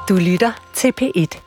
Du lytter til P1.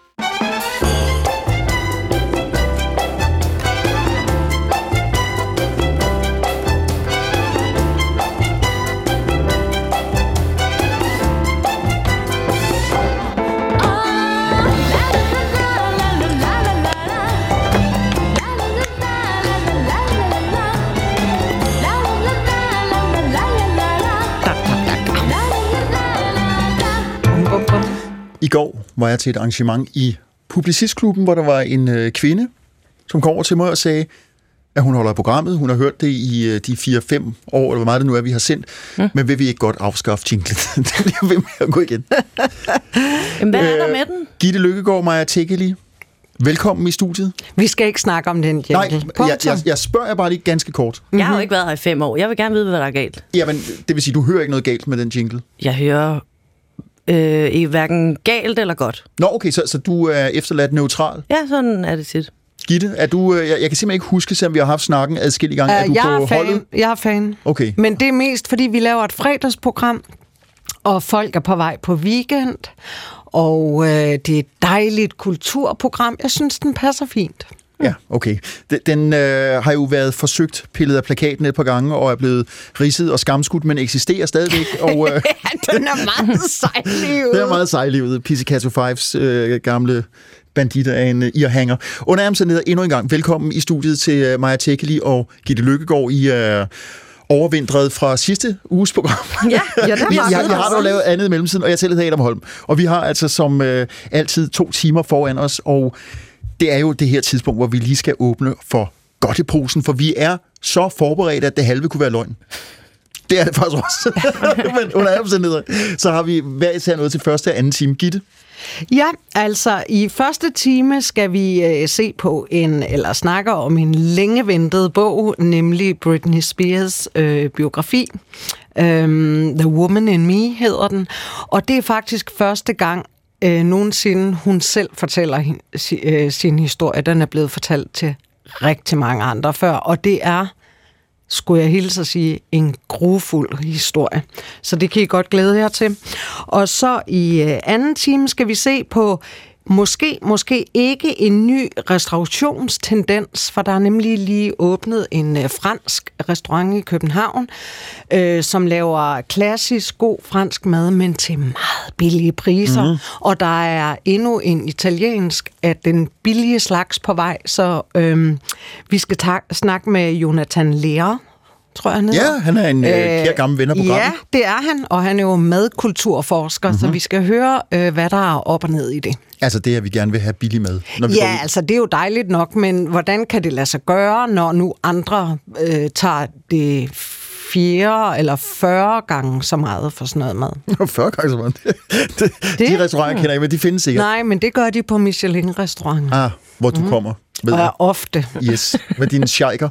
I går var jeg til et arrangement i Publicistklubben, hvor der var en kvinde, som kom over til mig og sagde, at hun holder af programmet. Hun har hørt det i de 4-5 år, eller hvor meget det nu er, vi har sendt. Men vil vi ikke godt afskaffe jinglen? Det bliver ved med at gå igen. Jamen, hvad er der med den? Gitte Løkkegaard, Maja Tekeli. Velkommen i studiet. Vi skal ikke snakke om den jingle. Nej, jeg spørger jer bare lige ganske kort. Jeg har jo ikke været her i 5 år. Jeg vil gerne vide, hvad der er galt. Jamen, det vil sige, du hører ikke noget galt med den jingle? Jeg hører hverken galt eller godt. Nå, okay, så du er efterladt neutral? Ja, sådan er det tit. Gitte, er du, jeg kan simpelthen ikke huske, selvom vi har haft snakken adskillige gange. Er du på holdet? Jeg er fan. Okay. Men det er mest, fordi vi laver et fredagsprogram, og folk er på vej på weekend, og det er et dejligt kulturprogram. Jeg synes, den passer fint. Ja, okay. Den har jo været forsøgt pillet af plakaten et par gange, og er blevet ridset og skamskudt, men eksisterer stadigvæk. Og, ja, den er meget sejlivet. Den er meget sejlivet. Pizzicato Fives gamle banditter af en irhanger. Under omstændigheder endnu en gang velkommen i studiet til Maja Tekeli og Gitte Løkkegaard. I er overvintret fra sidste uges program. Ja, det var jeg har dog lavet andet i mellemtiden, og jeg selv hedder Adam Holm. Og vi har altså som altid 2 timer foran os, og det er jo det her tidspunkt, hvor vi lige skal åbne for godteposen, for vi er så forberedt, at det halve kunne være løgn. Det er det faktisk også. Men under alle omstændigheder, så har vi hver især noget til første og anden time. Gitte? Ja, altså i første time skal vi se på snakke om en længeventet bog, nemlig Britney Spears biografi. The Woman in Me hedder den. Og det er faktisk første gang, nogensinde hun selv fortæller sin historie. Den er blevet fortalt til rigtig mange andre før, og det er, skulle jeg hilse at sige, en grufuld historie. Så det kan I godt glæde jer til. Og så i anden time skal vi se på måske ikke en ny restaurationstendens, for der er nemlig lige åbnet en fransk restaurant i København, som laver klassisk god fransk mad, men til meget billige priser. Og der er endnu en italiensk af den billige slags på vej, så vi skal snakke med Jonathan Lehrer, tror jeg, han hedder. Ja, han er en kære gammel ven af programmet. Ja, det er han, og han er jo madkulturforsker, så vi skal høre, hvad der er op og ned i det. Altså det, at vi gerne vil have billig mad. Når vi ja, altså det er jo dejligt nok, men hvordan kan det lade sig gøre, når nu andre tager det 4 eller 40 gange så meget for sådan noget mad? 40 gange så meget? De restauranter kender jeg, men de findes sikkert. Nej, men det gør de på Michelin-restauranter. Hvor du kommer. Og ofte. Yes, med dine sheiker.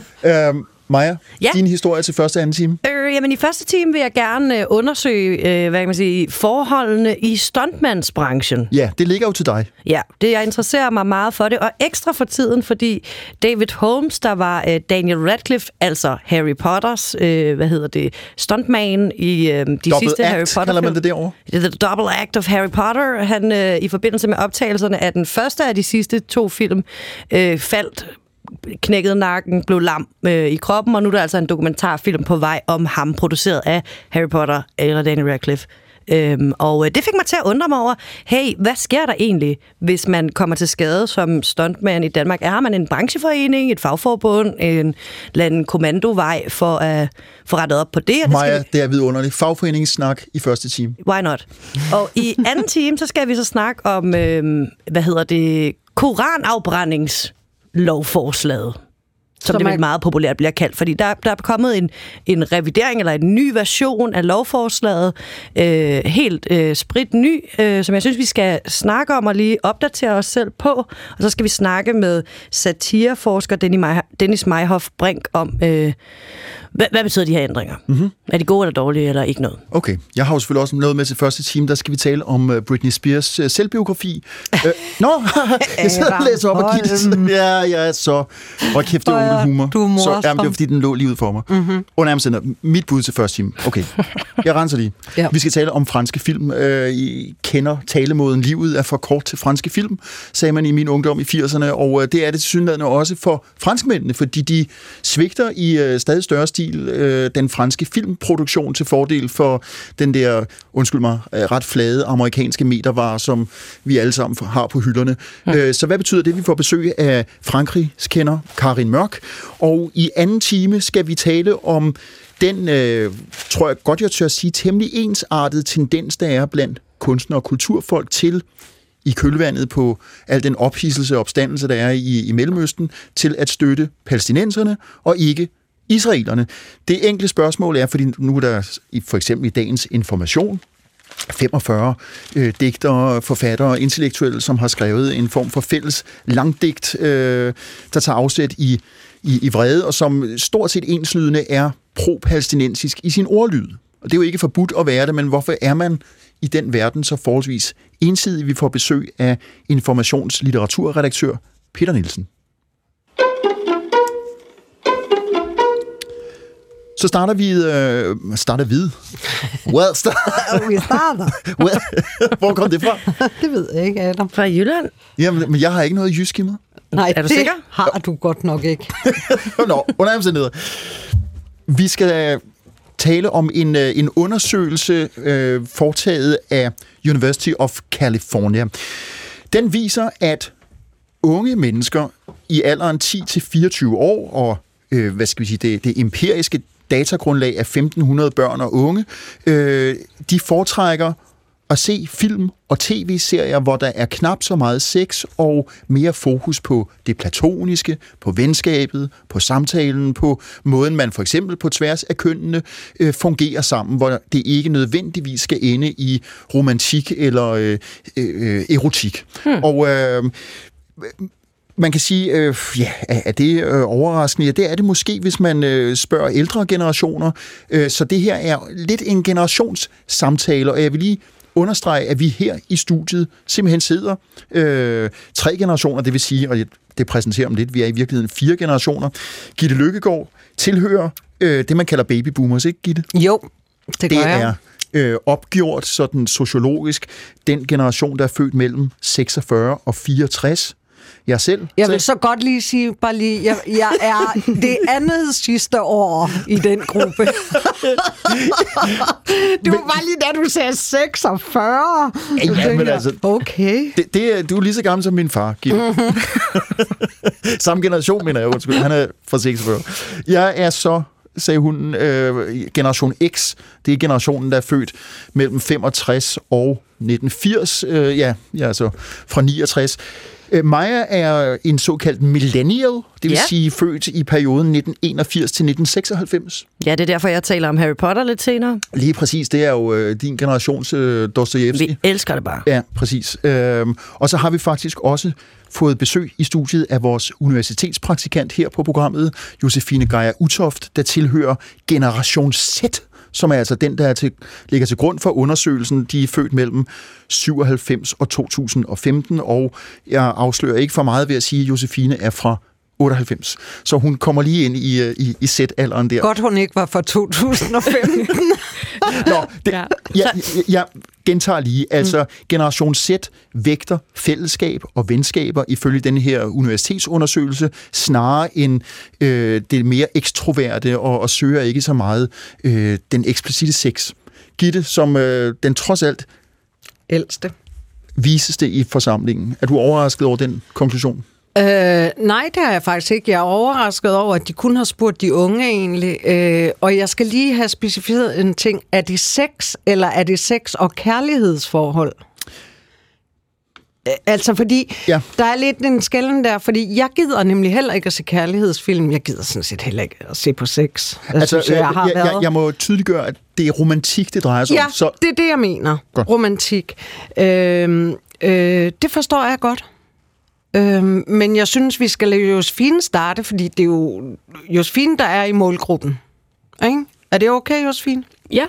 Maja, din historie til første og anden time? Jamen i første time vil jeg gerne undersøge, hvad kan man sige, forholdene i stuntmandsbranchen. Ja, det ligger jo til dig. Ja, jeg interesserer mig meget for det, og ekstra for tiden, fordi David Holmes, der var Daniel Radcliffe, altså Harry Potters, stuntman i de sidste Harry Potter-film. Kalder man det derovre? The Double Act of Harry Potter. Han i forbindelse med optagelserne af den første af de sidste 2 film faldt, knækkede nakken, blev lam i kroppen, og nu er der altså en dokumentarfilm på vej om ham, produceret af Harry Potter eller Daniel Radcliffe. Og det fik mig til at undre mig over, hey, hvad sker der egentlig, hvis man kommer til skade som stuntman i Danmark? Har man en brancheforening, et fagforbund, en kommandovej for at få rettet op på det? Maja, det er vidunderligt. Fagforeningssnak i første time. Why not? Og i anden time, så skal vi så snakke om, koranafbrændingslovforslaget, som det meget populært bliver kaldt, fordi der er kommet en revidering eller en ny version af lovforslaget, helt sprit ny, som jeg synes, vi skal snakke om og lige opdatere os selv på, og så skal vi snakke med satireforsker Dennis Meihoff Brink om, Hvad betyder de her ændringer? Mm-hmm. Er de gode eller dårlige, eller ikke noget? Okay, jeg har jo selvfølgelig også noget med til første time. Der skal vi tale om Britney Spears selvbiografi. Jeg sidder og læser op og giver det. Ja, så... Hvor kæft, det er onkelhumor. Du er morsom. Så, det var fordi, den lå lige ud for mig. Mm-hmm. Og nærmest mit bud til første time. Okay, jeg renser lige. Ja. Vi skal tale om franske film. I kender talemåden "livet er for kort til franske film", sagde man i min ungdom i 80'erne, og det er det tilsyneladende også for franskmændene, fordi de svigter i stadig større stil den franske filmproduktion til fordel for den der, undskyld mig, ret flade amerikanske metervarer, som vi alle sammen har på hylderne. Ja. Så hvad betyder det? Vi får besøg af Frankrigs kender Karin Mørk, og i anden time skal vi tale om den, tror jeg godt, jeg tør sige, temmelig ensartede tendens, der er blandt kunstnere og kulturfolk til i kølvandet på al den ophidselse og opstandelse, der er i Mellemøsten, til at støtte palæstinenserne og ikke israelerne. Det enkle spørgsmål er, fordi nu er der for eksempel i dagens Information 45 digtere, forfattere, intellektuelle, som har skrevet en form for fælles langdigt, der tager afsæt i vrede, og som stort set enslydende er pro-palæstinensisk i sin ordlyd. Og det er jo ikke forbudt at være det, men hvorfor er man i den verden så forholdsvis ensidig? Vi får besøg af informationslitteraturredaktør Peter Nielsen. Så starter vi... Vi starter. Hvor kom det fra? Det ved jeg ikke, Adam. Fra Jylland? Jamen, men jeg har ikke noget jysk i mig. Nej, er du sikker? Har du godt nok ikke. Nå, under omstændigheder. Vi skal tale om en undersøgelse foretaget af University of California. Den viser, at unge mennesker i alderen 10-24 år, og det empiriske datagrundlag af 1.500 børn og unge, de foretrækker at se film og tv-serier, hvor der er knap så meget sex og mere fokus på det platoniske, på venskabet, på samtalen, på måden, man for eksempel på tværs af kønnene fungerer sammen, hvor det ikke nødvendigvis skal ende i romantik eller erotik. Og man kan sige, er det overraskende? Ja, det er det måske, hvis man spørger ældre generationer. Så det her er lidt en generationssamtale, og jeg vil lige understrege, at vi her i studiet simpelthen sidder 3 generationer, det vil sige, og det præsenterer om lidt, vi er i virkeligheden 4 generationer. Gitte Løkkegaard tilhører det, man kalder babyboomers, ikke Gitte? Jo, det gør jeg. Det er opgjort sådan sociologisk den generation, der er født mellem 46 og 64. Jeg selv. Jeg vil så godt lige sige, jeg er det andet sidste år i den gruppe. Du var bare lige da du sagde 46. Ja, men altså, okay. Du er lige så gammel som min far, Gitte. Samme generation, mener jeg, undskyld. Han er fra 46. Jeg er så, sagde hun, generation X. Det er generationen, der er født mellem 65 og 1980. Jeg er så fra 69. Maja er en såkaldt millennial, det vil sige født i perioden 1981 til 1996. Ja, det er derfor, jeg taler om Harry Potter lidt senere. Lige præcis, det er jo din generations Dostojevskij. Vi elsker det bare. Ja, præcis. Og så har vi faktisk også fået besøg i studiet af vores universitetspraktikant her på programmet, Josefine Geyer Utoft, der tilhører Generation Z, som er altså den, der ligger til grund for undersøgelsen. De er født mellem 97 og 2015, og jeg afslører ikke for meget ved at sige, at Josefine er fra 98. Så hun kommer lige ind i Z-alderen der. Godt, hun ikke var fra 2015. Jeg gentager lige. Altså, Generation Z vægter fællesskab og venskaber ifølge den her universitetsundersøgelse, snarere end det mere ekstroverte og søger ikke så meget den eksplicite sex. Gitte, som den trods alt ældste, viseste i forsamlingen. Er du overrasket over den konklusion? Nej, det er jeg faktisk ikke. Jeg er overrasket over, at de kun har spurgt de unge egentlig. Og jeg skal lige have specificeret en ting. Er det sex, eller er det sex og kærlighedsforhold? Altså, fordi der er lidt en skelnen der, fordi jeg gider nemlig heller ikke at se kærlighedsfilm. Jeg gider sådan set heller ikke at se på sex. Jeg må tydeliggøre, at det er romantik, det drejer sig om. Så det er det, jeg mener. Godt. Romantik. Det forstår jeg godt. Men jeg synes, vi skal lade Josefine starte, fordi det er jo Josefine, der er i målgruppen. Ikke? Er det okay, Josefine? Ja.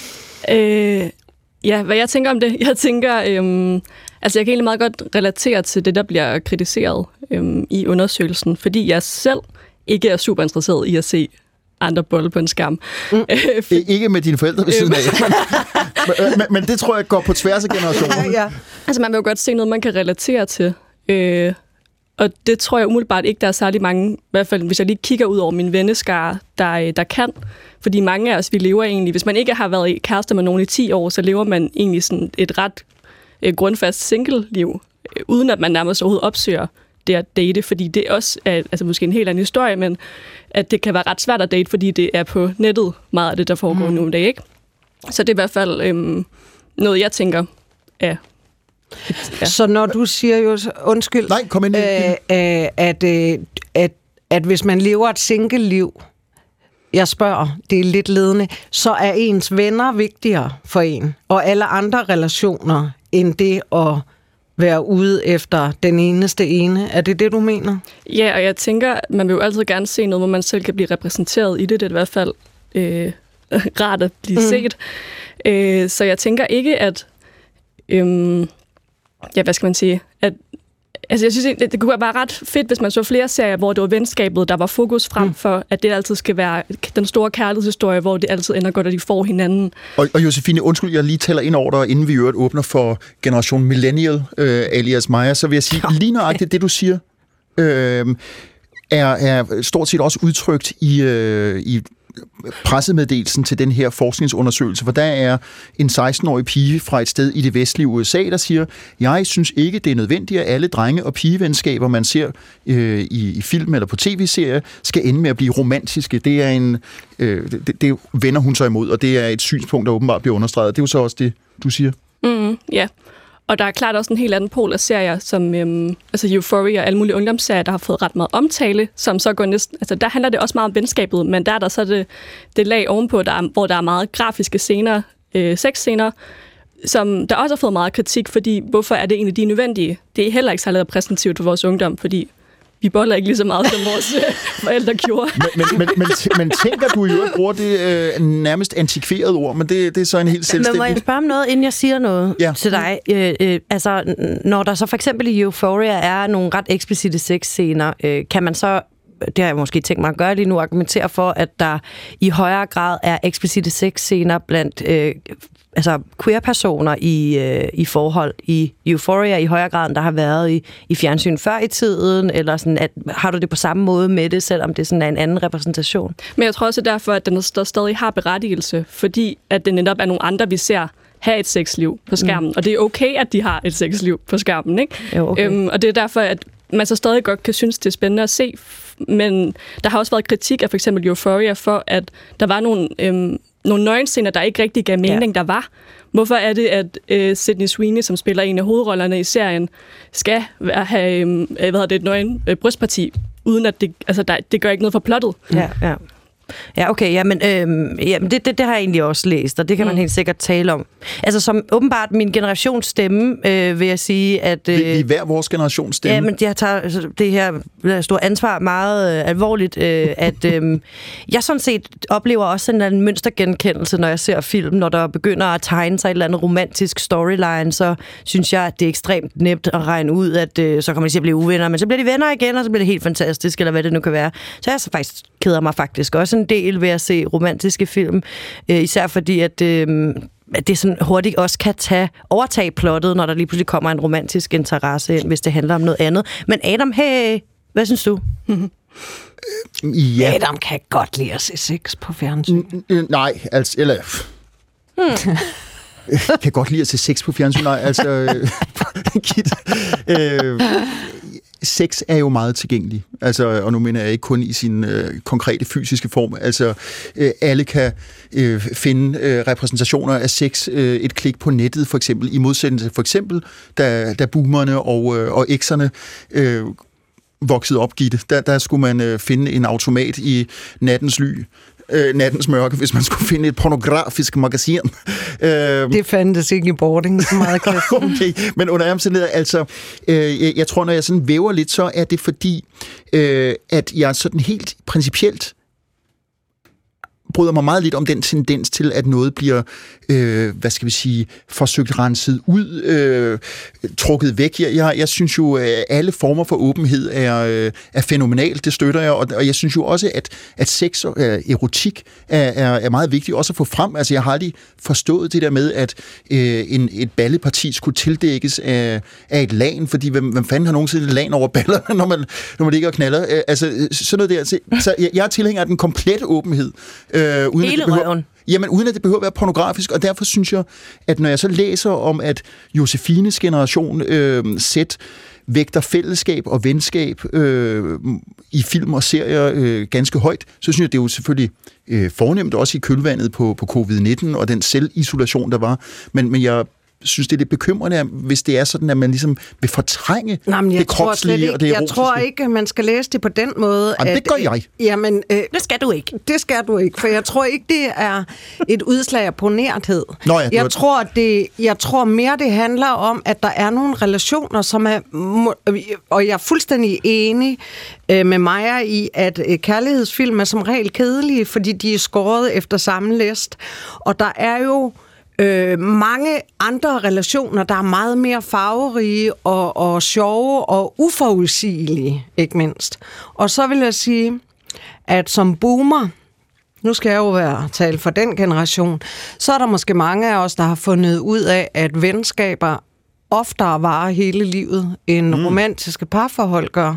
Ja, hvad jeg tænker om det? Jeg tænker, altså jeg kan egentlig meget godt relatere til det, der bliver kritiseret i undersøgelsen, fordi jeg selv ikke er super interesseret i at se andre bolle på en skærm. Ikke med dine forældre ved siden af. men det tror jeg går på tværs af generationen. Ja. Altså man vil jo godt se noget, man kan relatere til. Og det tror jeg umiddelbart ikke, der er særlig mange, i hvert fald hvis jeg lige kigger ud over min venneskare, der kan. Fordi mange af os, vi lever egentlig, hvis man ikke har været kærester med nogen i 10 år, så lever man egentlig sådan et ret grundfast single-liv, uden at man nærmest overhovedet opsøger det at date, fordi det også er altså måske en helt anden historie, men at det kan være ret svært at date, fordi det er på nettet meget af det, der foregår nu om dagen, ikke? Så det er i hvert fald noget, jeg tænker er... Ja. Så når du siger jo, undskyld, Nej, kom ind at hvis man lever et single-liv, jeg spørger, det er lidt ledende, så er ens venner vigtigere for en, og alle andre relationer, end det at være ude efter den eneste ene. Er det det, du mener? Ja, og jeg tænker, man vil jo altid gerne se noget, hvor man selv kan blive repræsenteret i det. Det er i hvert fald rart at blive set. Så jeg tænker ikke, at... ja, hvad skal man sige? Altså, jeg synes, det kunne være ret fedt, hvis man så flere serier, hvor det var venskabet, der var fokus frem for, at det altid skal være den store kærlighedshistorie, hvor det altid ender godt, at de får hinanden. Og Josefine, undskyld, jeg lige taler ind over dig, inden vi øvrigt åbner for generation millennial, alias Maja, så vil jeg sige, lige nøjagtigt det, du siger, er stort set også udtrykt i pressemeddelelsen til den her forskningsundersøgelse, for der er en 16-årig pige fra et sted i det vestlige USA, der siger, jeg synes ikke, det er nødvendigt, at alle drenge- og pigevenskaber, man ser i film eller på tv-serier, skal ende med at blive romantiske. Det er det vender hun så imod, og det er et synspunkt, der åbenbart bliver understreget. Det er jo så også det, du siger. Ja. Og der er klart også en helt anden pol af serier, som altså Euphoria og alle mulige ungdomsserier, der har fået ret meget omtale, som så går næsten... Altså der handler det også meget om venskabet, men der er der så det lag ovenpå, hvor der er meget grafiske scener, sexscener, som der også har fået meget kritik, fordi hvorfor er det egentlig de nødvendige? Det er heller ikke særlig repræsentativt for vores ungdom, fordi vi boller ikke lige så meget, som vores forældre gjorde. Men tænker du jo at bruge det nærmest antikverede ord, men det er så en helt selvstændig... Men må jeg spørge om noget, inden jeg siger noget til dig? Altså, når der så for eksempel i Euphoria er nogle ret eksplicite sexscener, kan man så, det har jeg måske tænkt mig at gøre lige nu, argumentere for, at der i højere grad er eksplicite sexscener blandt queer-personer i forhold i Euphoria i højere grad, end der har været i fjernsyn før i tiden, eller sådan, har du det på samme måde med det, selvom det sådan er en anden repræsentation? Men jeg tror også derfor, at den stadig har berettigelse, fordi at det netop er nogle andre, vi ser have et sexliv på skærmen. Og det er okay, at de har et sexliv på skærmen, ikke? Jo, okay. Og det er derfor, at man så stadig godt kan synes, det er spændende at se. Men der har også været kritik af for eksempel Euphoria for, at der var nogle nøgenscener, der ikke rigtig gav mening, der var. Hvorfor er det, at Sydney Sweeney, som spiller en af hovedrollerne i serien, skal have et nøgen brystparti, uden at det gør ikke noget for plottet? Ja. Ja, okay, jamen, det har jeg egentlig også læst, og det kan man helt sikkert tale om. Altså, som åbenbart min generations stemme, vil jeg sige, at... Vi er hver vores generations stemme. Ja, men jeg tager det her store ansvar meget alvorligt, at jeg sådan set oplever også en eller anden mønstergenkendelse, når jeg ser film, når der begynder at tegne sig et eller andet romantisk storyline, så synes jeg, at det er ekstremt nemt at regne ud, at så kommer de til at blive uvenner, men så bliver de venner igen, og så bliver det helt fantastisk, eller hvad det nu kan være. Så jeg så faktisk keder mig faktisk også en del ved at se romantiske film, især fordi, at det sådan hurtigt også kan overtage plottet, når der lige pludselig kommer en romantisk interesse ind, hvis det handler om noget andet. Men Adam, hey, hvad synes du? Ja. Adam kan godt lide at se sex på fjernsyn. Nej, altså... Eller... kan godt lide at se sex på fjernsyn. Nej, altså... Sex er jo meget tilgængelig, altså, og nu mener jeg ikke kun i sin konkrete fysiske form. Altså, alle kan finde repræsentationer af sex et klik på nettet, for eksempel, i modsætning til for eksempel, da boomerne og X'erne voksede op, Gitte. Der skulle man finde en automat i nattens mørke, hvis man skulle finde et pornografisk magasin. Det fandtes ikke i boarding, så meget klasse. Okay, men under omstændigheder, altså, jeg tror, når jeg sådan væver lidt, så er det fordi, at jeg sådan helt principielt bryder mig meget lidt om den tendens til, at noget bliver, forsøgt renset ud, trukket væk. Jeg synes jo, at alle former for åbenhed er fænomenalt, det støtter jeg, og jeg synes jo også, at sex og erotik er meget vigtigt også at få frem. Altså, jeg har aldrig forstået det der med, at et balleparti skulle tildækkes af et lagen, fordi hvem fanden har nogensinde lagen over ballerne, når man ligger og knaller? Altså, sådan noget der. Så jeg er tilhænger af den komplette åbenhed. Hele røven. Jamen, uden at det behøver at være pornografisk, og derfor synes jeg, at når jeg så læser om, at Josefines generation sæt vægter fællesskab og venskab i film og serier ganske højt, så synes jeg, det er jo selvfølgelig fornemt, også i kølvandet på covid-19 og den selvisolation, der var. Men jeg synes, det er lidt bekymrende, hvis det er sådan, at man ligesom vil fortrænge det kropslige og det erotiske. Jeg tror ikke, man skal læse det på den måde. Jamen, det gør jeg. Jamen, det skal du ikke. Det skal du ikke, for jeg tror ikke, det er et udslag af ponerthed. Nå ja, jeg tror mere, det handler om, at der er nogle relationer, som er... Og jeg er fuldstændig enig med Maja i, at kærlighedsfilm er som regel kedelige, fordi de er skåret efter samme læst. Og der er jo mange andre relationer, der er meget mere farverige og sjove og uforudsigelige, ikke mindst. Og så vil jeg sige, at som boomer, nu skal jeg jo tale for den generation, så er der måske mange af os, der har fundet ud af, at venskaber oftere varer hele livet, end romantiske parforhold gør.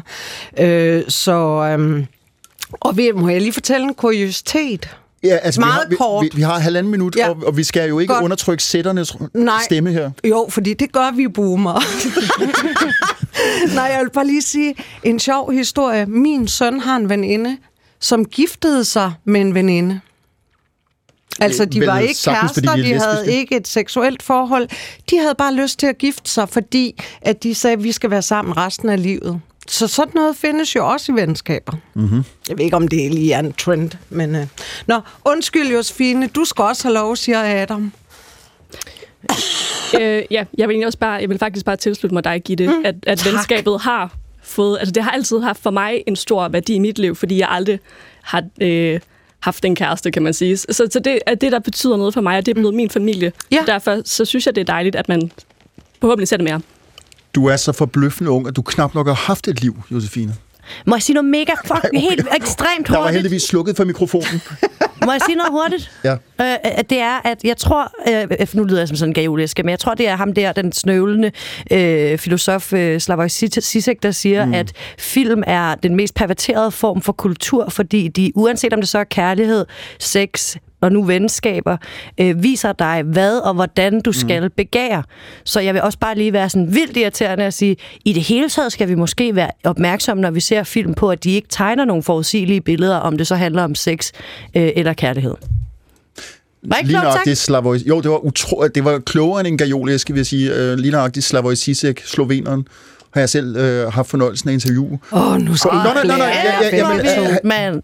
Og må jeg lige fortælle en kuriositet? Ja, altså meget kort. Vi har 1,5 minut, ja. og vi skal jo ikke undertrykke sætternes stemme her. Jo, fordi det gør vi boomer. Nej, jeg vil bare lige sige en sjov historie. Min søn har en veninde, som giftede sig med en veninde. Altså, de var ikke kærester, de havde ikke et seksuelt forhold. De havde bare lyst til at gifte sig, fordi at de sagde, at vi skal være sammen resten af livet. Så sådan noget findes jo også i venskaber. Mm-hmm. Jeg ved ikke, om det lige er en trend, men... undskyld, Josefine, du skal også have lov, siger Adam. Jeg vil faktisk bare tilslutte mig dig, Gitte, at venskabet har fået... Altså, det har altid haft for mig en stor værdi i mit liv, fordi jeg aldrig har haft en kæreste, kan man sige. Så det er det, der betyder noget for mig, og det er blevet min familie. Ja. Derfor så synes jeg, det er dejligt, at man forhåbentlig ser det mere. Du er så forbløffende ung, at du knap nok har haft et liv, Josefine. Må jeg sige noget mega helt ekstremt hurtigt? Der var heldigvis slukket for mikrofonen. Må jeg sige noget hurtigt? Ja. Det er, at jeg tror... nu lyder jeg som sådan en gajolisk, men jeg tror, det er ham der, den snøvlende filosof Slavoj Zizek, der siger, at film er den mest perverterede form for kultur, fordi de, uanset om det så er kærlighed, sex og nu venskaber, viser dig, hvad og hvordan du skal begære. Så jeg vil også bare lige være sådan vildt irriterende at sige, i det hele taget skal vi måske være opmærksomme, når vi ser film på, at de ikke tegner nogle forudsigelige billeder, om det så handler om sex eller kærlighed. Lige nøjagtigt Slavoj... Jo, det var klogere end en gajolisk, vil jeg sige. Lige nøjagtigt Slavoj Zizek, sloveneren, har jeg selv haft fornøjelsen af interview. Nu skal mand.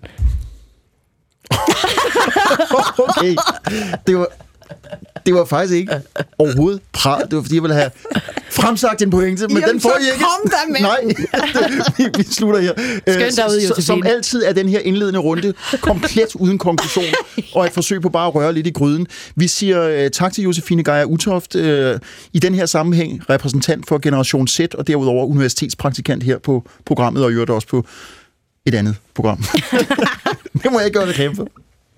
Okay. Det var faktisk ikke overhovedet prat. Det var, fordi jeg ville have fremsagt en pointe, men den får jeg ikke. Kom da med. Nej, vi slutter her. Som altid er den her indledende runde komplet uden konklusion, og et forsøg på bare at røre lidt i gryden. Vi siger tak til Josefine Geyer Utoft, i den her sammenhæng repræsentant for Generation Z, og derudover universitetspraktikant her på programmet, og i øvrigt også på et andet program. Det må jeg ikke gøre reklame for.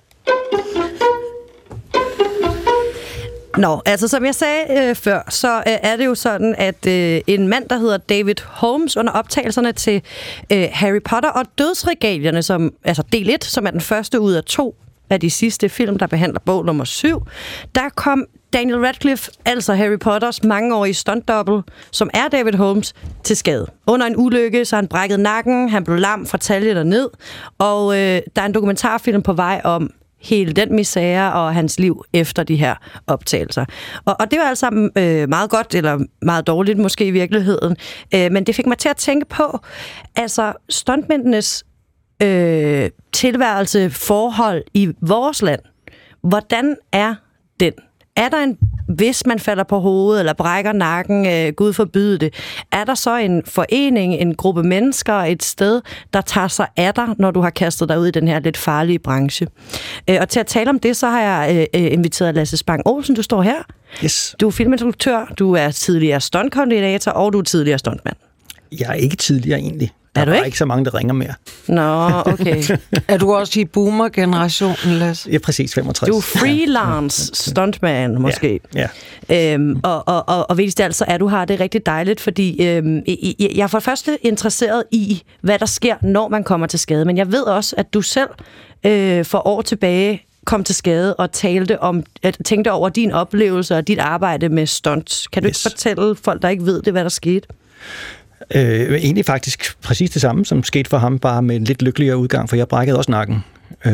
Altså som jeg sagde før, så er det jo sådan, at en mand, der hedder David Holmes, under optagelserne til Harry Potter og Dødsregalierne, som, altså del 1, som er den første ud af 2 af de sidste film, der behandler bog nummer 7, der kom Daniel Radcliffe, altså Harry Potters mangeårige stuntdouble, som er David Holmes, til skade. Under en ulykke, så han brækket nakken, han blev lam fra talje derned, og der er en dokumentarfilm på vej om hele den misære og hans liv efter de her optagelser. Og det var altså meget godt, eller meget dårligt måske i virkeligheden, men det fik mig til at tænke på, altså stuntmændenes tilværelse, forhold i vores land. Hvordan er den? hvis man falder på hovedet eller brækker nakken, Gud forbyde det, er der så en forening, en gruppe mennesker, et sted, der tager sig af dig, når du har kastet dig ud i den her lidt farlige branche? Og til at tale om det, så har jeg inviteret Lasse Spang Olsen. Du står her. Yes. Du er filminstruktør, du er tidligere stuntkoordinator, og du er tidligere stuntmand. Jeg er ikke tidligere egentlig. Er du ikke? Der er ikke? ikke så mange, der ringer mere. Nå, okay. Er du også i boomer-generationen, Lasse? Ja, præcis 65. Du er freelance stuntman, måske. Ja. Og vigtigst af alt, så er du her. Det er rigtig dejligt, fordi jeg er for det første interesseret i, hvad der sker, når man kommer til skade. Men jeg ved også, at du selv for år tilbage kom til skade og tænkte over din oplevelse og dit arbejde med stunts. Kan du ikke fortælle folk, der ikke ved det, hvad der skete? Egentlig faktisk præcis det samme, som skete for ham, bare med en lidt lykkeligere udgang, for jeg brækkede også nakken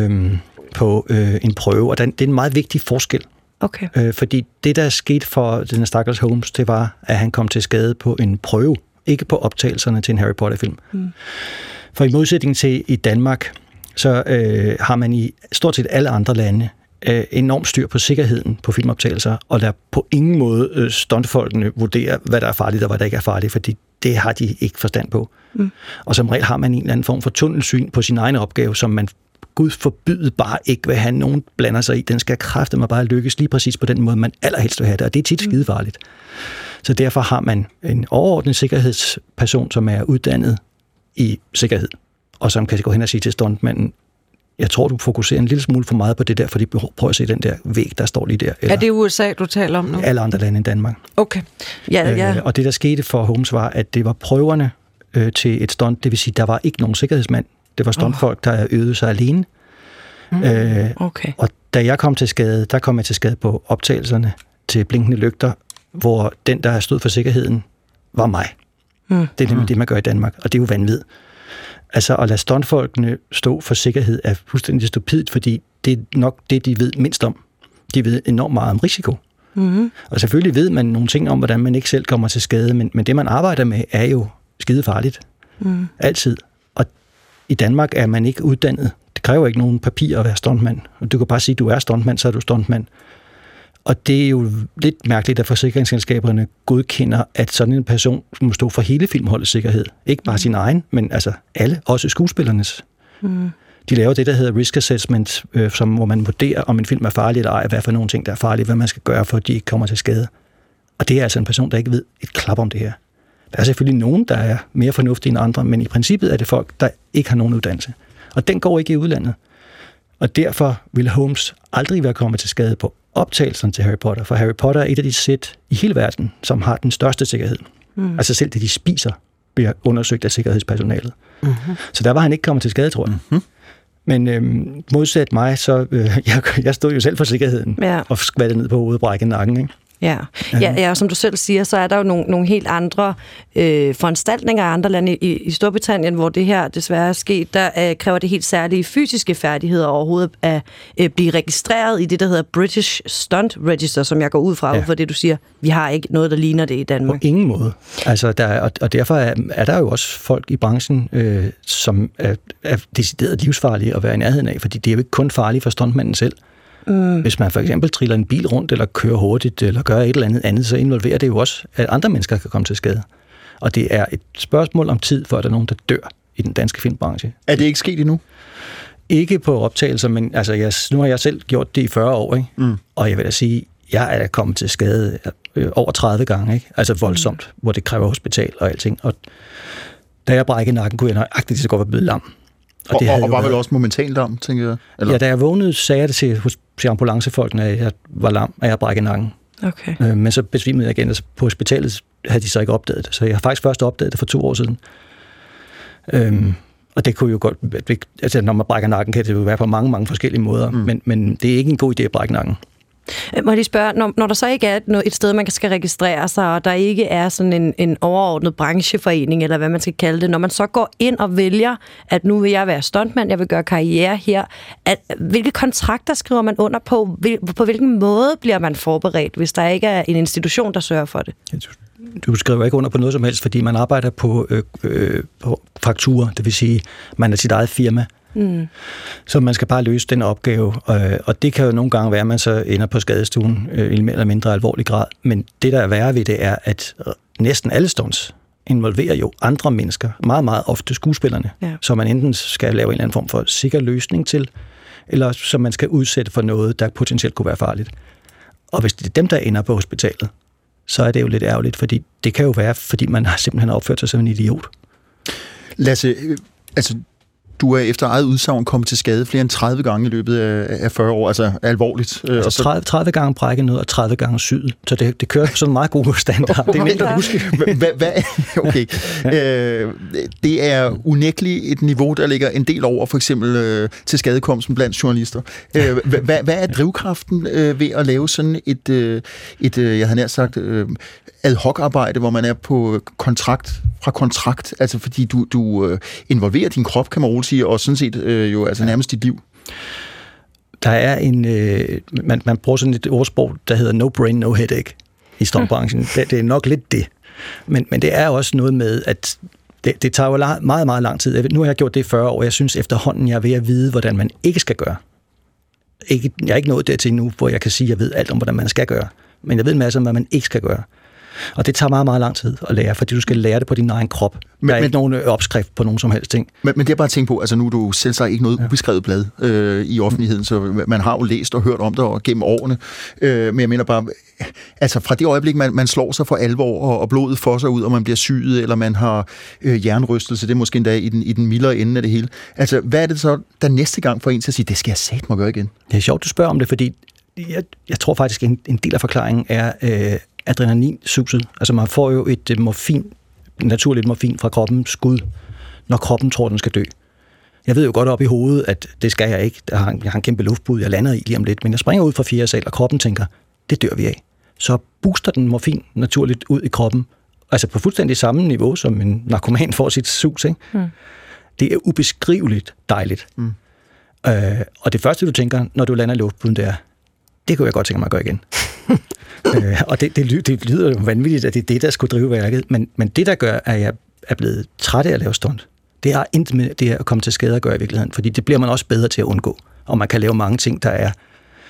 på en prøve, og det er en meget vigtig forskel. Okay. Fordi det, der skete for den stakkels Holmes, det var, at han kom til skade på en prøve, ikke på optagelserne til en Harry Potter-film. For i modsætning til i Danmark, så har man i stort set alle andre lande enormt styr på sikkerheden på filmoptagelser, og der på ingen måde stuntfolkene vurderer, hvad der er farligt og hvad der ikke er farligt, fordi det har de ikke forstand på. Og som regel har man en eller anden form for tunnelsyn på sin egen opgave, som man Gud forbyde bare ikke vil have nogen blander sig i. Den skal kraftedeme bare lykkes lige præcis på den måde, man allerhelst vil have det, og det er tit skidefarligt. Så derfor har man en overordnet sikkerhedsperson, som er uddannet i sikkerhed, og som kan gå hen og sige til stuntmanden, jeg tror, du fokuserer en lille smule for meget på det der, fordi prøv at se den der væg, der står lige der. Eller er det USA, du taler om nu? Alle andre lande end Danmark. Okay. Ja. Og det, der skete for Holmes, var, at det var prøverne til et stunt, det vil sige, der var ikke nogen sikkerhedsmand. Det var stuntfolk, der øvede sig alene. Okay. Og da jeg kom til skade, der kom jeg til skade på optagelserne til Blinkende Lygter, hvor den, der stod for sikkerheden, var mig. Det er nemlig det, man gør i Danmark, og det er jo vanvid. Altså at lade stuntfolkene stå for sikkerhed er fuldstændig stupidt, fordi det er nok det, de ved mindst om. De ved enormt meget om risiko. Og selvfølgelig ved man nogle ting om, hvordan man ikke selv kommer til skade, men det, man arbejder med, er jo skide farligt. Altid. Og i Danmark er man ikke uddannet. Det kræver ikke nogen papir at være stuntmand. Du kan bare sige, at du er stuntmand, så er du stuntmand. Og det er jo lidt mærkeligt, at forsikringsselskaberne godkender, at sådan en person må stå for hele filmholdets sikkerhed. Ikke bare sin egen, men altså alle, også skuespillernes. De laver det, der hedder risk assessment, hvor man vurderer, om en film er farlig eller ej, hvad for nogle ting, der er farlige, hvad man skal gøre, for at de ikke kommer til skade. Og det er altså en person, der ikke ved et klap om det her. Der er selvfølgelig nogen, der er mere fornuftige end andre, men i princippet er det folk, der ikke har nogen uddannelse. Og den går ikke i udlandet. Og derfor vil Holmes aldrig være kommet til skade på optagelsen til Harry Potter, for Harry Potter er et af de sæt i hele verden, som har den største sikkerhed. Altså selv det, de spiser, bliver undersøgt af sikkerhedspersonalet. Så der var han ikke kommet til skade, tror jeg. Men modsat mig, så jeg stod jo selv for sikkerheden, og skvattede ned på hovedet og brækkede nakken, ikke? Ja, og som du selv siger, så er der jo nogle helt andre foranstaltninger af andre lande i Storbritannien, hvor det her desværre er sket. Der kræver det helt særlige fysiske færdigheder overhovedet at blive registreret i det, der hedder British Stunt Register, som jeg går ud fra, for det du siger, vi har ikke noget, der ligner det i Danmark. På ingen måde. Altså, og derfor er der jo også folk i branchen, som er decideret livsfarlige at være i nærheden af, fordi det er jo ikke kun farligt for stuntmanden selv. Hvis man for eksempel triller en bil rundt, eller kører hurtigt, eller gør et eller andet, så involverer det jo også, at andre mennesker kan komme til skade. Og det er et spørgsmål om tid, for at der er nogen, der dør i den danske filmbranche. Er det ikke sket endnu? Ikke på optagelser, men altså, nu har jeg selv gjort det i 40 år, ikke? Og jeg vil da sige, jeg er kommet til skade over 30 gange, ikke? Altså voldsomt, hvor det kræver hospital og alting. Og da jeg brækkede nakken, kunne jeg nøjagtigt så godt være blevet lam. Og var vel også momentant lam, tænker jeg? Eller? Ja, da jeg vågnede, sagde jeg det til ambulancefolkene, at jeg var lam, og jeg brækkede nakken. Okay. Men så besvimede jeg igen, og på hospitalet havde de så ikke opdaget det. Så jeg har faktisk først opdaget det for 2 år siden. Og det kunne jo godt... Altså, når man brækker nakken, kan det jo være på mange, mange forskellige måder, men det er ikke en god idé at brække nakken. Må jeg lige spørge, når der så ikke er et sted, man skal registrere sig, og der ikke er sådan en overordnet brancheforening, eller hvad man skal kalde det, når man så går ind og vælger, at nu vil jeg være stuntmand, jeg vil gøre karriere her, hvilke kontrakter skriver man under på? På hvilken måde bliver man forberedt, hvis der ikke er en institution, der sørger for det? Du skriver ikke under på noget som helst, fordi man arbejder på fakturer, det vil sige, man er sit eget firma. Så man skal bare løse den opgave, og det kan jo nogle gange være, at man så ender på skadestuen i mere eller mindre alvorlig grad. Men det, der er værre ved det, er, at næsten alle stunts involverer jo andre mennesker, meget, meget ofte skuespillerne, så man enten skal lave en eller anden form for sikker løsning til, eller så man skal udsætte for noget, der potentielt kunne være farligt. Og hvis det er dem, der ender på hospitalet, så er det jo lidt ærgerligt, fordi det kan jo være, fordi man har simpelthen opført sig som en idiot. Lasse, altså du er efter eget udsagn kommet til skade flere end 30 gange i løbet af 40 år, altså alvorligt. Altså 30 gange brækket noget og 30 gange syet, så det kører sådan en meget god standard. Det er nemt at huske. Okay. Det er unægteligt et niveau, der ligger en del over, for eksempel til skadekomsten blandt journalister. Hvad er drivkraften ved at lave sådan et jeg har nær sagt, ad hoc-arbejde, hvor man er på kontrakt, altså fordi du involverer din krop, kan man roligt sige, og sådan set jo altså nærmest dit liv. Der er man bruger sådan et ordsprog, der hedder no brain, no headache i stuntbranchen. Det er nok lidt det. Men det er også noget med, at det tager jo meget, meget lang tid. Nu har jeg gjort det i 40 år, og jeg synes efterhånden, jeg er ved at vide, hvordan man ikke skal gøre. Jeg er ikke nået dertil nu, hvor jeg kan sige, at jeg ved alt om, hvordan man skal gøre. Men jeg ved en masse om, hvad man ikke skal gøre. Og det tager meget, meget lang tid at lære, fordi du skal lære det på din egen krop. Der er ikke nogen opskrift på nogen som helst ting. Men det er bare at tænke på, altså nu er du selvsagt ikke noget ubeskrevet blad i offentligheden, så man har jo læst og hørt om det og gennem årene. Men jeg mener bare, altså fra det øjeblik, man slår sig for alvor, og blodet fosser ud, og man bliver syet, eller man har hjernerystelse, det er måske endda i den mildere ende af det hele. Altså, hvad er det så, der næste gang får en til at sige, det skal jeg satme gøre igen? Det er sjovt, du spørger om det, fordi jeg tror faktisk, en del af forklaringen er adrenalinsuset. Altså man får jo et naturligt morfin fra kroppens skud, når kroppen tror, den skal dø. Jeg ved jo godt op i hovedet, at det skal jeg ikke. Jeg har en kæmpe luftbud, jeg lander i lige om lidt, men jeg springer ud fra 4. sal, og kroppen tænker, det dør vi af. Så booster den morfin naturligt ud i kroppen, altså på fuldstændig samme niveau, som en narkoman får sit sus. Ikke? Det er ubeskriveligt dejligt. Og det første, du tænker, når du lander i luftbuden, det kunne jeg godt tænke mig at gøre igen. Og det lyder jo vanvittigt, at det er det, der skulle drive værket, men det, der gør, at jeg er blevet træt af at lave stunt, det har intet med det her at komme til skade at gøre i virkeligheden, fordi det bliver man også bedre til at undgå, og man kan lave mange ting, der er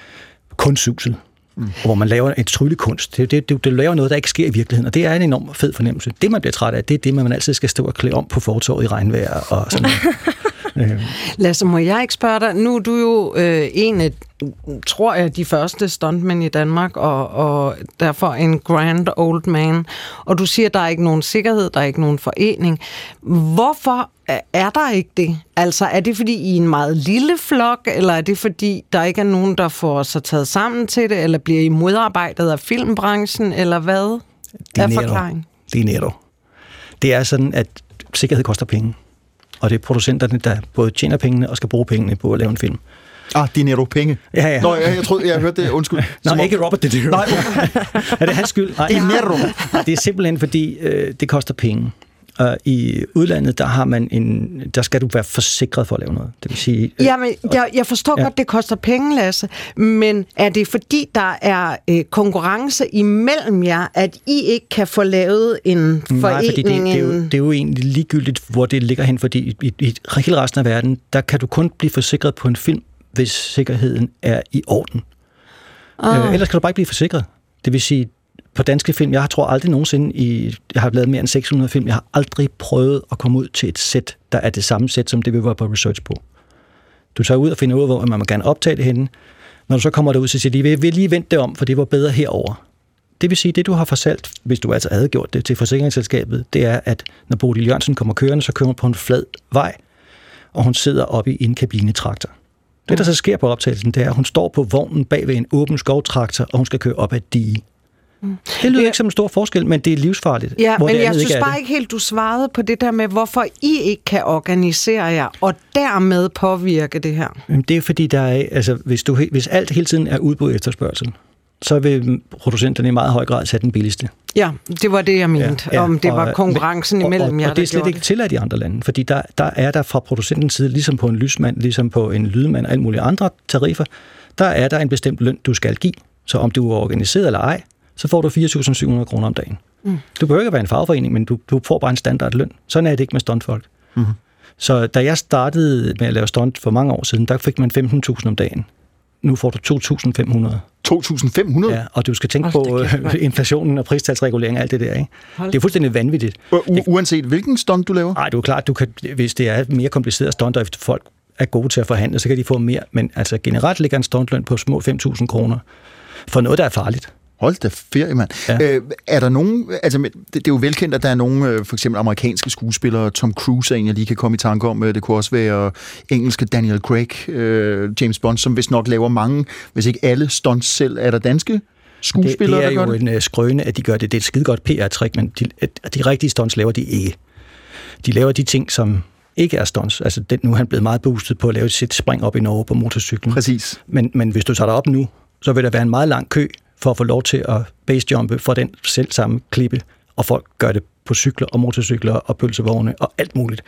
kun suset, hvor man laver en tryllekunst. Det laver noget, der ikke sker i virkeligheden, og det er en enorm fed fornemmelse. Det, man bliver træt af, det er det, man altid skal stå og klæde om på fortovet i regnvejr og sådan noget. Lasse, må jeg ikke spørge dig? Nu er du jo en af, tror jeg, de første stuntmænd i Danmark, og derfor en grand old man. Og du siger, der er ikke nogen sikkerhed, der er ikke nogen forening. Hvorfor er der ikke det? Altså, er det fordi I er en meget lille flok, eller er det fordi, der ikke er nogen, der får sig taget sammen til det, eller bliver I modarbejdet af filmbranchen, eller hvad er forklaringen? Det er netop. Det er sådan, at sikkerhed koster penge. Og det er producenterne, der både tjener pengene og skal bruge pengene på at lave en film. De netto penge. Ja. Nå, jeg troede, jeg hørte det. Undskyld. Nej, ikke Robert De Niro. Nej. Er det hans skyld? Nej. Det er simpelthen, fordi det koster penge. I udlandet, der skal du være forsikret for at lave noget. Det vil sige... Jamen, jeg forstår godt, det koster penge, Lasse, men er det fordi, der er konkurrence imellem jer, at I ikke kan få lavet en forening? Nej, fordi det er jo egentlig ligegyldigt, hvor det ligger hen, fordi i hele resten af verden, der kan du kun blive forsikret på en film, hvis sikkerheden er i orden. Ellers kan du bare ikke blive forsikret. Det vil sige, på danske film, jeg tror aldrig nogensinde, jeg har lavet mere end 600 film, jeg har aldrig prøvet at komme ud til et sæt, der er det samme sæt, som det vi var på research på. Du tager ud og finder ud af, hvor man må gerne optage det henne. Når du så kommer derud, så siger de, vi vil lige vente det om, for det var bedre herover. Det vil sige, det du har forsalt, hvis du altså havde gjort det til forsikringsselskabet, det er, at når Bodil Jørgensen kommer kørende, så kører hun på en flad vej, og hun sidder oppe i en kabinetraktor. Det, der så sker på optagelsen, det er, at hun står på vognen bag ved en åben skovtraktor, og hun skal køre op ad et dige. Det lyder ikke som en stor forskel, men det er livsfarligt. Ja, men jeg synes bare ikke helt, du svarede på det der med, hvorfor I ikke kan organisere jer, og dermed påvirke det her. Det er fordi, der er, altså, hvis alt hele tiden er udbud efterspørgsel, så vil producenterne i meget høj grad sætte den billigste. Ja, det var det, jeg mente, om det var konkurrencen imellem jer, og det er slet ikke tilladt i andre lande, fordi der er der fra producentens side, ligesom på en lysmand, ligesom på en lydmand og alle mulige andre tariffer, der er der en bestemt løn, du skal give. Så om du er organiseret eller ej, så får du 4.700 kroner om dagen. Du behøver ikke være en fagforening, men du får bare en standardløn. Sådan er det ikke med stuntfolk. Så da jeg startede med at lave stunt for mange år siden, der fik man 15.000 om dagen. Nu får du 2.500. 2.500? Ja, og du skal tænke på inflationen og pristalsregulering og alt det der, ikke? Det er fuldstændig vanvittigt. Uanset hvilken stunt du laver? Nej, du er klart, hvis det er mere kompliceret stunt, og efter folk er gode til at forhandle, så kan de få mere. Men altså generelt ligger en stuntløn på små 5.000 kroner for noget, der er farligt. Hold da ferie, mand. Ja. Er der nogen, altså det er jo velkendt, at der er nogle, for eksempel amerikanske skuespillere, Tom Cruise er en, jeg lige kan komme i tanke om, det kunne også være engelske Daniel Craig, James Bond, som vist nok laver mange, hvis ikke alle stunts selv. Er der danske skuespillere, der gør det? Det er jo en skrøne, at de gør det. Det er et skide godt PR-trick, men de rigtige stunts laver de ikke. De laver de ting, som ikke er stunts. Altså nu er han blevet meget boostet på at lave sit spring op i Norge på motorcyklen. Præcis. Men hvis du tager dig op nu, så vil der være en meget lang kø for at få lov til at basejumpe for den selv samme klippe, og folk gør det på cykler og motorcykler og pølsevogne og alt muligt.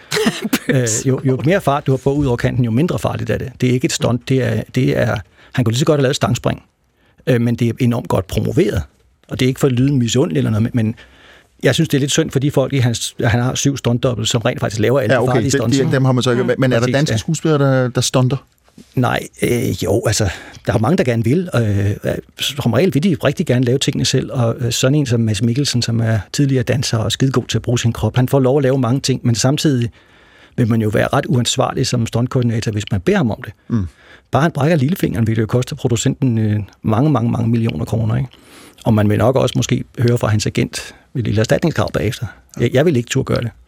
Jo mere fart du har på ud over kanten, jo mindre farligt er det. Det er ikke et stunt, det er han kunne lige så godt have lavet stangspring, men det er enormt godt promoveret, og det er ikke for at lyde misundelig eller noget, men jeg synes, det er lidt synd for de folk, han har 7 stuntdobbelt, som rent faktisk laver alle farlige stunts. Dem har man så ikke. Men er der danske skuespillere, der stunter? Nej, jo, altså, der er mange, der gerne vil, og som regel vil de rigtig gerne lave tingene selv, og sådan en som Mads Mikkelsen, som er tidligere danser og skidegod til at bruge sin krop, han får lov at lave mange ting, men samtidig vil man jo være ret uansvarlig som stuntkoordinator, hvis man beder ham om det. Mm. Bare han brækker lillefingeren, vil det jo koste producenten mange millioner kroner, ikke? Og man vil nok også måske høre fra hans agent ved lille erstatningskrav bagefter. Jeg vil ikke turde gøre det.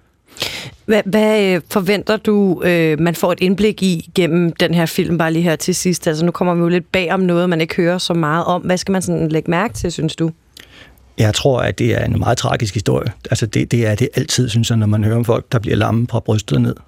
Hvad forventer du, man får et indblik i gennem den her film, bare lige her til sidst? Altså nu kommer vi jo lidt bag om noget, man ikke hører så meget om. Hvad skal man sådan lægge mærke til, synes du? Jeg tror, at det er en meget tragisk historie. Altså det er det altid, synes jeg, når man hører om folk, der bliver lamme fra brystet ned.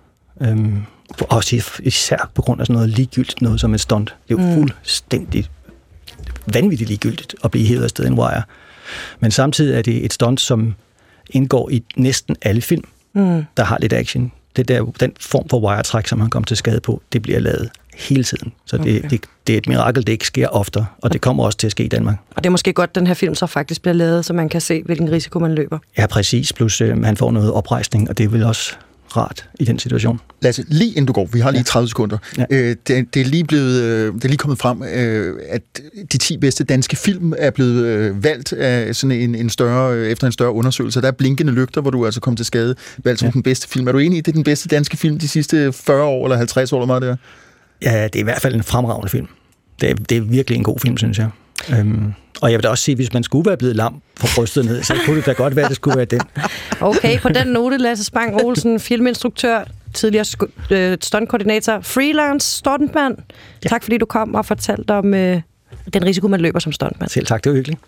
Også især på grund af sådan noget ligegyldigt, noget som et stunt. Det er jo fuldstændig vanvittigt ligegyldigt at blive hævet af sted en wire. Men samtidig er det et stunt, som indgår i næsten alle film, der har lidt action. Den form for wiretræk, som han kom til skade på, det bliver lavet hele tiden. Så det er et mirakel, det ikke sker oftere, og det kommer også til at ske i Danmark. Og det er måske godt, at den her film så faktisk bliver lavet, så man kan se, hvilken risiko man løber. Ja, præcis. Plus han får noget oprejsning, og det er vel også rart i den situation. Lasse, lige inden du går, vi har lige 30 sekunder. Ja. Det er lige kommet frem, at de 10 bedste danske film er blevet valgt af sådan efter en større undersøgelse. Der er Blinkende Lygter, hvor du altså kom til skade, valgt som den bedste film. Er du enig i, at det er den bedste danske film de sidste 40 år eller 50 år, eller meget der? Ja, det er i hvert fald en fremragende film. Det er virkelig en god film, synes jeg. Og jeg vil da også sige, hvis man skulle være blevet lam fra brystet ned, så kunne det da godt være, at det skulle være den. Okay, på den note, Lasse Spang Olsen, filminstruktør, tidligere stuntkoordinator, freelance stuntmand. Ja. Tak fordi du kom og fortalte om den risiko, man løber som stuntmand. Selv tak, det var hyggeligt.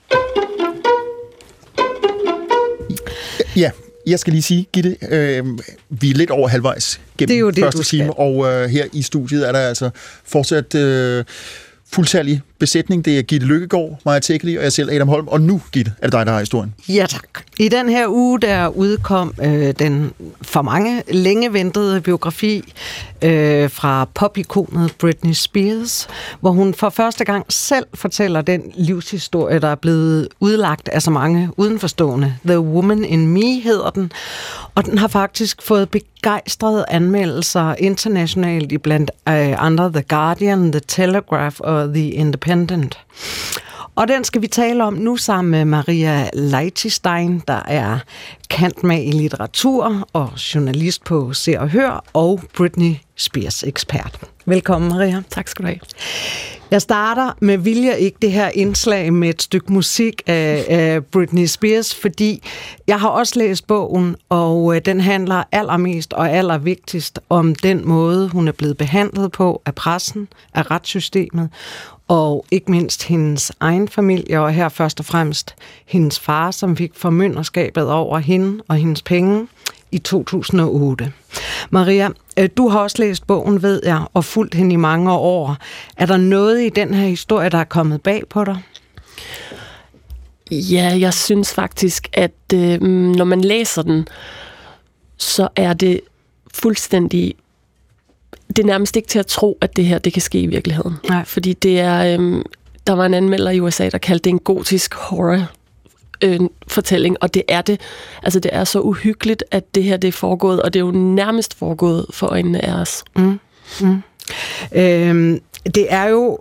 Ja, jeg skal lige sige, Gitte, vi er lidt over halvvejs gennem første time, og her i studiet er der altså fortsat fuldtallig besætning. Det er Gitte Lykkegaard, Maja Tekeli og jeg selv, Adam Holm. Og nu, Gitte, er det dig, der har historien. Ja, tak. I den her uge, der udkom den for mange længe ventede biografi fra popikonet Britney Spears, hvor hun for første gang selv fortæller den livshistorie, der er blevet udlagt af så mange udenforstående. The Woman in Me hedder den, og den har faktisk fået begejstrede anmeldelser internationalt i blandt andre The Guardian, The Telegraph og The Independent. Og den skal vi tale om nu sammen med Maria Leitestein, der er cand. Mag i litteratur og journalist på Se og Hør og Britney Spears ekspert. Velkommen, Maria. Tak skal du have. Jeg starter med vilje ikke det her indslag med et stykke musik af Britney Spears, fordi jeg har også læst bogen, og den handler allermest og allervigtigst om den måde, hun er blevet behandlet på af pressen, af retssystemet, og ikke mindst hendes egen familie, og her først og fremmest hendes far, som fik formynderskabet over hende og hendes penge i 2008. Maria, du har også læst bogen, ved jeg, og fulgt hende i mange år. Er der noget i den her historie, der er kommet bag på dig? Ja, jeg synes faktisk, at når man læser den, så er det fuldstændig... Det er nærmest ikke til at tro, at det her det kan ske i virkeligheden. Nej. Fordi det er... der var en anmelder i USA, der kaldte det en gotisk horror fortælling, og det er det. Altså, det er så uhyggeligt, at det her det er foregået, og det er jo nærmest foregået for øjnene af os. Det er jo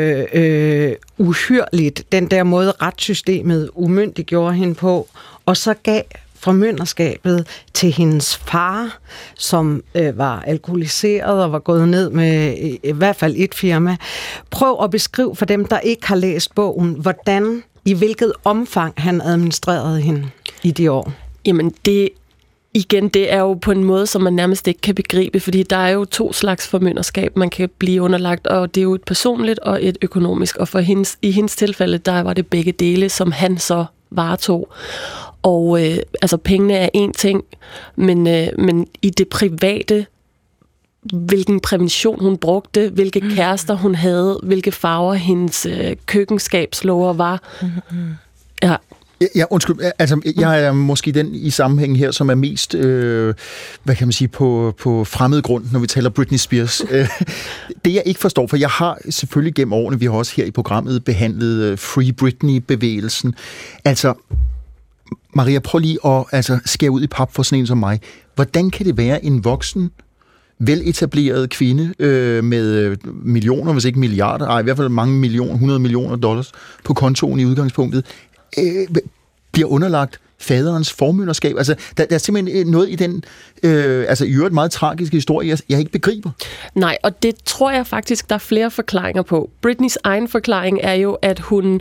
uhyrligt, den der måde retssystemet umyndiggjorde hende på, og så gav formynderskabet til hendes far, som var alkoholiseret og var gået ned med i hvert fald et firma. Prøv at beskrive for dem, der ikke har læst bogen, hvordan, i hvilket omfang han administrerede hende i de år. Jamen, det er jo på en måde, som man nærmest ikke kan begribe, fordi der er jo 2 slags formynderskab, man kan blive underlagt, og det er jo et personligt og et økonomisk, og i hendes tilfælde, der var det begge dele, som han så varetog. Og altså pengene er en ting, men i det private, hvilken prævention hun brugte, hvilke kærester hun havde, hvilke farver hendes køkkenskabslåger var. Ja. Ja, undskyld. Altså, jeg er måske den i sammenhængen her, som er mest, hvad kan man sige, på fremmed grund, når vi taler Britney Spears. Det jeg ikke forstår, for jeg har selvfølgelig gennem årene, vi har også her i programmet behandlet Free Britney-bevægelsen. Altså, Maria, prøv lige at skære ud i pap for sådan en som mig. Hvordan kan det være en voksen, veletableret kvinde med millioner, hvis ikke milliarder, i hvert fald mange millioner, 100 millioner dollars på kontoen i udgangspunktet, bliver underlagt faderens formynderskab? Altså, der er simpelthen noget i den, i øvrigt meget tragiske historie, jeg ikke begriber. Nej, og det tror jeg faktisk, der er flere forklaringer på. Britneys egen forklaring er jo, at hun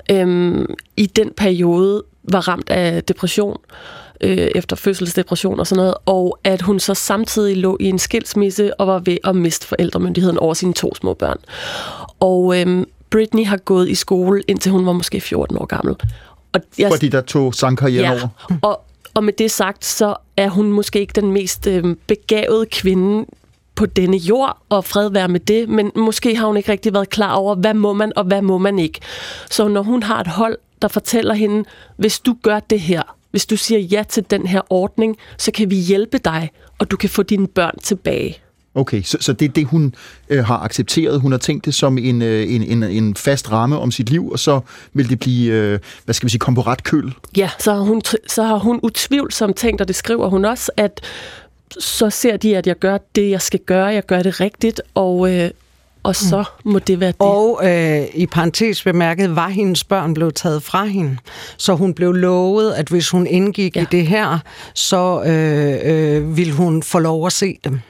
i den periode var ramt af depression, efter fødselsdepression og sådan noget, og at hun så samtidig lå i en skilsmisse og var ved at miste forældremyndigheden over sine 2 små børn. Og Britney har gået i skole, indtil hun var måske 14 år gammel. Og fordi der tog sangkarrieren over? Og med det sagt, så er hun måske ikke den mest begavede kvinde på denne jord, og fred være med det, men måske har hun ikke rigtig været klar over, hvad må man, og hvad må man ikke. Så når hun har et hold, der fortæller hende, hvis du gør det her, hvis du siger ja til den her ordning, så kan vi hjælpe dig, og du kan få dine børn tilbage. Okay, så det er det, hun har accepteret. Hun har tænkt det som en fast ramme om sit liv, og så vil det blive, kom på ret køl. Ja, så har hun utvivlsomt tænkt, og det skriver hun også, at så ser de, at jeg gør det, jeg skal gøre, jeg gør det rigtigt, og så må det være det. Og i parentes bemærket, var hendes børn blevet taget fra hende. Så hun blev lovet, at hvis hun indgik i det her, så ville hun få lov at se dem.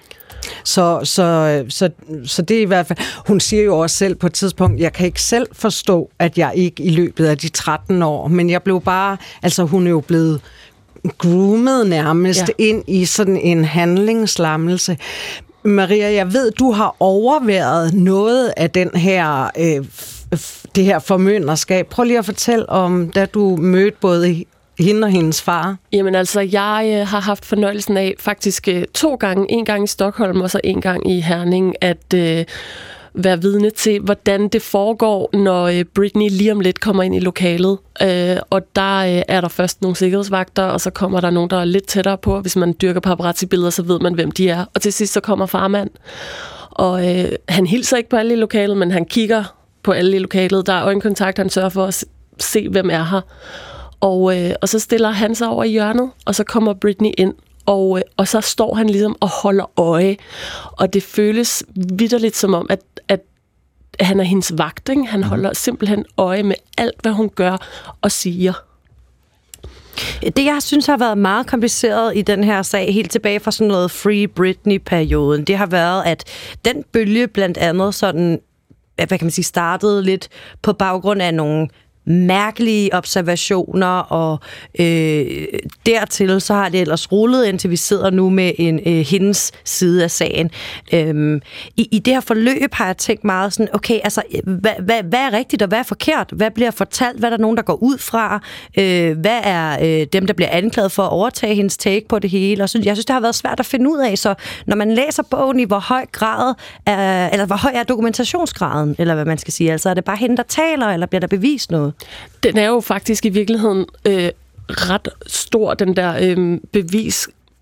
Så det er i hvert fald... Hun siger jo også selv på et tidspunkt, jeg kan ikke selv forstå, at jeg ikke i løbet af de 13 år, men jeg blev bare... Altså, hun er jo blevet groomet nærmest ind i sådan en handlingslammelse. Maria, jeg ved, du har overværet noget af den her, det her formynderskab. Prøv lige at fortælle om, da du mødte både hende og hendes far. Jamen altså, jeg har haft fornøjelsen af faktisk 2 gange. En gang i Stockholm, og så en gang i Herning, at være vidne til, hvordan det foregår, når Britney lige om lidt kommer ind i lokalet. Og der er der først nogle sikkerhedsvagter, og så kommer der nogen, der er lidt tættere på. Hvis man dyrker paparazzi-billeder, så ved man, hvem de er. Og til sidst så kommer farmand. Og han hilser ikke på alle i lokalet, men han kigger på alle i lokalet. Der er øjenkontakt, han sørger for at se, hvem er her. Og så stiller han sig over i hjørnet, og så kommer Britney ind. Og så står han ligesom og holder øje. Og det føles vitterligt som om, at han er hendes vagt. Ikke? Han holder simpelthen øje med alt, hvad hun gør og siger. Det, jeg synes har været meget kompliceret i den her sag, helt tilbage fra sådan noget Free Britney-perioden, det har været, at den bølge blandt andet sådan, hvad kan man sige, startede lidt på baggrund af nogle mærkelige observationer, og dertil så har det ellers rullet, indtil vi sidder nu med hendes side af sagen. I det her forløb har jeg tænkt meget sådan, okay, altså, hvad er rigtigt, og hvad er forkert? Hvad bliver fortalt? Hvad er der nogen, der går ud fra? Hvad er dem, der bliver anklaget for at overtage hendes take på det hele? Og jeg synes, det har været svært at finde ud af, så når man læser bogen i, hvor høj er dokumentationsgraden, eller hvad man skal sige, altså er det bare hende, der taler, eller bliver der bevist noget? Den er jo faktisk i virkeligheden ret stor, den der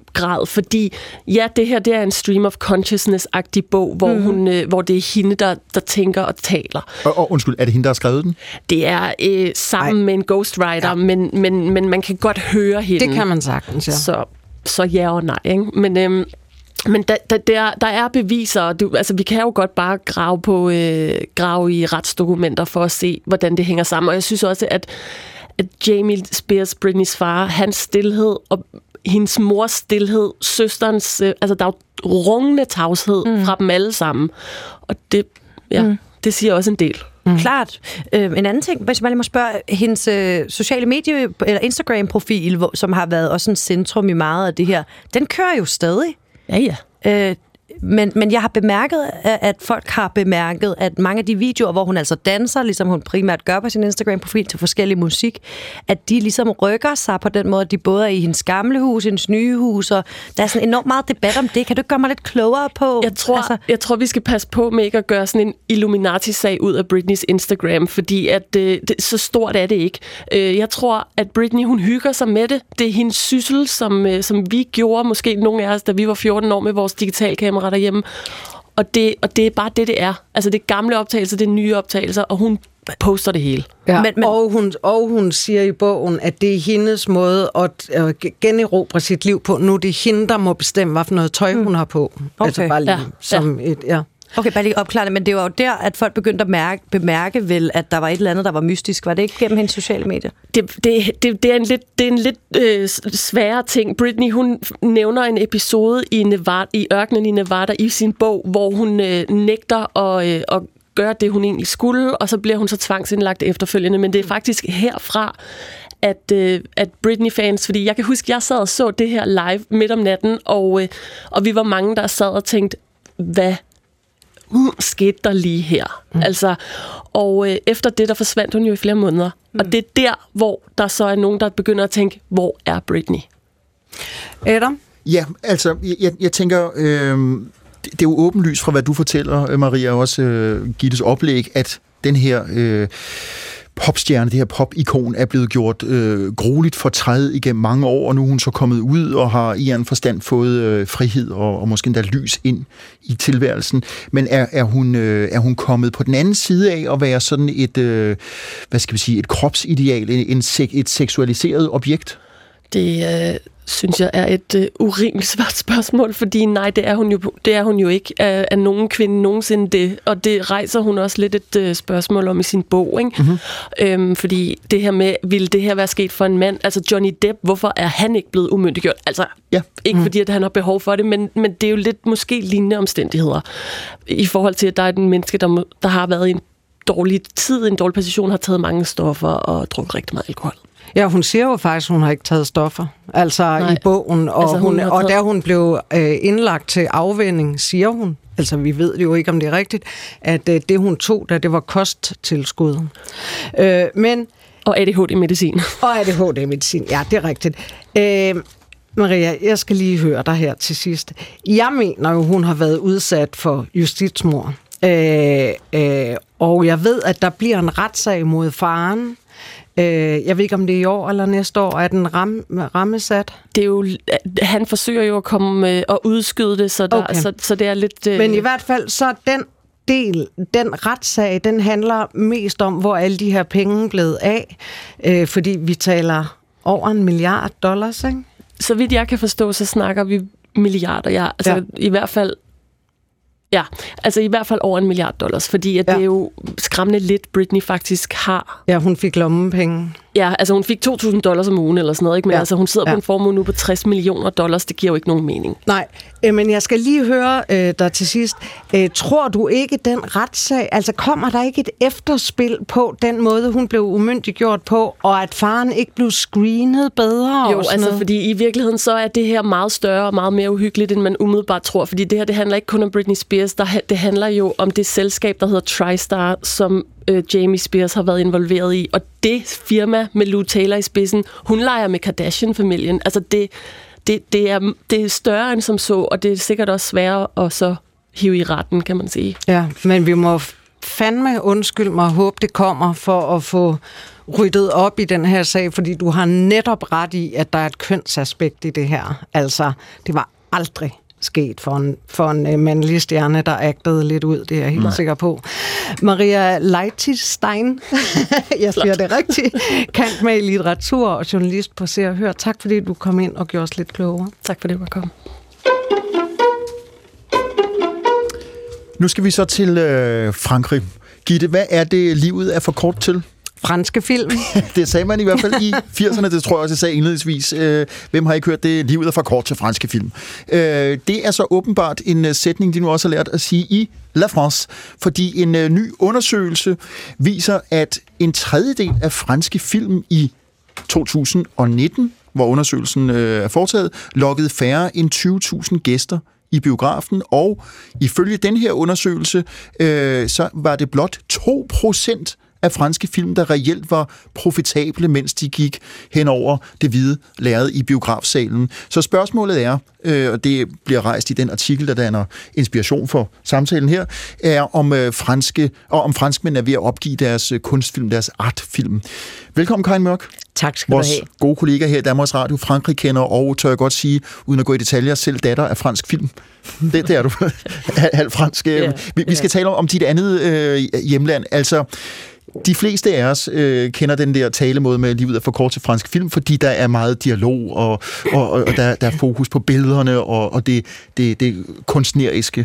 grad, fordi det her det er en stream of consciousness-agtig bog, hvor det er hende, der tænker og taler. Og undskyld, er det hende, der har skrevet den? Det er sammen med en ghostwriter, men man kan godt høre hende. Det kan man sagtens, ja. Så ja og nej, ikke? Men der er beviser, altså vi kan jo godt bare grave i retsdokumenter for at se, hvordan det hænger sammen. Og jeg synes også, at Jamie Spears, Britneys far, hans stilhed og hendes mors stilhed, søsterens, altså der er jo rungende tavshed fra dem alle sammen. Og det siger også en del. Klart. En anden ting, hvis man lige må spørge, hendes sociale medie- eller Instagram-profil, som har været også en centrum i meget af det her, den kører jo stadig. Ja. Men jeg har bemærket, at folk har bemærket, at mange af de videoer, hvor hun altså danser, ligesom hun primært gør på sin Instagram-profil til forskellig musik, at de ligesom rykker sig på den måde, at de både er i hendes gamle hus, hendes nye hus, og der er sådan enormt meget debat om det. Kan du gøre mig lidt klogere på? Jeg tror, vi skal passe på med ikke at gøre sådan en Illuminati-sag ud af Britneys Instagram, fordi at så stort er det ikke. Jeg tror, at Britney, hun hygger sig med det. Det er hendes syssel, som vi gjorde, måske nogle af os, da vi var 14 år med vores digitalkamera derhjemme. Og det er bare det er. Altså det er gamle optagelser, det er nye optagelser, og hun poster det hele. Ja, og hun siger i bogen, at det er hendes måde at generobre sit liv på. Nu er det hende, der må bestemme, hvad for noget tøj hun har på. Okay. Altså bare lige som et... Ja. Okay, bare lige opklare det, men det var jo der, at folk begyndte at bemærke vel, at der var et eller andet, der var mystisk. Var det ikke gennem hendes sociale medier? Det er en lidt sværere ting. Britney, hun nævner en episode i ørkenen i Nevada i sin bog, hvor hun nægter at gøre det, hun egentlig skulle, og så bliver hun så tvangsindlagt efterfølgende. Men det er faktisk herfra, at Britney-fans, fordi jeg kan huske, jeg sad og så det her live midt om natten, og vi var mange, der sad og tænkte, hvad skete der lige her? Altså, og efter det, der forsvandt hun jo i flere måneder. Og det er der, hvor der så er nogen, der begynder at tænke, hvor er Britney? Adam? Ja, altså, jeg tænker, det er jo åbenlyst fra, hvad du fortæller, Maria, og også Gittes oplæg, at den her popstjerne, det her pop-ikon, er blevet gjort grueligt fortrædet igennem mange år, og nu er hun så kommet ud og har i en forstand fået frihed og måske endda lys ind i tilværelsen. Men er hun kommet på den anden side af at være sådan et, et kropsideal, et seksualiseret objekt? Det synes jeg er et urimeligt svært spørgsmål, fordi nej, det er hun jo ikke af nogen kvinde nogensinde det, og det rejser hun også lidt et spørgsmål om i sin bog, ikke? Mm-hmm. Fordi det her med, ville det her være sket for en mand? Altså Johnny Depp, hvorfor er han ikke blevet umyndiggjort? Altså, ikke fordi, at han har behov for det, men det er jo lidt måske lignende omstændigheder i forhold til, at der er en menneske, der har været i en dårlig tid, en dårlig position, har taget mange stoffer og drukket rigtig meget alkohol. Ja, hun siger jo faktisk, at hun har ikke taget stoffer, i bogen, og, altså, og da hun blev indlagt til afvænning, siger hun, altså vi ved jo ikke, om det er rigtigt, at det hun tog, det var kosttilskud. Og ADHD-medicin. Og ADHD-medicin, ja, det er rigtigt. Maria, jeg skal lige høre dig her til sidst. Jeg mener jo, hun har været udsat for justitsmord. Og jeg ved, at der bliver en retssag mod faren. Jeg ved ikke, om det er i år eller næste år, er den rammesat? Det er jo, han forsøger jo at komme og udskyde det, så det er lidt... Men i hvert fald, så den retssag, den handler mest om, hvor alle de her penge er blevet af, fordi vi taler over $1 milliard, ikke? Så vidt jeg kan forstå, så snakker vi milliarder, i hvert fald... Ja, altså i hvert fald over $1 milliard, fordi at det er jo skræmmende lidt, Britney faktisk har. Ja, hun fik lommepenge. Ja, altså hun fik $2.000 om ugen eller sådan noget, ikke? Men altså hun sidder på en formue nu på $60 millioner, det giver jo ikke nogen mening. Nej, men jeg skal lige høre dig til sidst. Tror du ikke, den retssag, altså kommer der ikke et efterspil på den måde, hun blev umyndiggjort på, og at faren ikke blev screenet bedre? Jo, altså fordi i virkeligheden så er det her meget større og meget mere uhyggeligt, end man umiddelbart tror, fordi det her, det handler ikke kun om Britney Spears, det handler jo om det selskab, der hedder TriStar, som Jamie Spears har været involveret i, og det firma med Lou Taylor i spidsen, hun leger med Kardashian-familien. Altså det er større end som så, og det er sikkert også sværere at så hive i retten, kan man sige. Ja, men vi må fandme, undskyld mig, håbe det kommer for at få ryddet op i den her sag, fordi du har netop ret i, at der er et kønsaspekt i det her. Altså, det var aldrig sket for en mandlig stjerne, der agtede lidt ud, det er jeg helt sikker på. Maria Leitstein, jeg siger det rigtigt, kant med i litteratur og journalist på Se og Hør. Tak fordi du kom ind og gjorde os lidt klogere. Tak for det, at komme. Nu skal vi så til Frankrig. Gitte, hvad er det, livet er for kort til? Franske film. Det sagde man i hvert fald i 80'erne, det tror jeg også, jeg sagde indledningsvis. Hvem har ikke hørt det? Livet er for kort til franske film. Det er så åbenbart en sætning, de nu også har lært at sige i La France, fordi en ny undersøgelse viser, at en tredjedel af franske film i 2019, hvor undersøgelsen er foretaget, lokkede færre end 20.000 gæster i biografen, og ifølge den her undersøgelse, så var det blot 2% af franske film, der reelt var profitable, mens de gik hen over det hvide lærred i biografsalen. Så spørgsmålet er, og det bliver rejst i den artikel, der danner inspiration for samtalen her, er om franskmænd er ved at opgive deres kunstfilm, deres artfilm. Velkommen, Karin Mørk. Tak skal du have. Vores gode kollega her i Danmarks Radio, Frankrig kender, og tør jeg godt sige, uden at gå i detaljer, selv datter af fransk film. Det er du. Halv fransk. Vi skal tale om dit andet hjemland. Altså, de fleste af os kender den der talemåde med livet er for kort til fransk film, fordi der er meget dialog, og der er fokus på billederne, og det kunstneriske.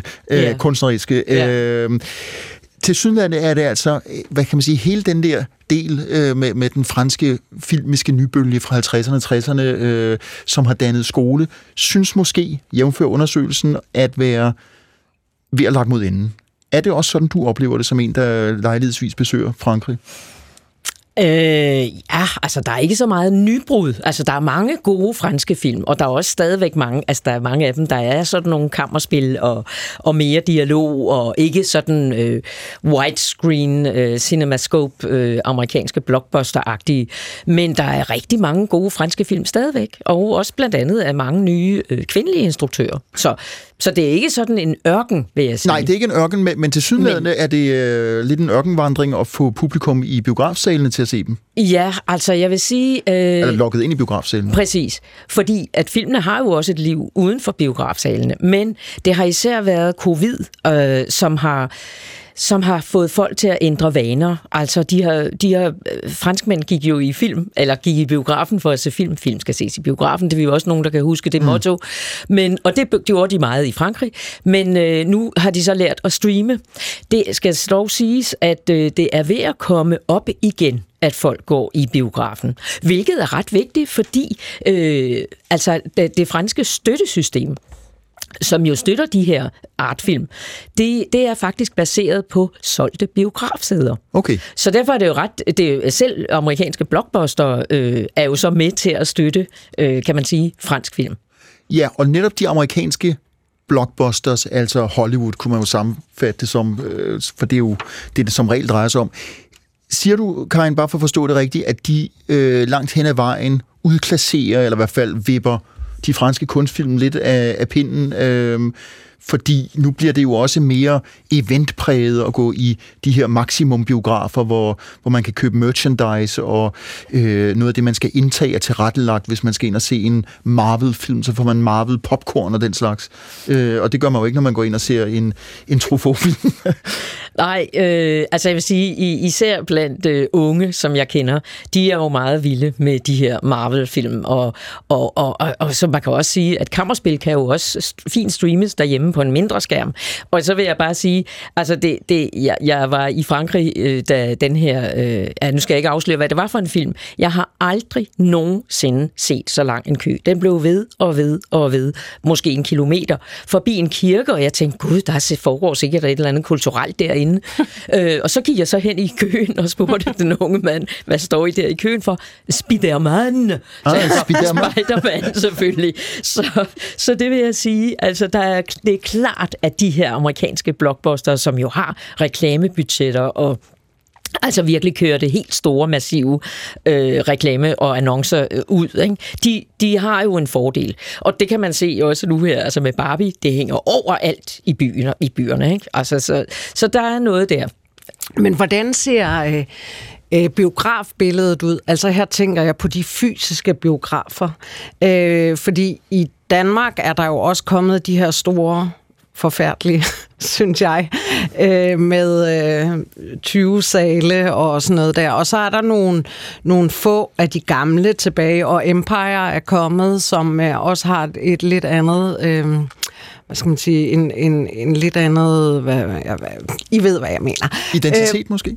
Tilsyneladende er det altså, hvad kan man sige, hele den der del med den franske filmiske nybølge fra 50'erne og 60'erne, som har dannet skole, synes måske, jævnfør undersøgelsen, at være ved at lagt mod enden. Er det også sådan, du oplever det som en, der lejlighedsvis besøger Frankrig? Ja, altså der er ikke så meget nybrud. Altså der er mange gode franske film, og der er også stadigvæk mange, altså der er mange af dem, der er sådan nogle kammerspil og mere dialog, og ikke sådan widescreen, cinemascope, amerikanske blockbuster-agtige. Men der er rigtig mange gode franske film stadigvæk, og også blandt andet af mange nye kvindelige instruktører. Så det er ikke sådan en ørken, vil jeg sige. Nej, det er ikke en ørken, men tilsyneladende er det lidt en ørkenvandring at få publikum i biografsalene til at se dem. Ja, altså jeg vil sige... Eller lukket ind i biografsalen. Præcis, fordi at filmene har jo også et liv uden for biografsalene, men det har især været covid, som har fået folk til at ændre vaner. Altså, franskmænd gik jo i biografen for at se film. Film skal ses i biografen, det er jo også nogen, der kan huske det motto. Og det gjorde de meget i Frankrig, men nu har de så lært at streame. Det skal dog siges, at det er ved at komme op igen, at folk går i biografen. Hvilket er ret vigtigt, fordi det franske støttesystem, som jo støtter de her artfilm, det er faktisk baseret på solgte biografsæder. Okay. Så derfor er det jo selv amerikanske blockbuster er jo så med til at støtte, kan man sige, fransk film. Ja, og netop de amerikanske blockbusters, altså Hollywood, kunne man jo sammenfatte det som, for det er jo det som regel drejer sig om. Siger du, Karin, bare for at forstå det rigtigt, at de langt hen ad vejen udklasserer, eller i hvert fald vipper de franske kunstfilm lidt af pinden, fordi nu bliver det jo også mere eventpræget at gå i de her maksimumbiografer, hvor man kan købe merchandise, og noget af det, man skal indtage er tilrettelagt. Hvis man skal ind og se en Marvel-film, så får man Marvel-popcorn og den slags. Og det gør man jo ikke, når man går ind og ser en Truffaut-film. Nej, altså jeg vil sige, især blandt unge, som jeg kender, de er jo meget vilde med de her Marvel-film, og så man kan også sige, at kammerspil kan jo også fint streames derhjemme på en mindre skærm. Og så vil jeg bare sige, altså jeg var i Frankrig, da den her, nu skal jeg ikke afsløre, hvad det var for en film. Jeg har aldrig nogensinde set så lang en kø. Den blev ved og ved og ved, måske 1 kilometer, forbi en kirke, og jeg tænkte, gud, der foregår sikkert et eller andet kulturelt derinde. Og så gik jeg så hen i køen og spurgte den unge mand, hvad står I der i køen for? Spiderman. Spiderman selvfølgelig. Så det vil jeg sige, altså det er klart, at de her amerikanske blockbuster, som jo har reklamebudgetter og altså virkelig kører det helt store, massive reklame og annoncer ud, ikke? De har jo en fordel. Og det kan man se også nu her, altså med Barbie, det hænger overalt i byerne, ikke? Altså, så der er noget der. Men hvordan ser biografbilledet ud. Altså her tænker jeg på de fysiske biografer. Fordi i Danmark er der jo også kommet de her store, forfærdelige, synes jeg, med 20 sale og sådan noget der. Og så er der nogle få af de gamle tilbage, og Empire er kommet, som også har et lidt andet... hvad skal man sige, en lidt andet, I ved, hvad jeg mener. Identitet måske?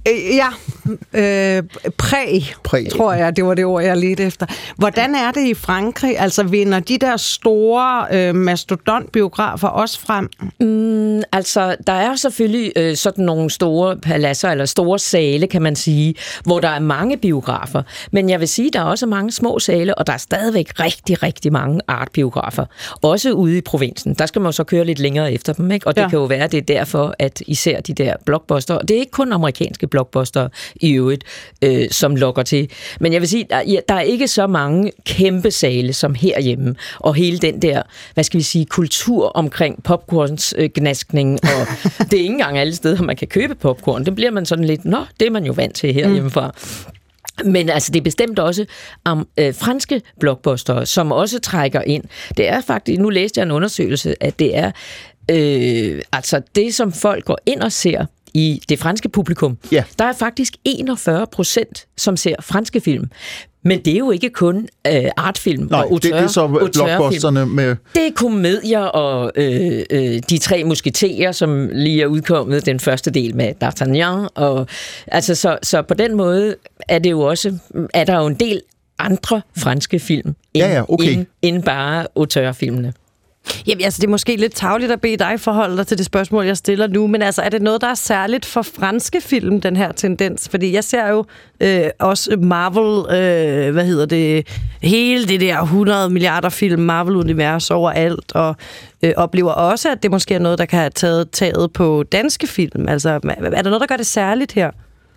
Præg, tror jeg, det var det ord, jeg ledte efter. Hvordan er det i Frankrig? Altså, vinder de der store mastodontbiografer også frem? Altså, der er selvfølgelig sådan nogle store paladser, eller store sale, kan man sige, hvor der er mange biografer. Men jeg vil sige, der er også mange små sale, og der er stadigvæk rigtig, rigtig mange artbiografer. Også ude i provinsen. Der skal man så køre lidt længere efter dem, ikke? Og det kan jo være, det er derfor, at især de der blockbuster, og det er ikke kun amerikanske blockbuster i øvrigt, som lokker til. Men jeg vil sige, der er ikke så mange kæmpe sale som herhjemme, og hele den der, hvad skal vi sige, kultur omkring popcornsgnaskning, og det er ikke engang alle steder, man kan købe popcorn. Det bliver man sådan lidt, det er man jo vant til herhjemmefra. Men altså, det er bestemt også franske blockbuster, som også trækker ind. Det er faktisk, nu læste jeg en undersøgelse, at det er altså det, som folk går ind og ser i det franske publikum. Ja. Der er faktisk 41%, som ser franske film. Men det er jo ikke kun artfilm og auteur. Det er så blockbusterne med... Det er komedier og De Tre Musketerer, som lige er udkommet den første del med D'Artagnan. Og, altså, så på den måde er det jo også, er der jo en del andre franske film end bare auteurfilmene. Jamen, altså, det er måske lidt tarveligt at bede dig forholde dig til det spørgsmål, jeg stiller nu, men altså, er det noget, der er særligt for franske film, den her tendens? Fordi jeg ser jo også Marvel, hele det der 100 milliarder film, Marvel-univers overalt, og oplever også, at det måske er noget, der kan have taget på danske film. Altså, er der noget, der gør det særligt her?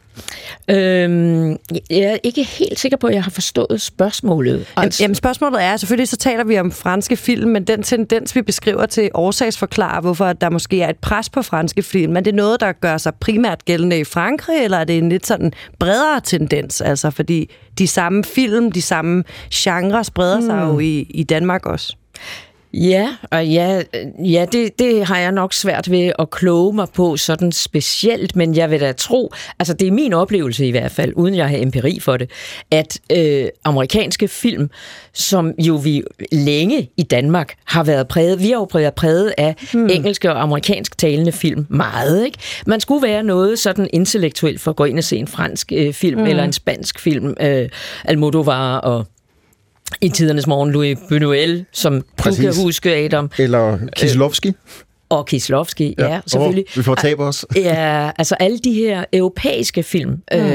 Jeg er ikke helt sikker på, at jeg har forstået spørgsmålet. Jamen, spørgsmålet er, selvfølgelig så taler vi om franske film, men den tendens, vi beskriver til årsagsforklare, hvorfor der måske er et pres på franske film, men det er noget, der gør sig primært gældende i Frankrig, eller er det en lidt sådan bredere tendens? Altså, fordi de samme film, de samme genrer spreder sig jo i Danmark også. Ja, og det har jeg nok svært ved at kloge mig på sådan specielt, men jeg vil da tro, altså det er min oplevelse i hvert fald, uden jeg har empiri for det, at amerikanske film, som jo vi længe i Danmark har været præget, vi har jo været præget af engelske og amerikansk talende film meget, ikke? Man skulle være noget sådan intellektuelt for at gå ind og se en fransk film eller en spansk film, Almodovar og i tidernes morgen, Louis Buñuel, som du kan huske, Adam. Eller Kieslowski. Og Kieslowski, ja selvfølgelig. Vi får tabe os. Ja, altså alle de her europæiske film.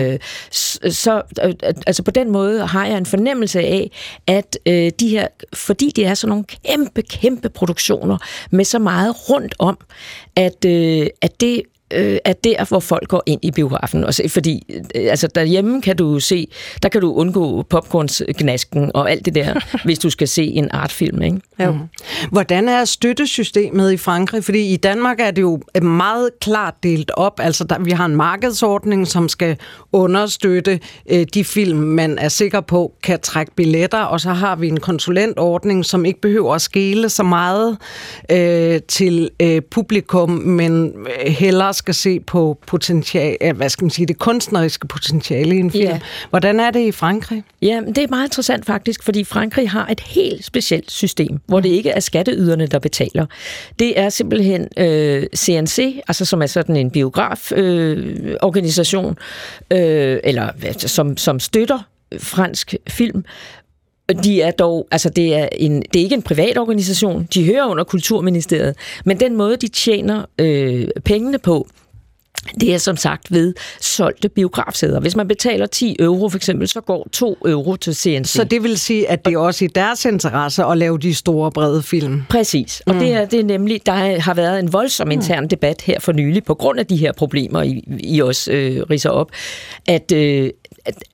Altså på den måde har jeg en fornemmelse af, at de her, fordi de er sådan nogle kæmpe produktioner med så meget rundt om, at det er der, hvor folk går ind i biografen. Fordi altså, derhjemme kan du se, der kan du undgå popcornsgnasken og alt det der, hvis du skal se en artfilm, ikke? Ja. Hvordan er støttesystemet i Frankrig? Fordi i Danmark er det jo meget klart delt op. Altså, vi har en markedsordning, som skal understøtte de film, man er sikker på kan trække billetter, og så har vi en konsulentordning, som ikke behøver at skele så meget til publikum, men hellere skal se på det kunstneriske potentiale i en film. Yeah. Hvordan er det i Frankrig? Ja, det er meget interessant faktisk, fordi Frankrig har et helt specielt system, hvor det ikke er skatteyderne, der betaler. Det er simpelthen CNC, altså som er sådan en biograforganisation, eller som støtter fransk film. De er dog, altså det er ikke en privat organisation, de hører under Kulturministeriet, men den måde, de tjener pengene på, det er som sagt ved solgte biografsæder. Hvis man betaler 10 euro for eksempel, så går 2 euro til CNC. Så det vil sige, at det er også i deres interesse at lave de store, brede film? Præcis. Og det er nemlig, der har været en voldsom intern debat her for nylig, på grund af de her problemer, I også ridser op, at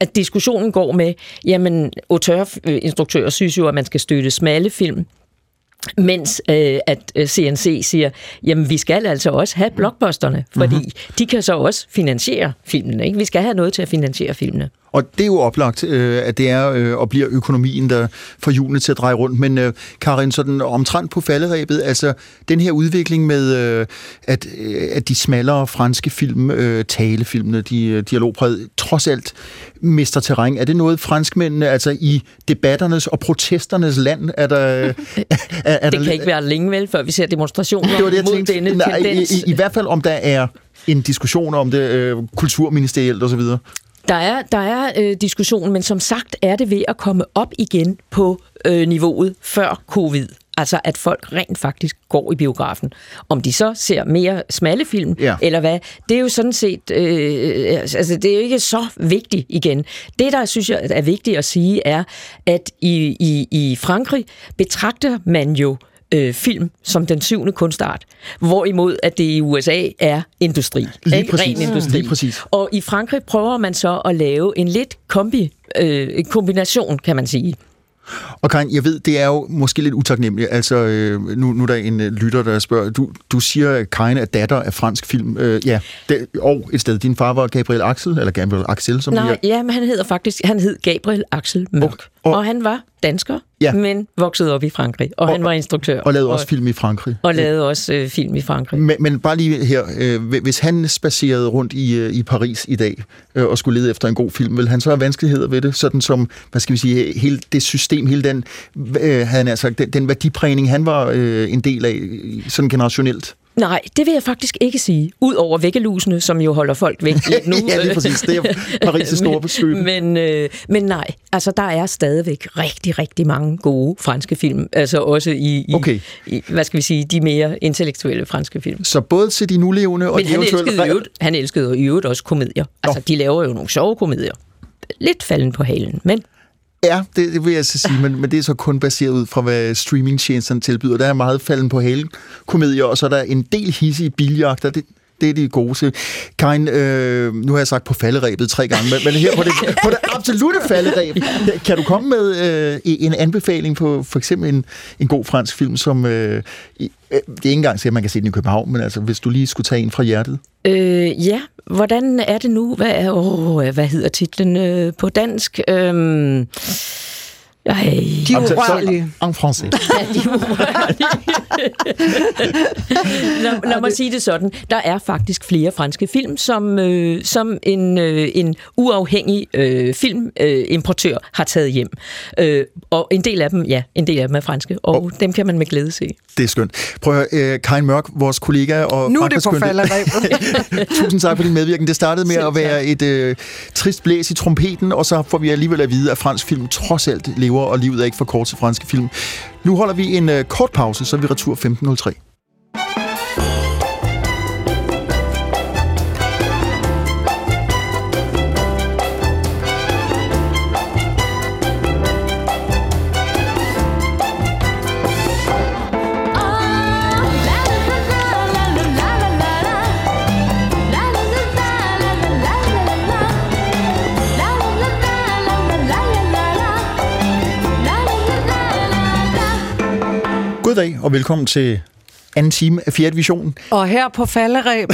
diskussionen går med, jamen, auteurinstruktører synes jo, at man skal støtte smalle film, Mens at CNC siger, jamen vi skal altså også have blockbusterne, fordi de kan så også finansiere filmene. Ikke? Vi skal have noget til at finansiere filmene. Og det er jo oplagt, at det er og bliver økonomien, der får hjulene til at dreje rundt. Men Karin, sådan omtrent på falderebet, altså den her udvikling med, at de smallere franske film, talefilmene, de dialogpræget, trods alt mister terræn. Er det noget franskmændene, altså i debatternes og protesternes land, er der... det kan ikke være længe vel, før vi ser demonstrationer det var det, mod denne tendens. I hvert fald, om der er en diskussion om det kulturministerielt osv. Der er diskussion, men som sagt er det ved at komme op igen på niveauet før covid. Altså, at folk rent faktisk går i biografen. Om de så ser mere smalle film, eller hvad, det er jo sådan set... altså, det er jo ikke så vigtigt igen. Det, der synes jeg er vigtigt at sige, er, at i Frankrig betragter man jo film som den 7. kunstart, hvorimod at det i USA er industri. Ren industri. Lige præcis. Og i Frankrig prøver man så at lave en lidt kombination, kan man sige. Og Karin, jeg ved, det er jo måske lidt utaknemmeligt. Altså, nu er der en lytter, der spørger. Du siger, at Karin er datter af fransk film. Og et sted. Din far var Gabriel Axel, eller Gabriel Axel, som men han hed Gabriel Axel Mørk. Og han var dansker, men voksede op i Frankrig, og han var instruktør. Og lavede også film i Frankrig. Og lavede også film i Frankrig. Men bare lige her, hvis han spacerede rundt i Paris i dag, og skulle lede efter en god film, vil han så have vanskeligheder ved det? Sådan som, hvad skal vi sige, hele det system, hele den, den værdiprægning, han var en del af, sådan generationelt? Nej, det vil jeg faktisk ikke sige. Udover væggelusene, som jo holder folk væk nu. Ja, lige præcis. Det er Paris' store besøg. Men nej, altså der er stadigvæk rigtig, rigtig mange gode franske film. Altså også i hvad skal vi sige, de mere intellektuelle franske film. Så både til de nulevende og men han elskede i øvrigt også komedier. Altså de laver jo nogle sjove komedier. Lidt falden på halen, men... Ja, det vil jeg så sige, men det er så kun baseret ud fra, hvad streamingtjenesterne tilbyder. Der er meget falden på halen komedier, og så er der en del hissige biljagter. Det er de gode til. Karin, nu har jeg sagt på falderebet 3 gange, men her på det absolutte faldereb, kan du komme med en anbefaling på for eksempel en god fransk film, som... det er ikke engang at man kan se den i København, men altså, hvis du lige skulle tage en fra hjertet. Ja, hvordan er det nu? Hvad hedder titlen på dansk? De urørlige. En français. Ja, de urørlige. Lad mig sige det sådan. Der er faktisk flere franske film, som en uafhængig filmimportør har taget hjem. Og en del af dem er franske, og dem kan man med glæde se. Det er skønt. Prøv at høre, Karin Mørk, vores kollega og... Nu er det på falderebet. Tusind tak for din medvirken. Det startede med at være et trist blæs i trompeten, og så får vi alligevel at vide, at fransk film trods alt lever, og livet er ikke for kort til franske film. Nu holder vi en kort pause, så er vi retur 15:03. Goddag og velkommen til anden time af 4. division. Og her på falderebet.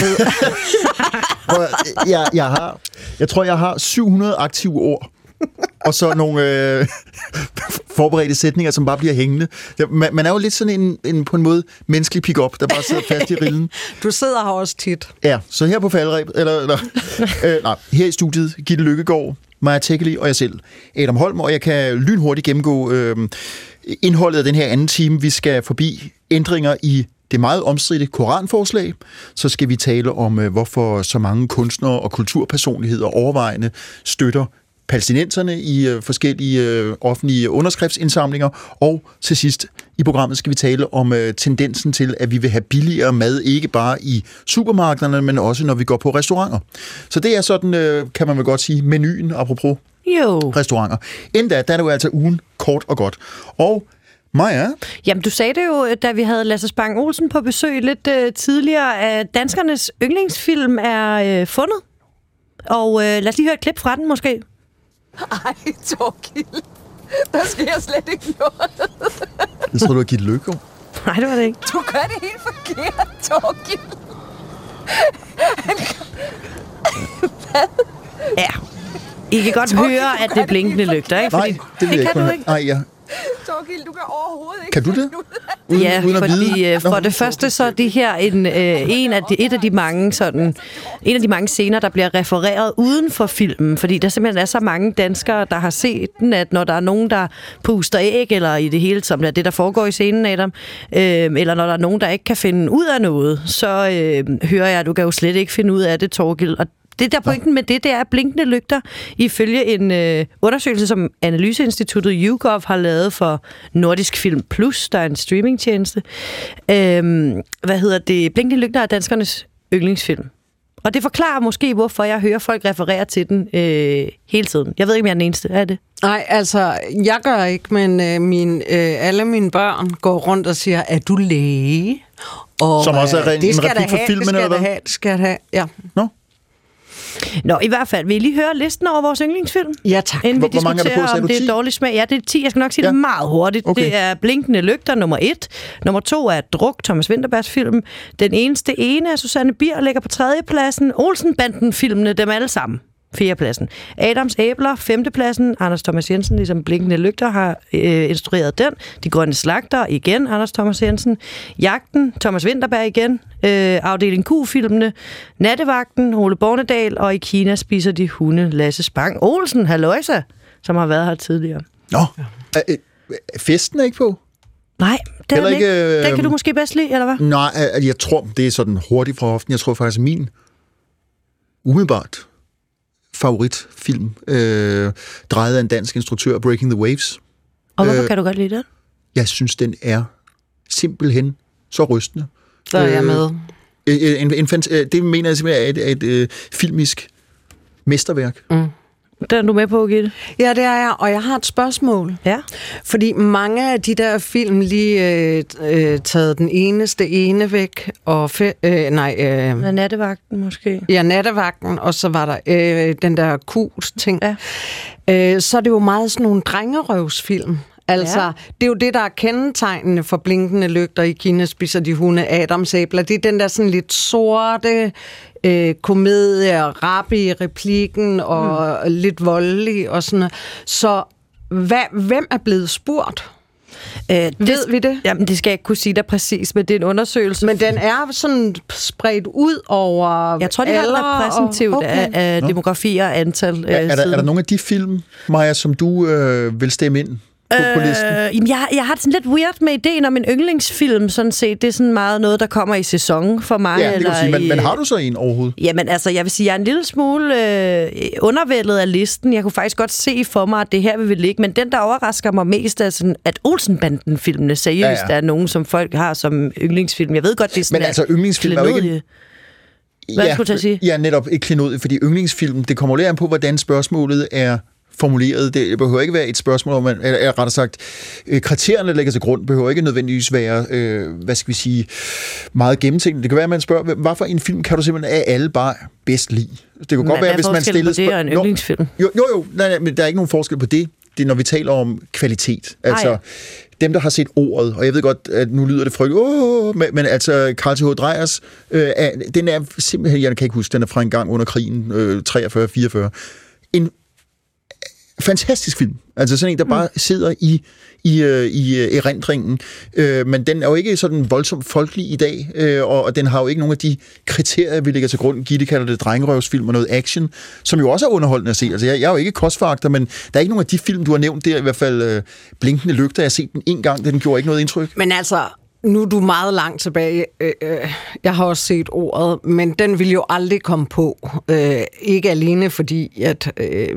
Jeg tror, jeg har 700 aktive ord. Og så nogle forberedte sætninger, som bare bliver hængende. Man er jo lidt sådan på en måde menneskelig pick-up, der bare sidder fast i rillen. Du sidder her også tit. Ja, så her på falderebet, her i studiet, Gitte Lykkegaard, Maja Teckeli og jeg selv, Adam Holm, og jeg kan lynhurtigt gennemgå indholdet af den her anden time. Vi skal forbi ændringer i det meget omstridte koranforslag. Så skal vi tale om, hvorfor så mange kunstnere og kulturpersonligheder overvejende støtter palæstinenserne i forskellige offentlige underskriftsindsamlinger. Og til sidst i programmet skal vi tale om tendensen til, at vi vil have billigere mad, ikke bare i supermarkederne, men også når vi går på restauranter. Så det er sådan, kan man vel godt sige, menuen apropos restauranter. Inden da er det jo altså ugen kort og godt. Og Maja? Jamen, du sagde det jo, da vi havde Lasse Spang Olsen på besøg lidt tidligere, at danskernes yndlingsfilm er fundet. Og lad os lige høre et klip fra den, måske. Ej, Torkild. Der sker slet ikke noget. Jeg tror, du har givet lykke. Nej, det var det ikke. Du gør det helt forkert, Torgild. Ja. I kan godt høre, at det er blinkende lygter, ikke? Nej, det vil jeg kan du ikke. Nej, ja. Torgild, du kan overhovedet ikke. Kan du det? Ja, at fordi vide? for det første så er det her en af de mange scener, der bliver refereret uden for filmen, fordi der simpelthen er så mange danskere, der har set den, at når der er nogen, der puster æg, eller i det hele, som er det, der foregår i scenen, Adam, eller når der er nogen, der ikke kan finde ud af noget, så hører jeg, at du kan jo slet ikke finde ud af det, Torgild. Og det der pointen med det er blinkende lygter. Ifølge en undersøgelse, som Analyseinstituttet YouGov har lavet for Nordisk Film Plus, der er en streamingtjeneste. Blinkende lygter er danskernes yndlingsfilm. Og det forklarer måske, hvorfor jeg hører folk referere til den hele tiden. Jeg ved ikke, om jeg er den eneste. Er det? Nej, altså, jeg gør ikke, men alle mine børn går rundt og siger, er du læge? Og, som også er en replik for filmen, eller hvad? Det skal jeg have, ja. Nå, i hvert fald. Vil I lige høre listen over vores yndlingsfilm? Ja, tak. Inden vi mange er der på? diskuterer, om det er dårlig smag. Ja, det er 10. Jeg skal nok sige det meget hurtigt. Okay. Det er Blinkende Lygter, nummer 1. Nummer 2 er Druk, Thomas Vinterbergs film. Den eneste ene er Susanne Bier, ligger på 3. pladsen. Olsen-banden-filmene, dem alle sammen. 4. pladsen. Adams Æbler, 5. pladsen. Anders Thomas Jensen, ligesom Blinkende Lygter, har instrueret den. De Grønne Slagter, igen Anders Thomas Jensen. Jagten, Thomas Vinterberg igen. Afdeling Q-filmene. Nattevagten, Ole Bornedal. Og i Kina spiser de hunde, Lasse Spang Olsen, halløjsa, som har været her tidligere. Nå, festen er ikke på? Nej, den er ikke, ikke. Den kan du måske bedst lide, eller hvad? Nej, jeg tror, det er sådan hurtigt fra hoften. Jeg tror faktisk, min umiddelbart favoritfilm, drejet af en dansk instruktør, Breaking the Waves. Og hvorfor kan du godt lide den? Jeg synes, den er simpelthen så rystende. Så er jeg med. Det mener jeg simpelthen er et filmisk mesterværk. Den er du med på, Gitte? Ja, det er jeg, og jeg har et spørgsmål. Ja. Fordi mange af de der film lige taget den eneste ene væk, og Nattevagten måske. Ja, Nattevagten, og så var der den der Q-ting. Ja. Så er det jo meget sådan nogle drengerøvsfilm. Altså, det er jo det, der er kendetegnende for Blinkende Lygter, i Kina spiser de hunde, Adams Æbler. Det er den der sådan lidt sorte komedie, rap i replikken og lidt voldelig og sådan noget. Så hvem er blevet spurgt? Ved vi det? Jamen, det skal jeg ikke kunne sige dig præcis, men det er en undersøgelse. Men den er sådan spredt ud over. Jeg tror, det er repræsentativt af demografi og antal. Er der nogle af de film, Maja, som du vil stemme ind på listen? Jeg har det sådan lidt weird med ideen om en yndlingsfilm, sådan set. Det er sådan meget noget, der kommer i sæson for mig. Ja, det kan du sige. Men har du så en overhovedet? Jamen, altså, jeg vil sige, jeg er en lille smule undervældet af listen. Jeg kunne faktisk godt se for mig, at det her vil ligge. Men den, der overrasker mig mest, er sådan, at Olsen-banden-filmene seriøst er nogen, som folk har som yndlingsfilm. Jeg ved godt, det er sådan... Men altså, yndlingsfilm er jo ikke... Hvad skulle du sige? Ja, netop ikke klenodie, fordi yndlingsfilm, det kommer lidt an på, hvordan spørgsmålet er formuleret. Det behøver ikke være et spørgsmål, om man, eller rettere sagt, kriterierne, der lægger til grund, behøver ikke nødvendigvis være, hvad skal vi sige, meget gennemtænkt. Det kan være, at man spørger, hvad for en film kan du simpelthen af alle bare bedst lide? Det kunne godt være, hvis man stillede... det er en yndlingsfilm. Jo, nej, men der er ikke nogen forskel på det. Det er, når vi taler om kvalitet. Altså, dem, der har set ordet, og jeg ved godt, at nu lyder det frygteligt, men altså, Carl Th. Dreyers, den er simpelthen, jeg kan ikke huske, den er fra en gang under krigen, 43-44. En fantastisk film. Altså sådan en, der bare sidder i erindringen. Men den er jo ikke sådan voldsomt folkelig i dag, og den har jo ikke nogen af de kriterier, vi lægger til grund. Gitte kalder det drengerøvsfilm og noget action, som jo også er underholdende at se. Altså jeg er jo ikke kostfaktor, men der er ikke nogen af de film, du har nævnt der, i hvert fald Blinkende Lygter. Jeg har set den en gang, den gjorde ikke noget indtryk. Men altså, nu er du meget langt tilbage. Jeg har også set ordet, men den vil jo aldrig komme på. Ikke alene fordi, at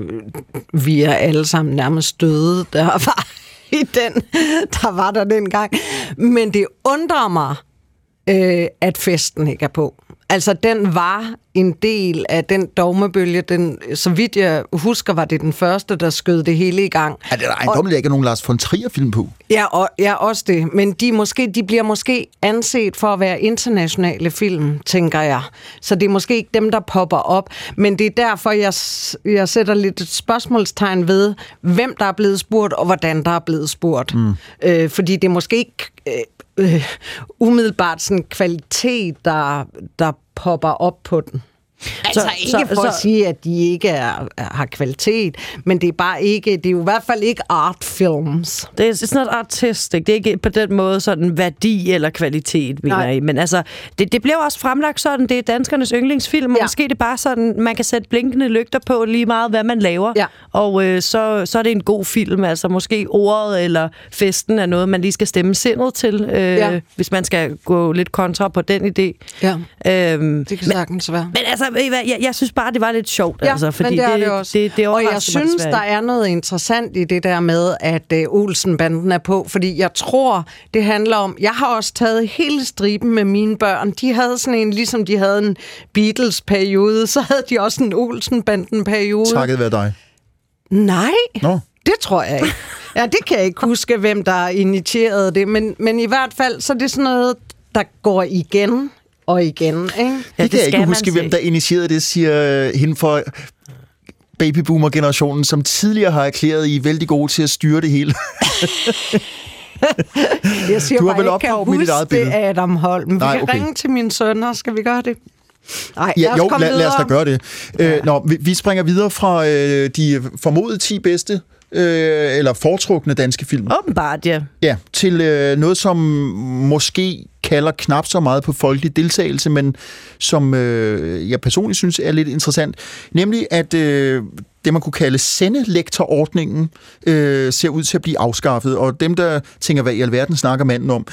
vi er alle sammen nærmest døde, der var i den, der var der dengang. Men det undrer mig, at festen ikke er på. Altså, den var en del af den dogmebølge. Så vidt jeg husker, var det den første, der skød det hele i gang. Er det ejendommeligt, ikke nogen Lars von Trier-film på? Ja, også det. Men de bliver måske anset for at være internationale film, tænker jeg. Så det er måske ikke dem, der popper op. Men det er derfor, jeg sætter lidt et spørgsmålstegn ved, hvem der er blevet spurgt, og hvordan der er blevet spurgt. Fordi det er måske ikke umiddelbart sådan kvalitet, der popper op på den. Altså ikke for at sige, at de ikke har kvalitet, men det er bare ikke, det er jo i hvert fald ikke art films. Det er sådan noget artistic. Det er ikke på den måde sådan værdi eller kvalitet, mener jeg. Men altså, det blev også fremlagt sådan, det er danskernes yndlingsfilm, og måske det er bare sådan, man kan sætte blinkende lygter på lige meget, hvad man laver. Ja. Og så er det en god film. Altså måske ordet eller festen er noget, man lige skal stemme sindet til, hvis man skal gå lidt kontra på den idé. Ja, det kan sagtens være. Men altså, jeg synes bare, det var lidt sjovt. Ja, altså, fordi men det er det også. Det og jeg synes, der er noget interessant i det der med, at Olsen-banden er på, fordi jeg tror, det handler om... Jeg har også taget hele striben med mine børn. De havde sådan en, ligesom de havde en Beatles-periode, så havde de også en Olsen-banden-periode. Takket være dig. Nej, Nå. Det tror jeg ikke. Ja, det kan jeg ikke huske, hvem der initierede det, men i hvert fald, så er det sådan noget, der går igen og igen, ikke? Ja, det kan jeg ikke huske, hvem der initierede det, siger hende for babyboomer-generationen, som tidligere har erklæret, I er vældig gode til at styre det hele. Jeg siger du har bare, vel opdraget med dit eget billede. Det er Adam Holm. Vi kan ringe til mine sønner. Skal vi gøre det? Nej, lad os da gøre det. Vi springer videre fra de formodede 10 bedste eller foretrukne danske film. Åbenbart, ja. Ja, til noget, som måske kalder knap så meget på folkelig deltagelse, men som jeg personligt synes er lidt interessant. Nemlig, at det, man kunne kalde sendelektorordningen, ser ud til at blive afskaffet. Og dem, der tænker, hvad i alverden snakker manden om,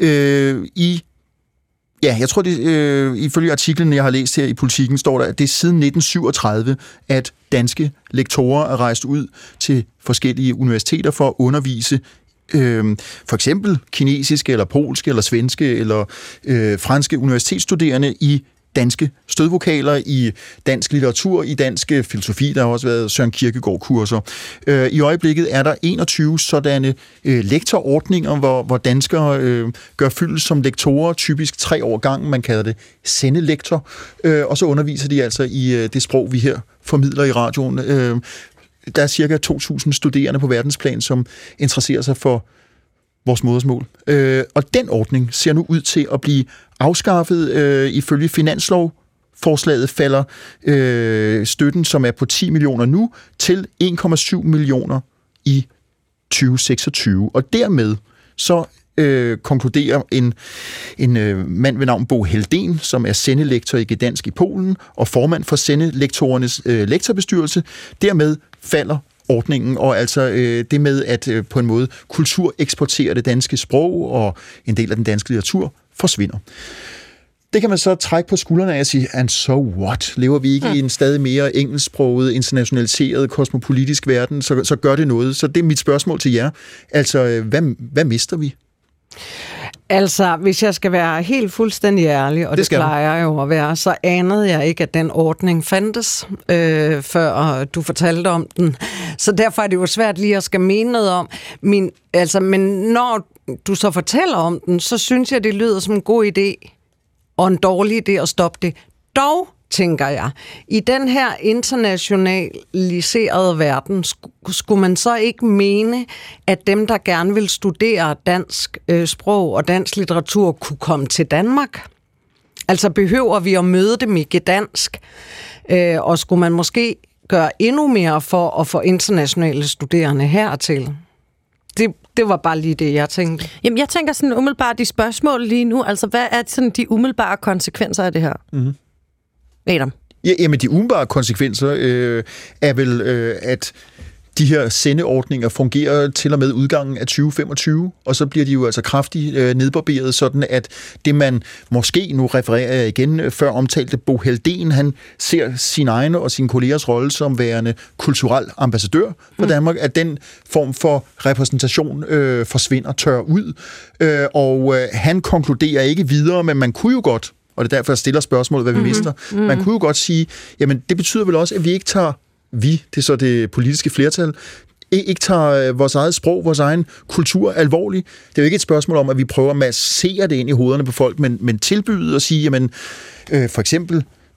jeg tror, det ifølge artiklen, jeg har læst her i Politiken, står der, at det er siden 1937, at danske lektorer er rejst ud til forskellige universiteter for at undervise for eksempel kinesiske, eller polske, eller svenske, eller franske universitetsstuderende i danske stødvokaler, i dansk litteratur, i dansk filosofi. Der har også været Søren Kierkegaard-kurser. I øjeblikket er der 21 sådanne lektorordninger, hvor danskere gør fyldest som lektorer, typisk 3 år gang. Man kalder det sendelektor. Og så underviser de altså i det sprog, vi her formidler i radioen. Der er cirka 2.000 studerende på verdensplan, som interesserer sig for vores modersmål. Og den ordning ser nu ud til at blive afskaffet. Ifølge finanslovforslaget falder støtten, som er på 10 millioner nu, til 1,7 millioner i 2026. Og dermed så konkluderer en mand ved navn Bo Heldén, som er sendelektor i Gdansk i Polen, og formand for sendelektorernes lektorbestyrelse, dermed falder ordningen, og altså det med at på en måde kultur eksportere det danske sprog og en del af den danske litteratur forsvinder. Det kan man så trække på skuldrene af og sige, and so what? Lever vi ikke i en stadig mere engelsksproget, internationaliseret, kosmopolitisk verden, så gør det noget. Så det er mit spørgsmål til jer. Altså, hvad mister vi? Altså, hvis jeg skal være helt fuldstændig ærlig, og det plejer jeg jo at være, så anede jeg ikke, at den ordning fandtes, før du fortalte om den. Så derfor er det jo svært lige at skal mene noget om. Men når du så fortæller om den, så synes jeg, det lyder som en god idé, og en dårlig idé at stoppe det. Dog, tænker jeg, i den her internationaliserede verden, skulle man så ikke mene, at dem, der gerne vil studere dansk sprog og dansk litteratur, kunne komme til Danmark? Altså behøver vi at møde dem i Gdansk? Og skulle man måske gøre endnu mere for at få internationale studerende hertil? Det var bare lige det, jeg tænkte. Jamen, jeg tænker sådan umiddelbart de spørgsmål lige nu. Altså, hvad er sådan de umiddelbare konsekvenser af det her? Mm-hmm. Adam? Jamen, de umiddelbare konsekvenser er vel, at de her sendeordninger fungerer til og med udgangen af 2025, og så bliver de jo altså kraftigt nedbarberet, sådan at det man måske, nu refererer jeg igen, før omtalte Bo Heldén, han ser sin egen og sine kollegers rolle som værende kulturel ambassadør for Danmark, at den form for repræsentation forsvinder, tør ud, og han konkluderer ikke videre, men man kunne jo godt, og det er derfor, jeg stiller spørgsmålet, hvad vi mister, man kunne jo godt sige, jamen det betyder vel også, at vi ikke tager det er så det politiske flertal, ikke tager vores eget sprog, vores egen kultur alvorligt. Det er jo ikke et spørgsmål om, at vi prøver at massere det ind i hovederne på folk, men tilbyde og sige, jamen, for eksempel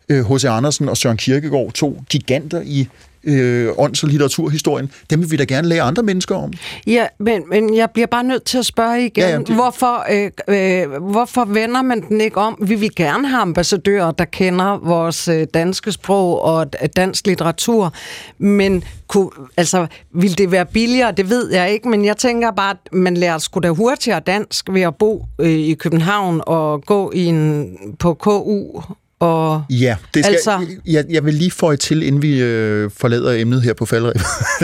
H.C. Andersen og Søren Kierkegaard, 2 giganter i ånds- og litteraturhistorien, dem vil vi da gerne lære andre mennesker om. Ja, men jeg bliver bare nødt til at spørge igen, hvorfor vender man den ikke om? Vi vil gerne have ambassadører, der kender vores danske sprog og dansk litteratur, men vil det være billigere? Det ved jeg ikke, men jeg tænker bare, at man lærer sgu da hurtigere dansk ved at bo i København og gå på KU. Og ja, det skal, jeg vil lige føje til, inden vi forlader emnet her på Falderebet,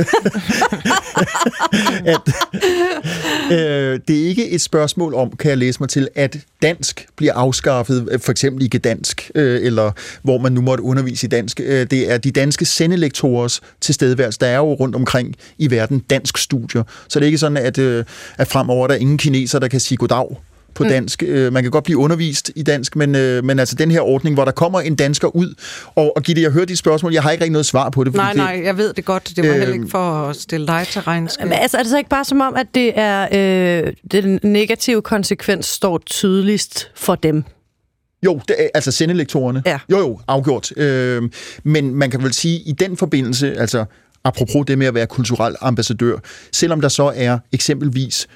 det er ikke et spørgsmål om, kan jeg læse mig til, at dansk bliver afskaffet, for eksempel i Gdansk, eller hvor man nu måtte undervise i dansk. Det er de danske sendelektorers tilstedeværelse. Der er jo rundt omkring i verden dansk studier, så det er ikke sådan, at fremover der er ingen kineser, der kan sige goddag på dansk. Man kan godt blive undervist i dansk, men altså den her ordning, hvor der kommer en dansker ud, og Gitte, jeg hørte dit spørgsmål, jeg har ikke rigtig noget svar på det. Nej, jeg ved det godt. Det var heller ikke for at stille dig til regnskab. Men altså, er det så ikke bare som om, at det er den negative konsekvens står tydeligst for dem? Jo, altså sendelektorerne. Ja. Jo, afgjort. Men man kan vel sige, i den forbindelse, altså apropos det med at være kulturel ambassadør, selvom der så er eksempelvis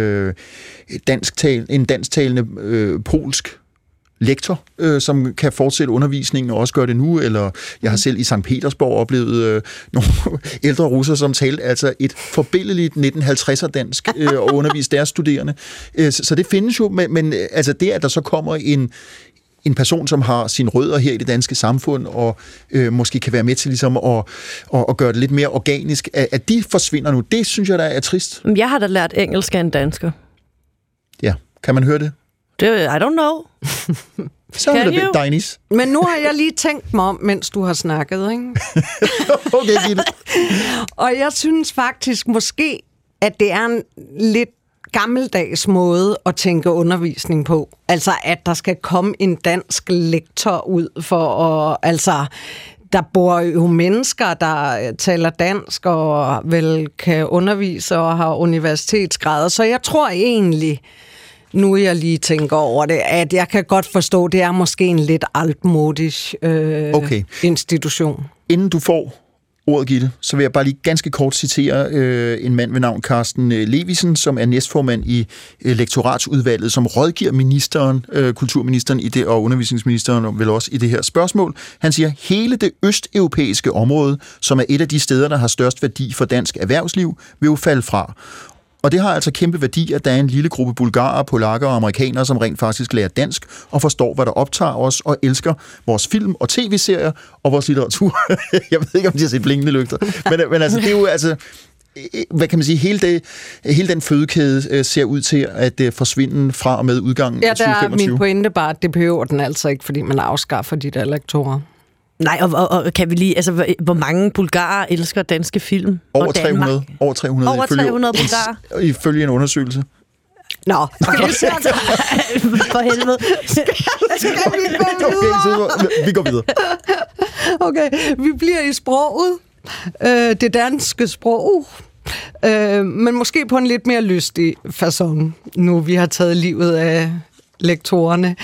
en dansktalende polsk lektor, som kan fortsætte undervisningen og også gøre det nu, eller jeg har selv i Sankt Petersborg oplevet nogle ældre russer, som talte altså et forbilledeligt 1950'er dansk og underviste deres studerende. Så det findes jo, men altså det, at der så kommer en person, som har sine rødder her i det danske samfund, og måske kan være med til ligesom at gøre det lidt mere organisk, at de forsvinder nu, det synes jeg, der er trist. Jeg har da lært engelsk af en dansker. Ja, kan man høre det? I don't know. Så er det Danish. Men nu har jeg lige tænkt mig om, mens du har snakket, ikke? Okay, Gitte. Og jeg synes faktisk måske, at det er en lidt gammeldags måde at tænke undervisning på. Altså, at der skal komme en dansk lektor ud for at... Altså, der bor jo mennesker, der taler dansk og vel kan undervise og har universitetsgrader. Så jeg tror egentlig, nu jeg lige tænker over det, at jeg kan godt forstå, det er måske en lidt altmodisk institution. Inden du får ordet, Gitte, så vil jeg bare lige ganske kort citere en mand ved navn Carsten Levisen, som er næstformand i lektoratsudvalget, som rådgiver ministeren, kulturministeren i det, og undervisningsministeren vel også i det her spørgsmål. Han siger, hele det østeuropæiske område, som er et af de steder, der har størst værdi for dansk erhvervsliv, vil jo falde fra. Og det har altså kæmpe værdi, at der er en lille gruppe bulgarer, polakker og amerikanere, som rent faktisk lærer dansk og forstår, hvad der optager os og elsker vores film og tv-serier og vores litteratur. Jeg ved ikke, om de har set Blinkende Lygter. Men altså, det er jo altså... Hvad kan man sige? Hele den fødekæde ser ud til at forsvinde fra og med udgangen af 2025. Ja, der er min pointe bare, at det behøver den altså ikke, fordi man afskaffer de der lektorer. Nej, og kan vi lige, altså, hvor mange bulgarer elsker danske film? Over 300. Over 300 bulgarer? Ifølge en undersøgelse. Nå, okay. For helvede. Skal vi gå videre? Okay, vi går videre. Okay, vi bliver i sproget. Det danske sprog. Men måske på en lidt mere lystig facon, nu vi har taget livet af lektorerne.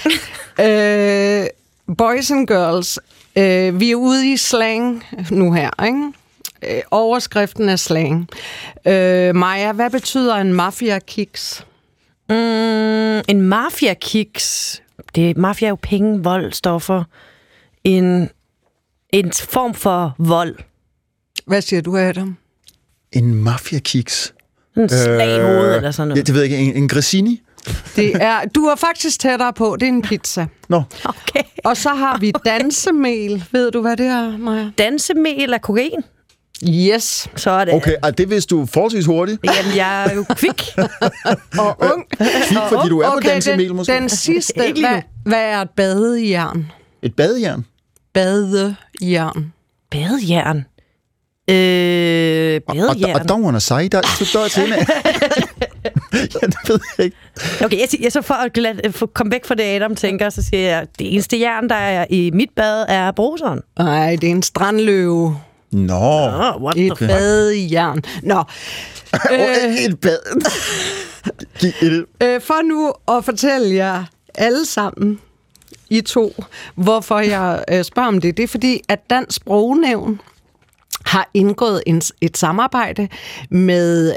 Boys and girls. Vi er ude i slang nu her, ikke? Overskriften er slang. Maja, hvad betyder en mafia-kiks? En mafia-kiks. Mafia er jo penge, vold, stoffer. En form for vold. Hvad siger du, Adam? En mafia-kiks. En slag i hovedet eller sådan noget. Ja, det ved jeg ikke. En grissini? Du er faktisk tættere på. Det er en pizza. Nå. Okay. Og så har vi dansemel. Ved du, hvad det er, Maja? Dansemel er kokain. Yes. Så er det. Okay, og det vidste du forholdsvis hurtigt. Jamen, jeg er jo kvik. Og ung. Kvik, fordi du er på dansemel måske. Den sidste, hvad er et badejern? Et badejern? Badejern. Badejern? Badejern. Og don't wanna say, der er til hende. Ja, det ved jeg ikke. Okay, jeg så for at komme væk fra det, Adam tænker, så siger jeg, det eneste jern, der er i mit bad, er bruseren. Nej, det er en strandløve. Nå. Et badejern. Nå. Et bad. For nu at fortælle jer alle sammen I to. Hvorfor jeg spørger om det, det er fordi, at Dansk Sprognævn har indgået et samarbejde med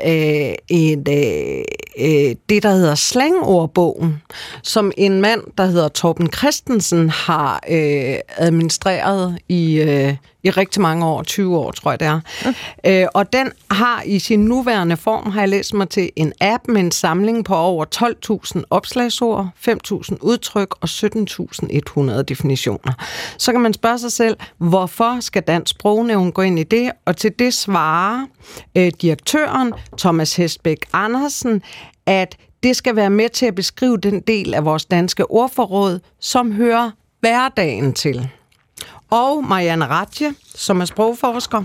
det, der hedder Slangordbogen, som en mand, der hedder Torben Christensen, har administreret i rigtig mange år, 20 år, tror jeg det er. Og den har i sin nuværende form, har jeg læst mig til, en app med en samling på over 12.000 opslagsord, 5.000 udtryk og 17.100 definitioner. Så kan man spørge sig selv, hvorfor skal Dansk Sprognævn gå ind i det? Og til det svarer direktøren, Thomas Hestbæk Andersen, at det skal være med til at beskrive den del af vores danske ordforråd, som hører hverdagen til. Og Marianne Ratje, som er sprogforsker,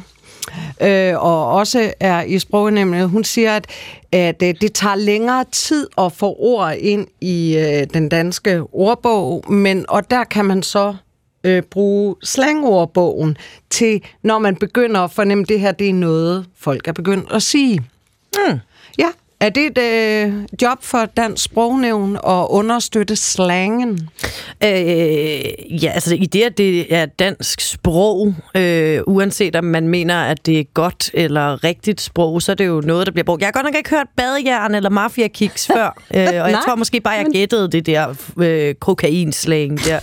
og også er i Sprognævnet, hun siger, at det tager længere tid at få ord ind i den danske ordbog, og der kan man så bruge slangordbogen til, når man begynder at fornemme, det her, det er noget, folk er begyndt at sige. Ja. Er det et job for Dansk Sprognævn at understøtte slangen? Ja, altså i det, at det er dansk sprog, uanset om man mener, at det er godt eller rigtigt sprog, så er det jo noget, der bliver brugt. Jeg har godt nok ikke hørt badejern eller mafiakiks før, og jeg tror måske bare, jeg gættede det der kokainslang der.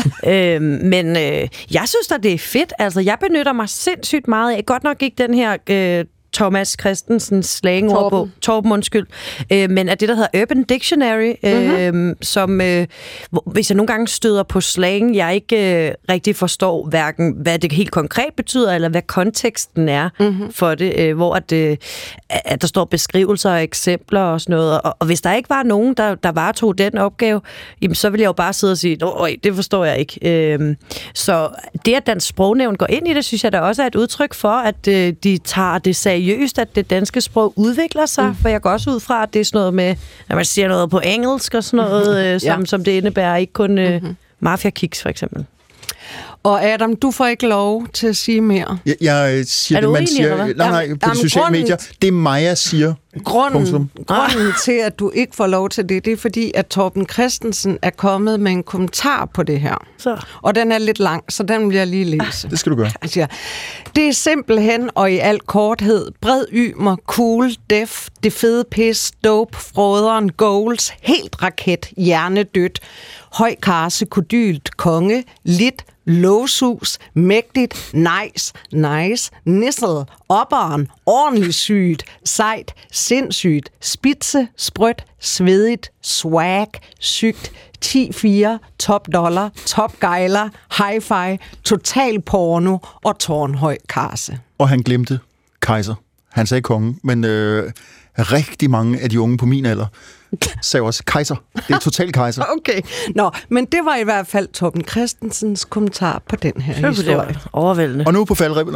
Men jeg synes da, det er fedt. Altså, jeg benytter mig sindssygt meget af, godt nok ikke den her Thomas Christensens slangordbog. Torben, undskyld. Men er det, der hedder Urban Dictionary, som, hvis jeg nogle gange støder på slang, jeg ikke rigtig forstår hverken, hvad det helt konkret betyder, eller hvad konteksten er for det, hvor at der står beskrivelser og eksempler og sådan noget. Og hvis der ikke var nogen, der varetog den opgave, jamen, så ville jeg jo bare sidde og sige, det forstår jeg ikke. Så det, at Dansk Sprognævn går ind i det, synes jeg da også er et udtryk for, at de tager det seriøst, at det danske sprog udvikler sig, for jeg går også ud fra, at det er sådan noget med, når man siger noget på engelsk og sådan noget, som det indebærer, ikke kun mafiakiks for eksempel. Og Adam, du får ikke lov til at sige mere. Jeg siger det, man siger. Nej, på de sociale medier. Det Maja siger. Grunden til, at du ikke får lov til det, det er fordi, at Torben Christensen er kommet med en kommentar på det her. Og den er lidt lang, så den vil jeg lige læse. Det skal du gøre. Altså, det er simpelthen, og i al korthed, bred ymer, cool, def, det fede pis, dope, froderen, goals, helt raket, hjernedødt, høj karse, kodylt, konge, lit, låsus, mægtigt, nice, nissel, opperen, ordentligt sygt, sejt, sindssygt, spidse, sprødt, svedigt, swag, sygt, 10-4, top dollar, top gejler, hi-fi, total porno og tårnhøj karse. Og han glemte kejser. Han sagde konge, men rigtig mange af de unge på min alder sagde også kejser. Det er total kejser. Okay. Nå, men det var i hvert fald Torben Christensens kommentar på den her historie. Det var overvældende. Og nu på faldrebet.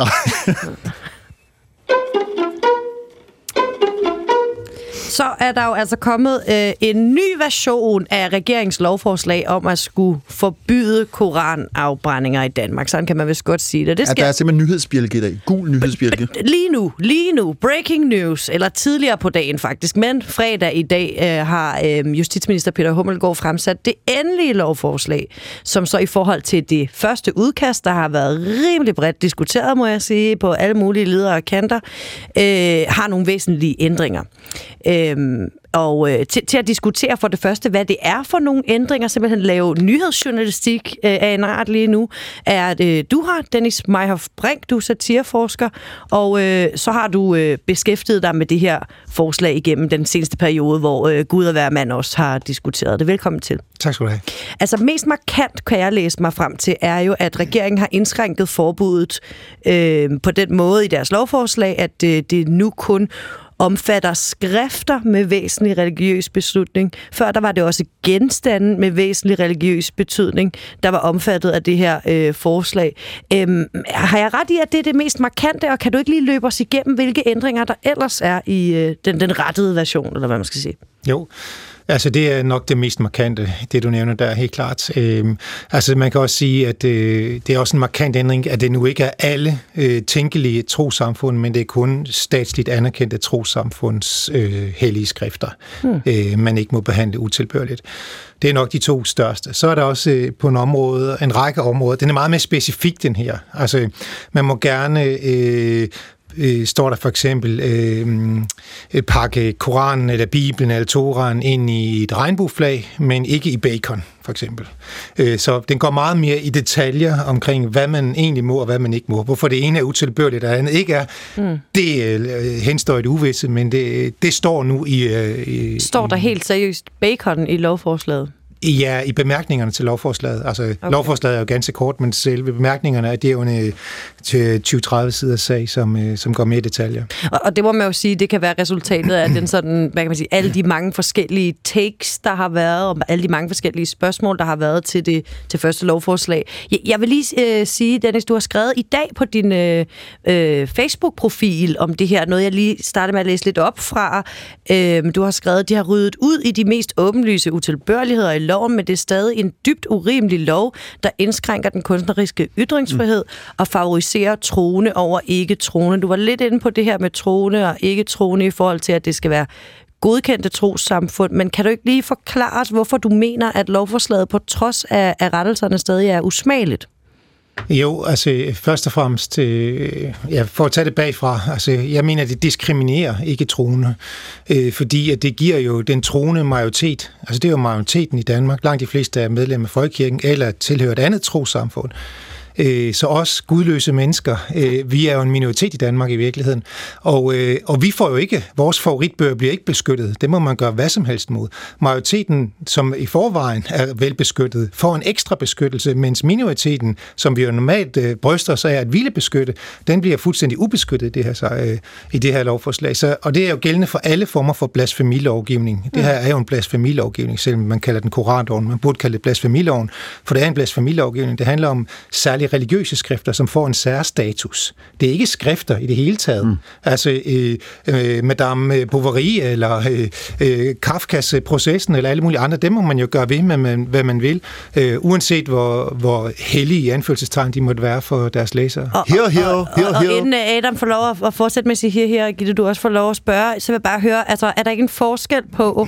Så er der jo altså kommet en ny version af regeringslovforslag om at skulle forbyde koranafbrændinger i Danmark. Sådan kan man vist godt sige det. Der er simpelthen nyhedsbjælke i dag. Gul nyhedsbjælke. Lige nu. Breaking news. Eller tidligere på dagen faktisk. Men fredag i dag har justitsminister Peter Hummelgaard fremsat det endelige lovforslag, som så i forhold til det første udkast, der har været rimelig bredt diskuteret, må jeg sige, på alle mulige ledere og kanter, har nogle væsentlige ændringer. Til at diskutere for det første, hvad det er for nogle ændringer, simpelthen lave nyhedsjournalistik af en art lige nu, er det, du har, Dennis Meyhoff Brink, du er satireforsker, og så har du beskæftiget dig med det her forslag igennem den seneste periode, hvor Gud og hver mand også har diskuteret det. Velkommen til. Tak skal du have. Altså mest markant, kan jeg læse mig frem til, er jo, at regeringen har indskrænket forbuddet på den måde i deres lovforslag, at det nu kun omfatter skrifter med væsentlig religiøs beslutning. Før der var det også genstande med væsentlig religiøs betydning, der var omfattet af det her forslag. Har jeg ret i, at det er det mest markante, og kan du ikke lige løbe os igennem, hvilke ændringer der ellers er i den rettede version, eller hvad man skal sige? Jo. Altså, det er nok det mest markante, det du nævner der, helt klart. Altså, man kan også sige, at det er også en markant ændring, at det nu ikke er alle tænkelige trossamfund, men det er kun statsligt anerkendte trossamfunds hellige skrifter, man ikke må behandle utilbørligt. Det er nok de 2 største. Så er der også på en række områder. Den er meget mere specifik, den her. Altså, man må gerne... står der for eksempel pakke Koranen eller Bibelen eller Toraen ind i et regnbueflag, men ikke i bacon, for eksempel. Så den går meget mere i detaljer omkring, hvad man egentlig må og hvad man ikke må. Hvorfor det ene er utilbørligt, og det andet ikke er. Det henstår i det uvisse, men det står nu i... Står der helt seriøst bacon i lovforslaget? Ja, i bemærkningerne til lovforslaget. Altså, okay. Lovforslaget er jo ganske kort, men selve bemærkningerne er det jo en 20-30 sider sag, som går mere i detaljer. Og det må man jo sige, det kan være resultatet af den sådan, hvad kan man sige, alle de mange forskellige takes, der har været, og alle de mange forskellige spørgsmål, der har været til første lovforslag. Jeg vil lige sige, Dennis, du har skrevet i dag på din Facebook-profil om det her, noget jeg lige startede med at læse lidt op fra. Du har skrevet, at de har ryddet ud i de mest åbenlyse utilbørligheder i loven, men det er stadig en dybt urimelig lov, der indskrænker den kunstneriske ytringsfrihed og favoriserer troende over ikke-troende. Du var lidt inde på det her med troende og ikke-troende i forhold til, at det skal være godkendte trossamfund, men kan du ikke lige forklare os, hvorfor du mener, at lovforslaget på trods af rettelserne stadig er usmageligt? Jo, altså først og fremmest, for at tage det bagfra, altså jeg mener, at det diskriminerer ikke troende, fordi at det giver jo den troende majoritet, altså det er jo majoriteten i Danmark, langt de fleste er medlemmer af Folkekirken eller tilhører et andet trossamfund. Så os gudløse mennesker, vi er jo en minoritet i Danmark i virkeligheden, og vi får jo ikke, vores favoritbøger bliver ikke beskyttet, det må man gøre hvad som helst mod. Majoriteten, som i forvejen er velbeskyttet, får en ekstra beskyttelse, mens minoriteten, som vi jo normalt bryster os af at ville beskytte, den bliver fuldstændig ubeskyttet i det her lovforslag. Og det er jo gældende for alle former for blasfemilovgivning. Det her er jo en blasfemilovgivning, selvom man kalder den koranloven. Man burde kalde det blasfemiloven, for det er en blasfemilovgivning. Det handler om særligt religiøse skrifter, som får en særstatus. Det er ikke skrifter i det hele taget. Altså Madame Bovary eller Kafkas Processen eller alle mulige andre, dem må man jo gøre ved med, hvad man vil, uanset hvor hellige i anførselstegn de måtte være for deres læsere. Og inden Adam får lov at fortsætte med at sige her, Gitte, du også får lov at spørge, så vil jeg bare høre, altså er der ikke en forskel på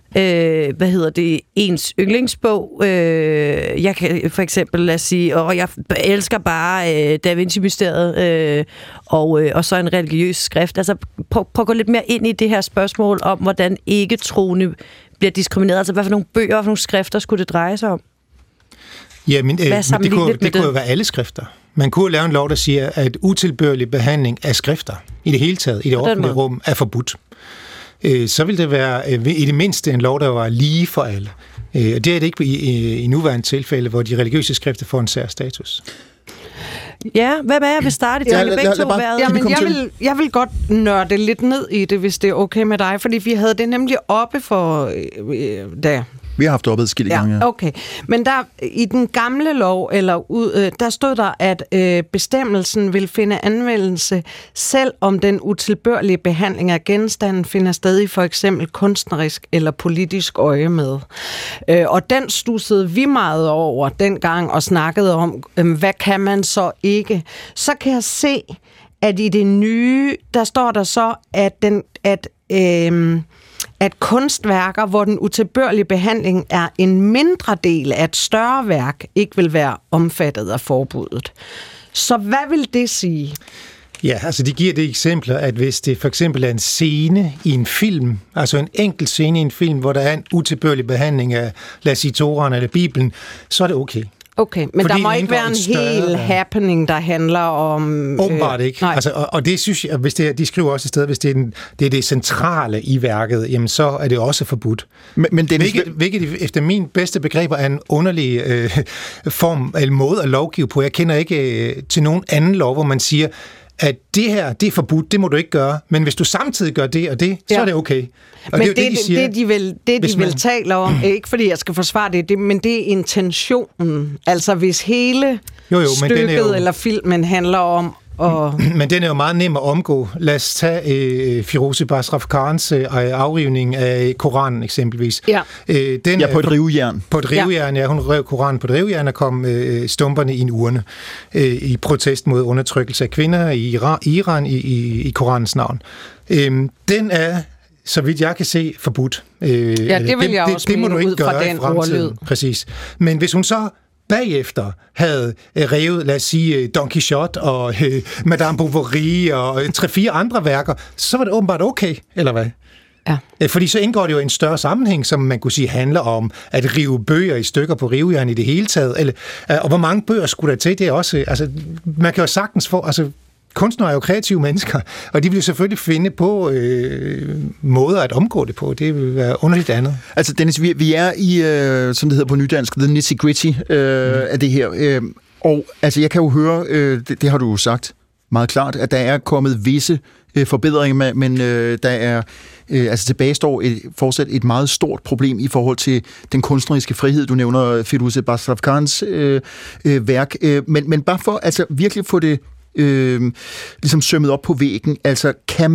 ens yndlingsbog. Jeg kan for eksempel lad os sige, jeg elsker bare Da Vinci-mysteriet, og så en religiøs skrift. Altså prøv at gå lidt mere ind i det her spørgsmål om, hvordan ikke-troende bliver diskrimineret. Altså hvad for nogle bøger og nogle skrifter skulle det dreje sig om? Ja, men det kunne jo være alle skrifter. Man kunne lave en lov, der siger, at utilbørlig behandling af skrifter i det hele taget, i det offentlige rum, er forbudt. Så vil det være i det mindste en lov, der var lige for alle. Og det er det ikke i nuværende tilfælde, hvor de religiøse skrifter får en sær status. Ja, hvad med jer vil starte? Jeg vil godt nørde lidt ned i det, hvis det er okay med dig, fordi vi havde det nemlig oppe for Vi har haft det oppe adskillige gange. Ja, okay. Men der i den gamle lov, der stod der, at bestemmelsen vil finde anvendelse, selv om den utilbørlige behandling af genstanden finder sted i for eksempel kunstnerisk eller politisk øje med. Og den studsede vi meget over dengang og snakkede om, hvad kan man så ikke? Så kan jeg se, at i det nye, der står der så, at kunstværker, hvor den utilbørlige behandling er en mindre del af et større værk, ikke vil være omfattet af forbuddet. Så hvad vil det sige? Ja, altså de giver det eksempler, at hvis det for eksempel er en scene i en film, altså en enkelt scene i en film, hvor der er en utilbørlig behandling af, lad os sige, Toraen eller Bibelen, så er det okay. Okay, men der må ikke være en hel happening, der handler om... Åbenbart ikke. Altså, og det synes jeg, hvis de skriver også et sted, hvis det er det centrale i værket, jamen så er det også forbudt. Men hvilket efter min bedste begreber er en underlig form eller måde at lovgive på. Jeg kender ikke til nogen anden lov, hvor man siger, at det her, det er forbudt, det må du ikke gøre, men hvis du samtidig gør det og det, så er det okay. Og men de vil tale om, ikke fordi jeg skal forsvare det, men det er intentionen. Altså hvis hele stykket eller filmen handler om Men den er jo meget nem at omgå. Lad os tage Firoze Bazrafkans afrivning af Koranen eksempelvis. Ja. Den på et rivjern. På et rivjern, ja. Hun rev Koranen på et rivjern og kom stumperne i en urne i protest mod undertrykkelse af kvinder i Iran i Koranens navn. Den er, så vidt jeg kan se, forbudt. Det vil jeg også det må du ikke ud fra gøre den i fremtiden. ordlyd. Præcis. Men hvis hun så bagefter havde revet, lad os sige, Don Quixote og Madame Bovary og 3-4 andre værker, så var det åbenbart okay, eller hvad? Ja. Fordi så indgår det jo en større sammenhæng, som man kunne sige handler om at rive bøger i stykker på rivejern i det hele taget. Eller, og hvor mange bøger skulle der til? Det er også, altså, man kan jo sagtens få, altså, kunstnere er jo kreative mennesker, og de vil selvfølgelig finde på måder at omgå det på. Det vil være underligt andet. Altså, Dennis, vi er i, som det hedder på nydansk, the nitty-gritty af det her. Og altså, jeg kan jo høre, det har du jo sagt meget klart, at der er kommet visse forbedringer, men der er altså tilbage står fortsat et meget stort problem i forhold til den kunstneriske frihed. Du nævner Firoze Bazrafkans værk, men bare for altså virkelig få det ligesom sømmet op på væggen, altså kan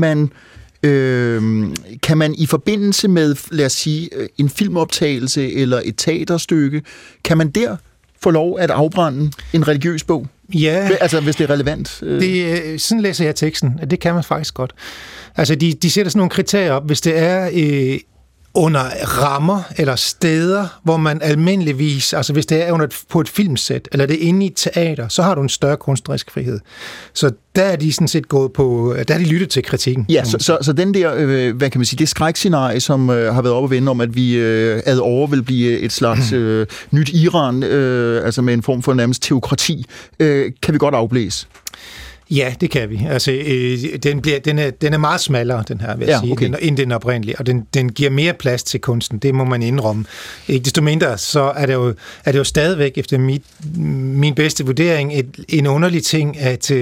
man i forbindelse med, lad os sige, en filmoptagelse eller et teaterstykke, kan man der få lov at afbrænde en religiøs bog? Ja. Altså, hvis det er relevant. Sådan læser jeg teksten, at det kan man faktisk godt. Altså, de sætter sådan nogle kriterier op. Hvis det er under rammer eller steder, hvor man almindeligvis, altså hvis det er på et filmsæt, eller det er inde i et teater, så har du en større kunstnerisk frihed. Så der er de sådan set gået på, der er de lyttet til kritikken. Ja, så den der, hvad kan man sige, det skrækscenarie, som har været oppe at vende om, at vi ad over vil blive et slags nyt Iran, altså med en form for nærmest teokrati, kan vi godt afblæse. Ja, det kan vi. Altså, den er meget smallere, den her, vil jeg sige, okay, end den oprindelige, og den giver mere plads til kunsten, det må man indrømme. Ikke desto mindre, så er det jo stadigvæk, efter min bedste vurdering, en underlig ting,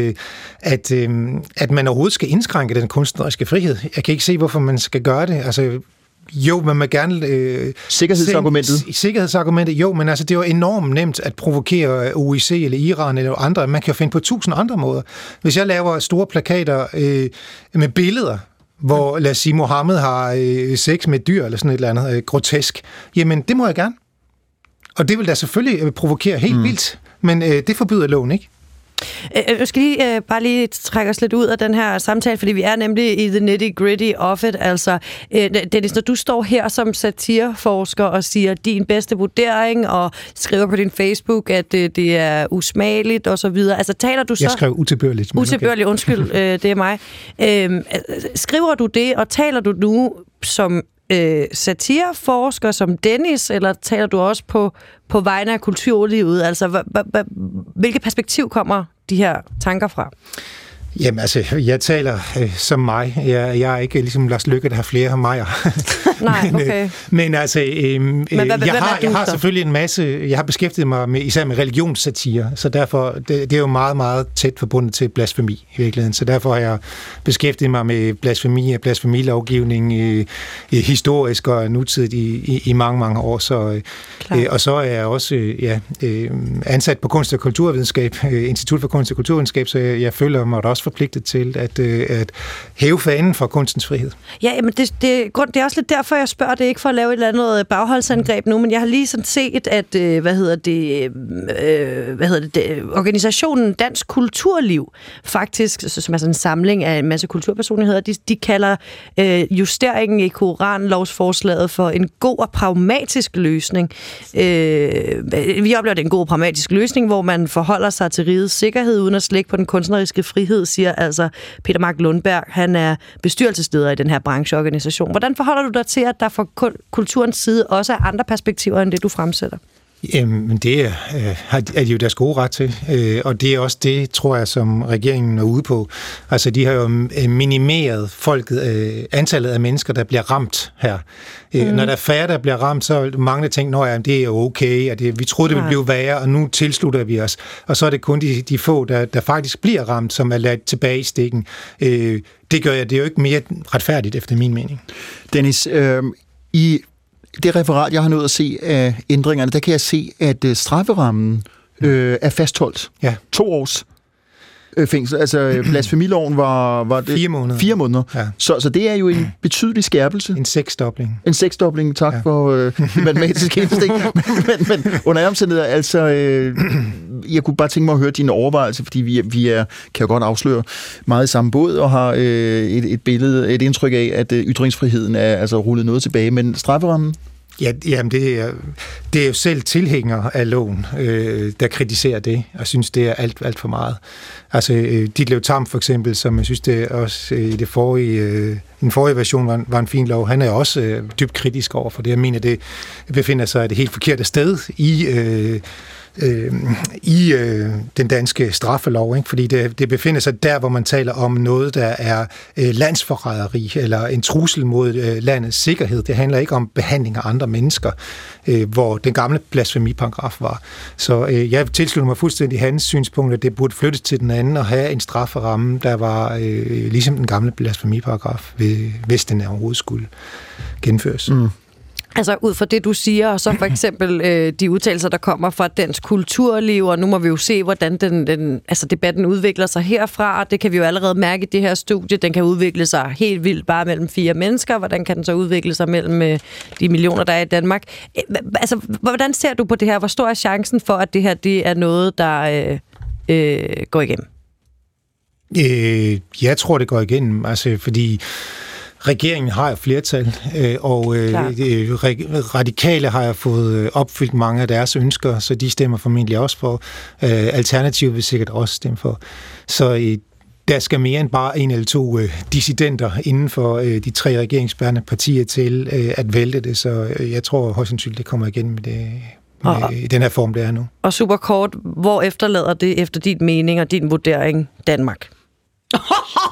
at man overhovedet skal indskrænke den kunstneriske frihed. Jeg kan ikke se, hvorfor man skal gøre det. Altså, jo, man må gerne... Sikkerhedsargumentet, jo, men altså, det er jo enormt nemt at provokere OIC eller Iran eller andre. Man kan jo finde på 1000 andre måder. Hvis jeg laver store plakater med billeder, hvor, lad os sige, Mohammed har sex med et dyr eller sådan et eller andet grotesk, jamen, det må jeg gerne. Og det vil da selvfølgelig provokere helt vildt, men det forbyder loven ikke. Jeg skal lige trække os lidt ud af den her samtale, fordi vi er nemlig i the nitty-gritty of it. Altså, Dennis, når du står her som satireforsker og siger din bedste vurdering, og skriver på din Facebook, at det er usmageligt og så videre. Altså, taler du så... Jeg skrev utilbørligt. Utilbørligt, okay. Undskyld, det er mig. Skriver du det, og taler du nu som satireforsker, som Dennis, eller taler du også på vegne af kulturlivet? Altså, hvilket perspektiv kommer de her tanker fra? Jamen altså, jeg taler som mig. Jeg er ikke ligesom Lars Løkke, der har flere mig. Nej, okay. Men altså, jeg har selvfølgelig en masse... Jeg har beskæftiget mig især med religionssatire, så derfor, det er jo meget, meget tæt forbundet til blasfemi i virkeligheden. Så derfor har jeg beskæftiget mig med blasfemilovgivning historisk og nutidigt i mange, mange år. Så, og så er jeg også ansat på Kunst- og Kulturvidenskab, Institut for Kunst- og Kulturvidenskab, så jeg føler mig også forpligtet til at hæve fanen for kunstens frihed. Ja, men det er også lidt derfor, jeg spørger. Det ikke for at lave et eller andet bagholdsangreb nu, men jeg har lige sådan set, at organisationen Dansk Kulturliv faktisk, som er sådan en samling af en masse kulturpersonligheder, de kalder justeringen i koranlovsforslaget for en god og pragmatisk løsning. Vi oplever, det er en god og pragmatisk løsning, hvor man forholder sig til rigets sikkerhed uden at slække på den kunstneriske frihed, siger altså Peter Mark Lundberg. Han er bestyrelsesleder i den her brancheorganisation. Hvordan forholder du dig til, at der fra kulturens side også er andre perspektiver, end det du fremsætter? Jamen, det er de jo deres gode ret til, og det er også det, tror jeg, som regeringen er ude på. Altså, de har jo minimeret antallet af mennesker, der bliver ramt her. Når der er færre, der bliver ramt, så er mange, der tænker, at det er jo okay, og vi troede, det ville blive værre, og nu tilslutter vi os. Og så er det kun de få, der faktisk bliver ramt, som er ladt tilbage i stikken. Det gør jeg, det er jo ikke mere retfærdigt, efter min mening. Dennis, i det referat, jeg har nået at se af ændringerne, der kan jeg se, at strafferammen er fastholdt. Ja. 2 års. fængsel. Altså, blasfemiloven var det 4 måneder. 4 måneder. Ja. Så det er jo en betydelig skærpelse. En 6-dobling. En 6-dobling, tak for de matematiske indstik. men under omstændigheder, altså, jeg kunne bare tænke mig at høre dine overvejelser, fordi vi er, kan jo godt afsløre, meget i samme båd, og har et indtryk af, at ytringsfriheden er altså rullet noget tilbage, men strafferammen? Ja, jamen det er jo selv tilhængere af loven, der kritiserer det, og synes, det er alt for meget. Altså, Ditlev Tamm for eksempel, som jeg synes, det også i den forrige version var en fin lov, han er også dybt kritisk over for det. Jeg mener, det befinder sig det helt forkerte sted i den danske straffelov, ikke? Fordi det befinder sig der, hvor man taler om noget, der er landsforræderi eller en trussel mod landets sikkerhed. Det handler ikke om behandling af andre mennesker, hvor den gamle blasfemiparagraf var. Så jeg tilslutter mig fuldstændig hans synspunkt, at det burde flyttes til den anden og have en strafferamme, der var ligesom den gamle blasfemiparagraf, hvis den overhovedet skulle gennemføres. Mm. Altså ud fra det, du siger, og så for eksempel de udtalelser, der kommer fra dansk kulturliv, og nu må vi jo se, hvordan debatten udvikler sig herfra. Det kan vi jo allerede mærke i det her studie. Den kan udvikle sig helt vildt bare mellem 4 mennesker. Hvordan kan den så udvikle sig mellem de millioner, der er i Danmark? Altså, hvordan ser du på det her? Hvor stor er chancen for, at det her det er noget, der går igennem? Jeg tror, det går igennem, altså fordi regeringen har jo flertal, og radikale har jo fået opfyldt mange af deres ønsker, så de stemmer formentlig også for. Alternativet vil sikkert også stemme for. Så der skal mere end bare 1 eller 2 dissidenter inden for de 3 regeringsbærende partier til at vælte det, så jeg tror højst sandsynligt, det kommer igen med det. I den her form, det er nu. Og super kort, hvor efterlader det efter din mening og din vurdering Danmark? Det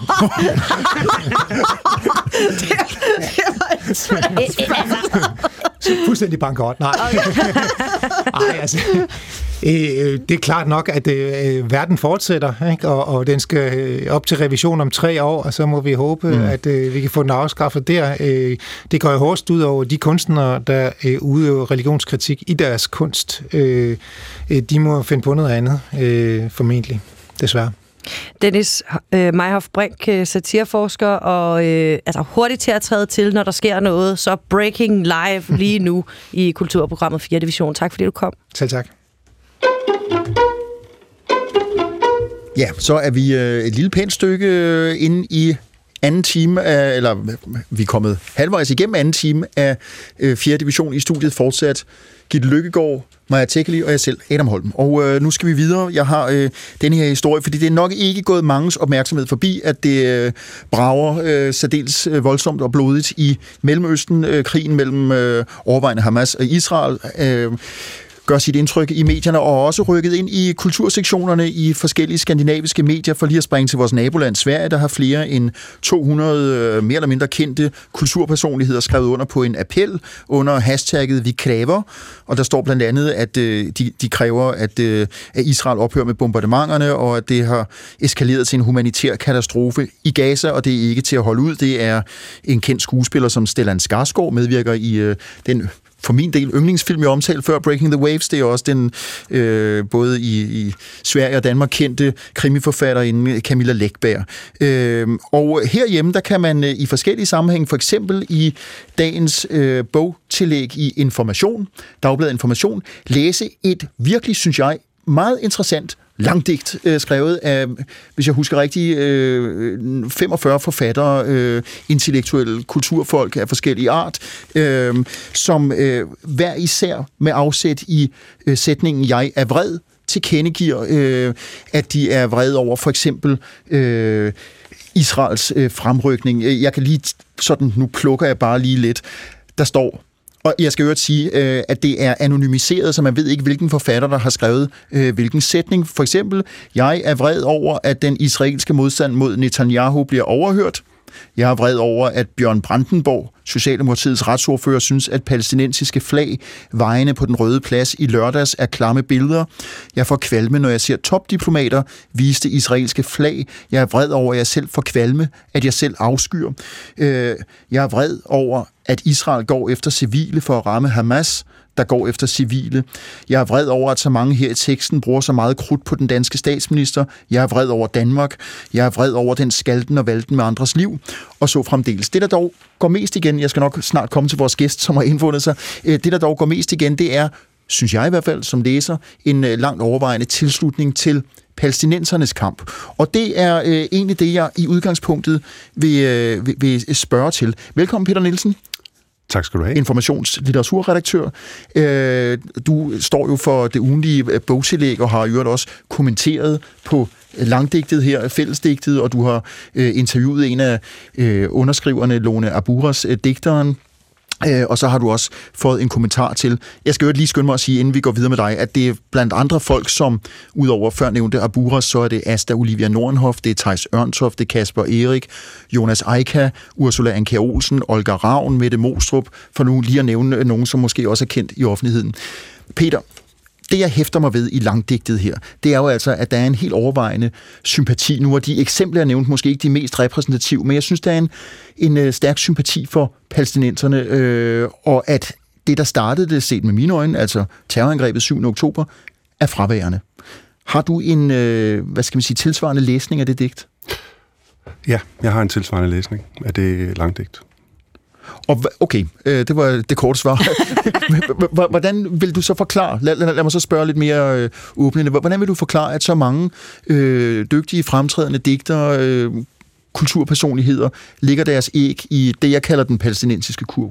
var et svært. Fuldstændig bankerot. Nej. Ej, altså, det er klart nok, at verden fortsætter, ikke? Og den skal op til revision om 3 år, og så må vi håbe, at vi kan få den afskaffet der. Det går jo hårdest ud over de kunstnere, der udøver religionskritik i deres kunst. De må finde på noget andet, formentlig, desværre. Dennis Meyhoff Brink, satireforsker og hurtigt til at træde til, når der sker noget, så breaking live lige nu i kulturprogrammet 4. division. Tak fordi du kom. Selv tak. Ja, så er vi et lille pænt stykke inde i anden time eller vi er kommet halvvejs igennem anden time af 4. division i studiet fortsat. Gitte Løkkegaard, Maja Tekeli og jeg selv, Adam Holm. Og nu skal vi videre. Jeg har denne her historie, fordi det er nok ikke gået mangens opmærksomhed forbi, at det brager særdeles voldsomt og blodigt i Mellemøsten. Krigen mellem overvejende Hamas og Israel gør sit indtryk i medierne, og også rykket ind i kultursektionerne i forskellige skandinaviske medier, for lige at springe til vores naboland Sverige, der har flere end 200 mere eller mindre kendte kulturpersonligheder skrevet under på en appel under hashtagget Vi kræver, og der står blandt andet, at de kræver, at Israel ophører med bombardementerne, og at det har eskaleret til en humanitær katastrofe i Gaza, og det er ikke til at holde ud. Det er en kendt skuespiller, som Stellan Skarsgård medvirker i den for min del yndlingsfilm, jeg omtalte før, Breaking the Waves. Det er også den både i Sverige og Danmark kendte krimiforfatterinde Camilla Läckberg. Og herhjemme, der kan man i forskellige sammenhæng, for eksempel i dagens bogtillæg i Information, Dagbladet Information, læse et virkelig, synes jeg, meget interessant langdigt skrevet af, hvis jeg husker rigtigt, 45 forfattere, intellektuelle kulturfolk af forskellige art, som hver især med afsæt i sætningen "Jeg er vred" tilkendegiver, at de er vrede over for eksempel Israels fremrykning. Jeg kan lige sådan, nu plukker jeg bare lige lidt. Der står, og jeg skal øvrigt sige, at det er anonymiseret, så man ved ikke, hvilken forfatter, der har skrevet hvilken sætning. For eksempel, jeg er vred over, at den israelske modstand mod Netanyahu bliver overhørt. Jeg er vred over, at Bjørn Brandenborg, Socialdemokratiets retsordfører, synes, at palæstinensiske flag vejene på den Røde Plads i lørdags er klamme billeder. Jeg får kvalme, når jeg ser topdiplomater viste israelske flag. Jeg er vred over, at jeg selv får kvalme, at jeg selv afskyr. Jeg er vred over, at Israel går efter civile for at ramme Hamas. der går efter civile. Jeg er vred over, at så mange her i teksten bruger så meget krudt på den danske statsminister. Jeg er vred over Danmark. Jeg er vred over den skalten og valten med andres liv. Og så fremdeles. Det, der dog går mest igen, jeg skal nok snart komme til vores gæst, som har indfundet sig. Det, der dog går mest igen, det er, synes jeg i hvert fald som læser, en langt overvejende tilslutning til palæstinensernes kamp. Og det er egentlig det, jeg i udgangspunktet vil spørge til. Velkommen, Peter Nielsen. Tak skal du have. Informationslitteraturredaktør. Du står jo for det ugentlige bogtillæg og har jo også kommenteret på langdigtet her, fællesdigtet, og du har interviewet en af underskriverne, Lone Aburas, digteren. Og så har du også fået en kommentar til, jeg skal jo lige skynde mig at sige, inden vi går videre med dig, at det er blandt andre folk, som udover før nævnte Aburas, så er det Asta Olivia Nordenhof, det er Theis Ørntoft, det er Kasper Erik, Jonas Eika, Ursula Anker Olsen, Olga Ravn, Mette Mostrup, for nu lige at nævne nogen, som måske også er kendt i offentligheden. Peter, det jeg hæfter mig ved i langdigtet her, det er jo altså, at der er en helt overvejende sympati. Nu er de eksempler, jeg nævnte, måske ikke de mest repræsentative, men jeg synes, der er en stærk sympati for palæstinenserne, og at det, der startede det, set med mine øjne, altså terrorangrebet 7. oktober, er fraværende. Har du en, tilsvarende læsning af det digt? Ja, jeg har en tilsvarende læsning af det langdigt. Og okay, det var det korte svar. Hvordan vil du så forklare, lad mig så spørge lidt mere åbnende, hvordan vil du forklare, at så mange dygtige, fremtrædende digtere, kulturpersonligheder, ligger deres æg i det, jeg kalder den palæstinensiske kurv?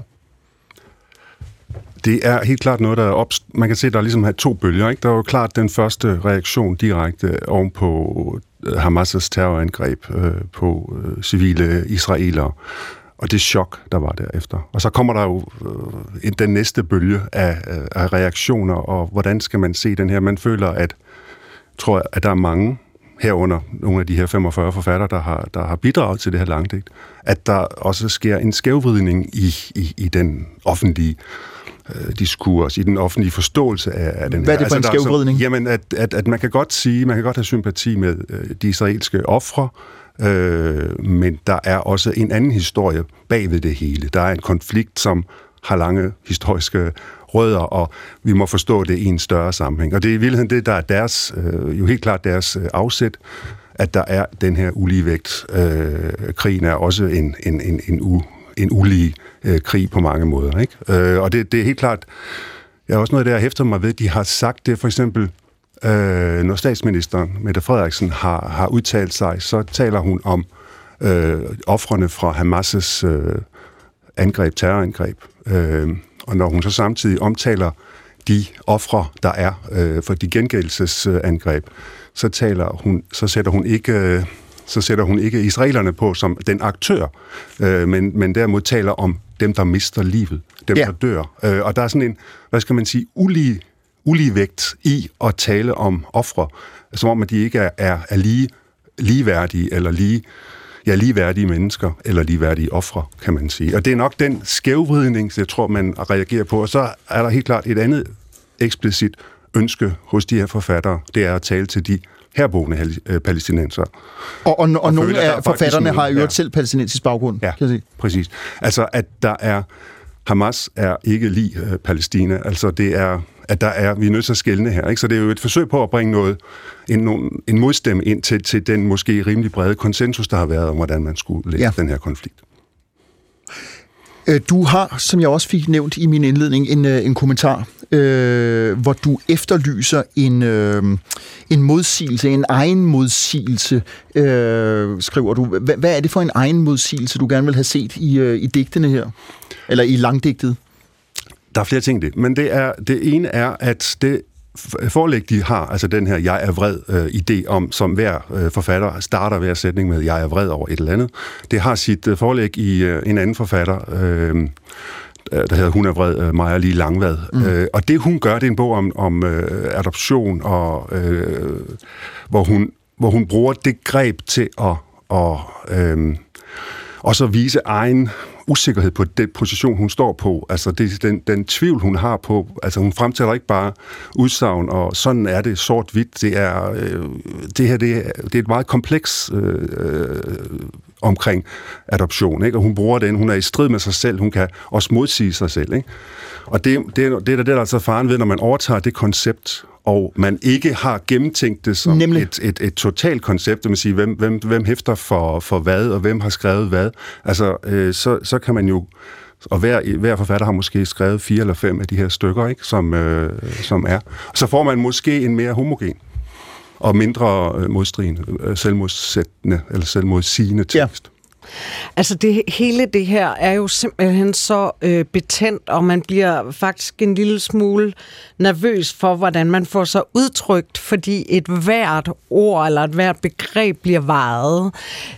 Det er helt klart noget, der man kan se, der ligesom har to bølger. Ikke? Der var jo klart den første reaktion direkte oven på Hamas' terrorangreb på civile israelere. Og det chok, der var derefter. Og så kommer der jo den næste bølge af reaktioner, og hvordan skal man se den her? Man føler, at der er mange herunder nogle af de her 45 forfattere, der har bidraget til det her langdigt, at der også sker en skævvridning i den offentlige diskurs, i den offentlige forståelse af den her. Hvad er det for en skævvridning? Jamen, at man kan godt sige, man kan godt have sympati med de israelske ofre, men der er også en anden historie bag ved det hele. Der er en konflikt, som har lange historiske rødder, og vi må forstå det i en større sammenhæng. Og det er i virkeligheden det, der er deres, jo helt klart deres afsæt, at der er den her uligevægt. Krigen er også en ulige krig på mange måder. Ikke? Og det er helt klart, jeg er også noget, der hæfter mig ved, de har sagt det for eksempel, når statsministeren, Mette Frederiksen, har udtalt sig, så taler hun om ofrene fra Hamas' terrorangreb. Og når hun så samtidig omtaler de ofre, der er for de gengældelsesangreb, så sætter hun ikke israelerne på som den aktør, men derimod taler om dem, der mister livet, dem, der dør. Og der er sådan en, hvad skal man sige, ulige vægt i at tale om ofre, som om at de ikke er ligeværdige eller ligeværdige mennesker eller ligeværdige ofre, kan man sige. Og det er nok den skævvridning, jeg tror, man reagerer på. Og så er der helt klart et andet eksplicit ønske hos de her forfattere, det er at tale til de herboende palæstinenser. Og nogle af forfatterne har jo selv palæstinensisk baggrund. Ja, kan jeg sige. Præcis. Altså, at Hamas er ikke lig Palæstina. Altså, det er, vi er nødt til at skelne her. Ikke? Så det er jo et forsøg på at bringe en modstemme ind til den måske rimelig brede konsensus, der har været om, hvordan man skulle læse den her konflikt. Du har, som jeg også fik nævnt i min indledning, en kommentar, hvor du efterlyser en modsigelse, en egen modsigelse, skriver du. Hvad er det for en egen modsigelse, du gerne vil have set i digtene her? Eller i langdigtet? Der er flere ting i det, men det ene er, at det forlæg, de har, altså den her jeg er vred idé om, som hver forfatter starter hver sætning med jeg er vred over et eller andet. Det har sit forlæg i en anden forfatter, der hedder Hun er vred, Maja Lige Langvad. Og det hun gør, det er en bog om adoption, og hvor hun bruger det greb til at også vise egen usikkerhed på den position, hun står på. Altså den tvivl, hun har på. Altså hun fremtæller ikke bare udsagn, og sådan er det sort-hvidt. Det er et meget kompleks omkring adoption, ikke? Og hun bruger den, hun er i strid med sig selv, hun kan også modsige sig selv, ikke? Og det er der altså faren ved, når man overtager det koncept, og man ikke har gennemtænkt det som et totalt koncept, det vil sige, hvem hæfter for hvad, og hvem har skrevet hvad. Altså, så kan man jo, og hver forfatter har måske skrevet 4 eller 5 af de her stykker, ikke, som er. Så får man måske en mere homogen og mindre modstridende, selvmodsættende eller selvmodsigende tekst. Ja. Altså hele det her er jo simpelthen så betændt, og man bliver faktisk en lille smule nervøs for, hvordan man får sig udtrykt, fordi et hvert ord eller et hvert begreb bliver vejet.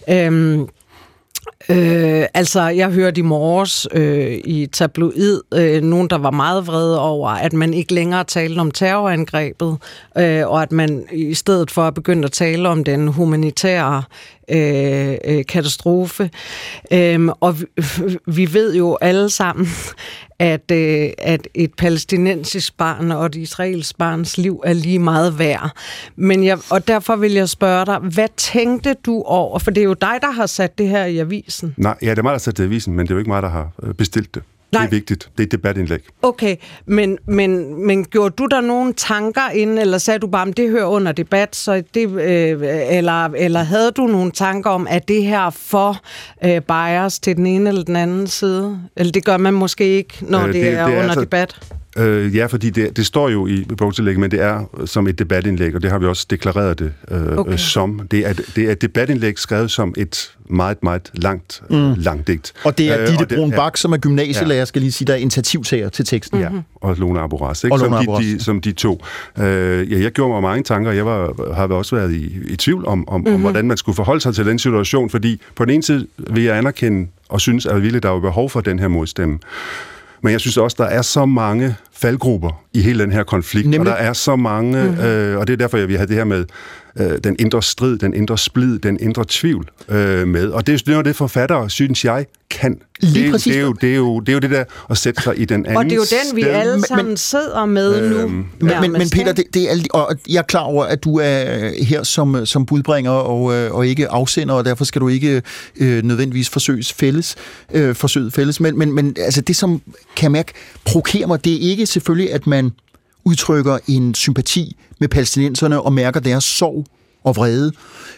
Altså, jeg hørte i morges i Tabloid nogen, der var meget vrede over, at man ikke længere talte om terrorangrebet, og at man i stedet for at begynde at tale om den humanitære katastrofe. Og vi ved jo alle sammen, at et palæstinensisk barn og et israelsk barns liv er lige meget værd. Og derfor vil jeg spørge dig, hvad tænkte du over? For det er jo dig, der har sat det her i avisen. Nej, ja, det er mig, der har sat det i avisen, men det er jo ikke mig, der har bestilt det. Nej. Det er vigtigt. Det er et debatindlæg. Okay, men gjorde du der nogle tanker inden, eller sagde du bare, om det hører under debat, så det, eller havde du nogle tanker om, at det her for bias til den ene eller den anden side? Eller det gør man måske ikke, når det er under altså debat? Ja, fordi det står jo i bogstillægget, men det er som et debatindlæg, og det har vi også deklareret det som. Det er et debatindlæg skrevet som et meget, meget langt digt. Og det er Ditte Brun Bak, som er gymnasielærer, skal lige sige, der er initiativtager til teksten. Ja, og Lone Aburas, ikke? Som de to. Jeg gjorde mig mange tanker. Jeg har også været i tvivl om hvordan man skulle forholde sig til den situation, fordi på den ene side vil jeg anerkende og synes, at der er behov for den her modstemme. Men jeg synes også, der er så mange faldgrupper i hele den her konflikt, og der er så mange, og det er derfor, jeg vil have det her med den indre strid, den indre splid, den indre tvivl med. Og det er jo det, forfattere, synes jeg, kan. Det er jo det der at sætte sig i den anden. Og det er jo den, vi alle sammen sidder med nu. Men Peter, det er, og jeg er klar over, at du er her som budbringer og ikke afsender, og derfor skal du ikke nødvendigvis forsøget fælles. Men altså det, som kan mærke provokerer mig, det er ikke selvfølgelig, at man udtrykker en sympati med palæstinenserne og mærker deres sorg og vrede.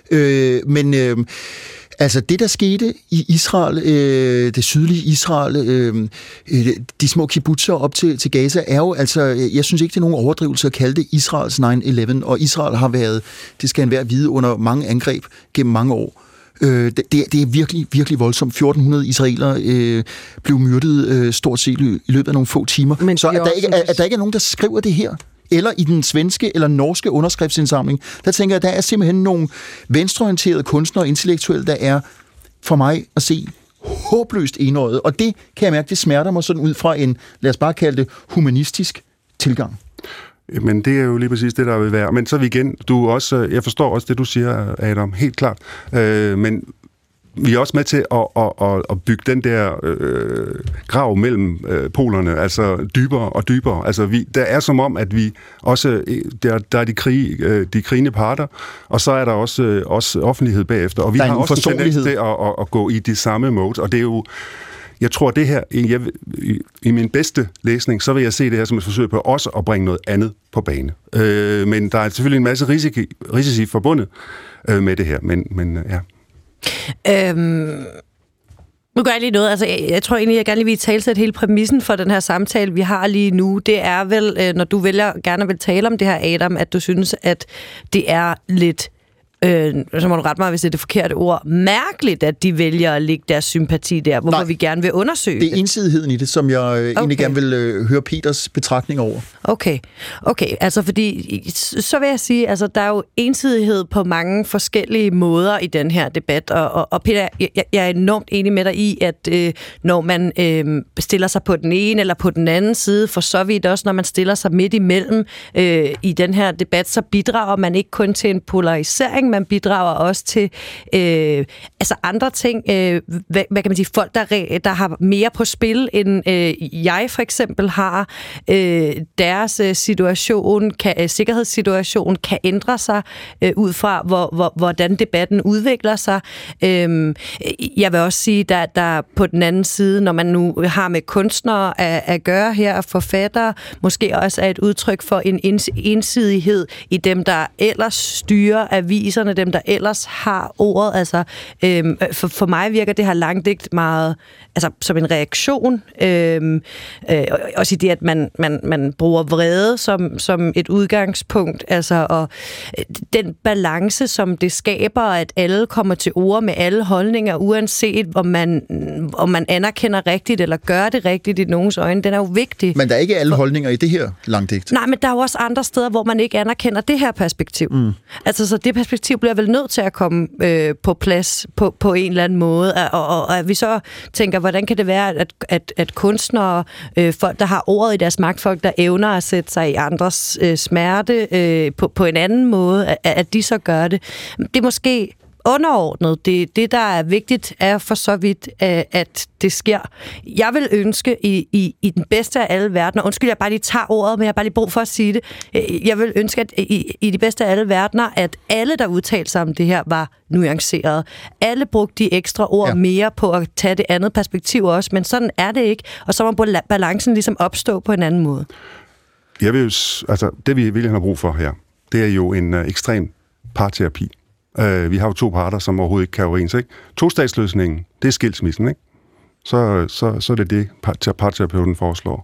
Altså det, der skete i Israel, det sydlige Israel, de små kibbutzer op til Gaza, er jo altså, jeg synes ikke, det er nogen overdrivelse at kalde det Israels 9/11, og Israel har været, det skal enhver vide, under mange angreb gennem mange år. Det er virkelig, virkelig voldsomt. 1400 israelere blev myrdet stort set i løbet af nogle få timer. Men så at der ikke er nogen, der skriver det her, eller i den svenske eller norske underskriftsindsamling, der tænker jeg, der er simpelthen nogle venstreorienterede kunstnere og intellektuelle, der er for mig at se håbløst enøjet. Og det kan jeg mærke, det smerter mig sådan ud fra en, lad os bare kalde det, humanistisk tilgang. Men det er jo lige præcis det, der vil være. Men så er vi igen, jeg forstår også det, du siger, Adam, helt klart. Men vi er også med til at bygge den der grav mellem polerne, altså dybere og dybere. Altså der er som om, at vi også, der er de krigende parter, og så er der også offentlighed bagefter. Og vi har også en tendens til at gå i det samme mode, og det er jo, jeg tror, det her, i min bedste læsning, så vil jeg se det her som et forsøg på også at bringe noget andet på bane. Men der er selvfølgelig en masse risici forbundet med det her, men ja. Nu gør jeg lige noget. Altså, jeg tror egentlig, jeg gerne lige vil talsætte hele præmissen for den her samtale, vi har lige nu. Det er vel, når du gerne vil tale om det her, Adam, at du synes, at det er lidt så må du rette mig, hvis det er det forkerte ord, mærkeligt, at de vælger at lægge deres sympati der, hvorfor vi gerne vil undersøge det. Det er ensidigheden i det, som jeg egentlig gerne vil høre Peters betragtning over. Okay, altså fordi, så vil jeg sige, altså der er jo ensidighed på mange forskellige måder i den her debat, og Peter, jeg er enormt enig med dig i, at når man stiller sig på den ene eller på den anden side, for så vidt også, når man stiller sig midt imellem i den her debat, så bidrager man ikke kun til en polarisering, man bidrager også til altså andre ting. Hvad kan man sige? Folk, der har mere på spil, end jeg for eksempel har. Deres sikkerhedssituation kan ændre sig ud fra, hvordan debatten udvikler sig. Jeg vil også sige, der på den anden side, når man nu har med kunstnere at gøre her, og forfattere, måske også er et udtryk for en ensidighed i dem, der ellers styrer aviserne, dem, der ellers har ordet. Altså, for mig virker det her langdigt meget altså, som en reaktion. Også i det, at man bruger vrede som et udgangspunkt. Altså, og den balance, som det skaber, at alle kommer til ord med alle holdninger, uanset om man anerkender rigtigt eller gør det rigtigt i nogens øjne, den er jo vigtig. Men der er ikke alle holdninger i det her langdigt. Nej, men der er jo også andre steder, hvor man ikke anerkender det her perspektiv. Altså, så det perspektiv bliver vel nødt til at komme på plads på en eller anden måde. Og at vi så tænker, hvordan kan det være, at kunstnere, folk, der har ordet i deres magt, folk, der evner at sætte sig i andres smerte på en anden måde, at de så gør det. Det er måske underordnet. Det, der er vigtigt, er for så vidt, at det sker. Jeg vil ønske i den bedste af alle verdener, undskyld, jeg bare lige tager ordet, men jeg har bare lige brug for at sige det. Jeg vil ønske, at i de bedste af alle verdener, at alle, der udtalte sig om det her, var nuanceret. Alle brugte de ekstra ord mere på at tage det andet perspektiv også, men sådan er det ikke, og så må balancen ligesom opstå på en anden måde. Jeg vil det vi virkelig har brug for her, det er jo en ekstrem parterapi. Vi har jo to parter, som overhovedet ikke kan overens, ikke? Tostatsløsningen, det er skilsmissen, ikke? Så er det parterapeuten foreslår.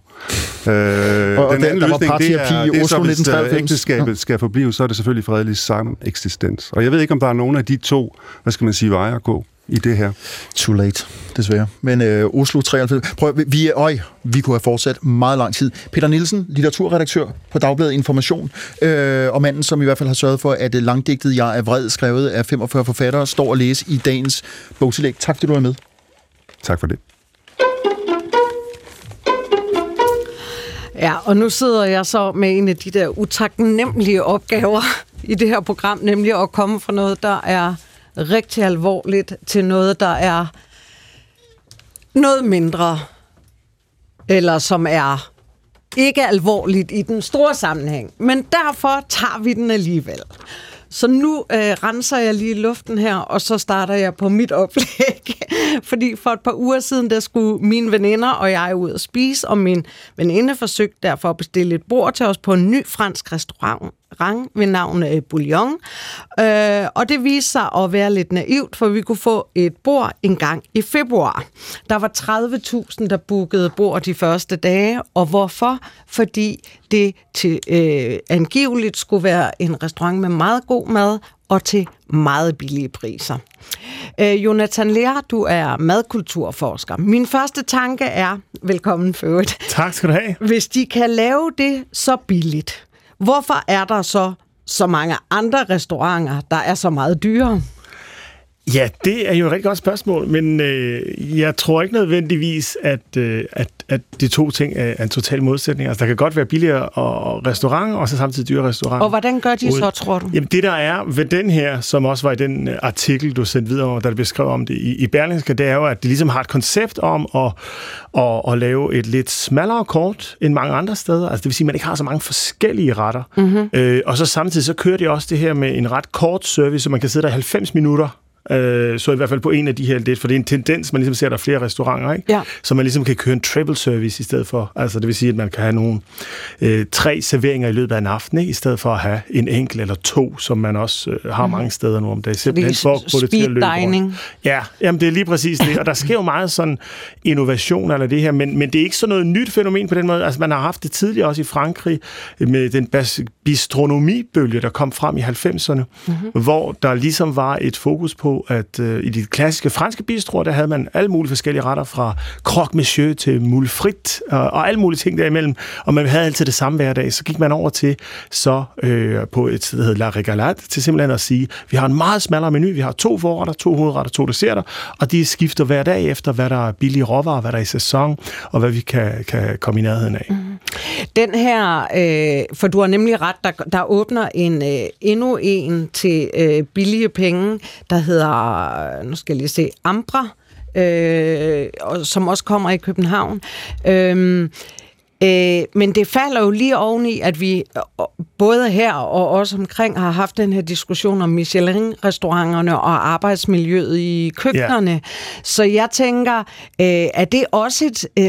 Den anden løsning, det er så, hvis ægteskabet skal forblive, så er det selvfølgelig fredelig sameksistens. Og jeg ved ikke, om der er nogen af de to, veje at gå i det her. Too late, desværre. Men Oslo 93... vi kunne have fortsat meget lang tid. Peter Nielsen, litteraturredaktør på Dagbladet Information, og manden, som i hvert fald har sørget for, at langdigtet Jeg er vred, skrevet af 45 forfattere, står at læse i dagens bogtillæg. Tak, fordi du er med. Tak for det. Ja, og nu sidder jeg så med en af de der utaknemmelige opgaver i det her program, nemlig at komme fra noget, der er rigtig alvorligt, til noget, der er noget mindre, eller som er ikke alvorligt i den store sammenhæng. Men derfor tager vi den alligevel. Så nu renser jeg lige luften her, og så starter jeg på mit oplæg. Fordi for et par uger siden, der skulle mine veninder og jeg ud at spise, og min veninde forsøgte derfor at bestille et bord til os på en ny fransk restaurant ved navn Bouillon. Og det viste sig at være lidt naivt, for vi kunne få et bord en gang i februar. Der var 30.000, der bookede bord de første dage. Og hvorfor? Fordi det angiveligt skulle være en restaurant med meget god mad og til meget billige priser. Jonathan Lea, du er madkulturforsker. Min første tanke er, velkommen for øvrigt. Tak skal du have. Hvis de kan lave det så billigt, hvorfor er der så mange andre restauranter, der er så meget dyrere? Ja, det er jo et rigtig godt spørgsmål, men jeg tror ikke nødvendigvis, at de to ting er en total modsætning. Altså, der kan godt være billigere restauranter, og så samtidig dyre restauranter. Og hvordan gør de så, tror du? Jamen, det der er ved den her, som også var i den artikel, du sendte videre om, der blev skrevet om det i Berlingske, det er jo, at de ligesom har et koncept om at lave et lidt smallere kort end mange andre steder. Altså, det vil sige, at man ikke har så mange forskellige retter. Mm-hmm. Og så samtidig så kører de også det her med en ret kort service, så man kan sidde der 90 minutter. Så i hvert fald på en af de her lidt, for det er en tendens, man ligesom ser, der er flere restauranter, ikke? Ja. Så man ligesom kan køre en travel service i stedet for. Altså det vil sige, at man kan have nogle 3 serveringer i løbet af en aften, ikke? I stedet for at have en enkelt eller 2, som man også har mange steder nu om dagen. Simpelthen for at få det til at løbe rundt. Ja, jamen det er lige præcis det. Og der sker jo meget sådan innovation eller det her, men det er ikke sådan noget nyt fænomen på den måde. Altså man har haft det tidligere også i Frankrig med den bistronomibølge, der kom frem i 90'erne, hvor der ligesom var et fokus på på, at i de klassiske franske bistroer, der havde man alle mulige forskellige retter, fra croque monsieur til moule frit, og alle mulige ting derimellem, og man havde altid det samme hver dag. Så gik man over til så på et sted, der hedder La Regalade, til simpelthen at sige, vi har en meget smallere menu, vi har 2 forretter, 2 hovedretter, 2 desserter, og de skifter hver dag efter, hvad der er billige råvarer, hvad der er i sæson, og hvad vi kan komme i nærheden af. Den her, for du har nemlig ret, der åbner endnu en til billige penge, der hedder, nu skal jeg lige se, Ambra, som også kommer i København. Men det falder jo lige oveni, at vi både her og også omkring har haft den her diskussion om Michelin-restauranterne og arbejdsmiljøet i køkkenerne. Yeah. Så jeg tænker, at det også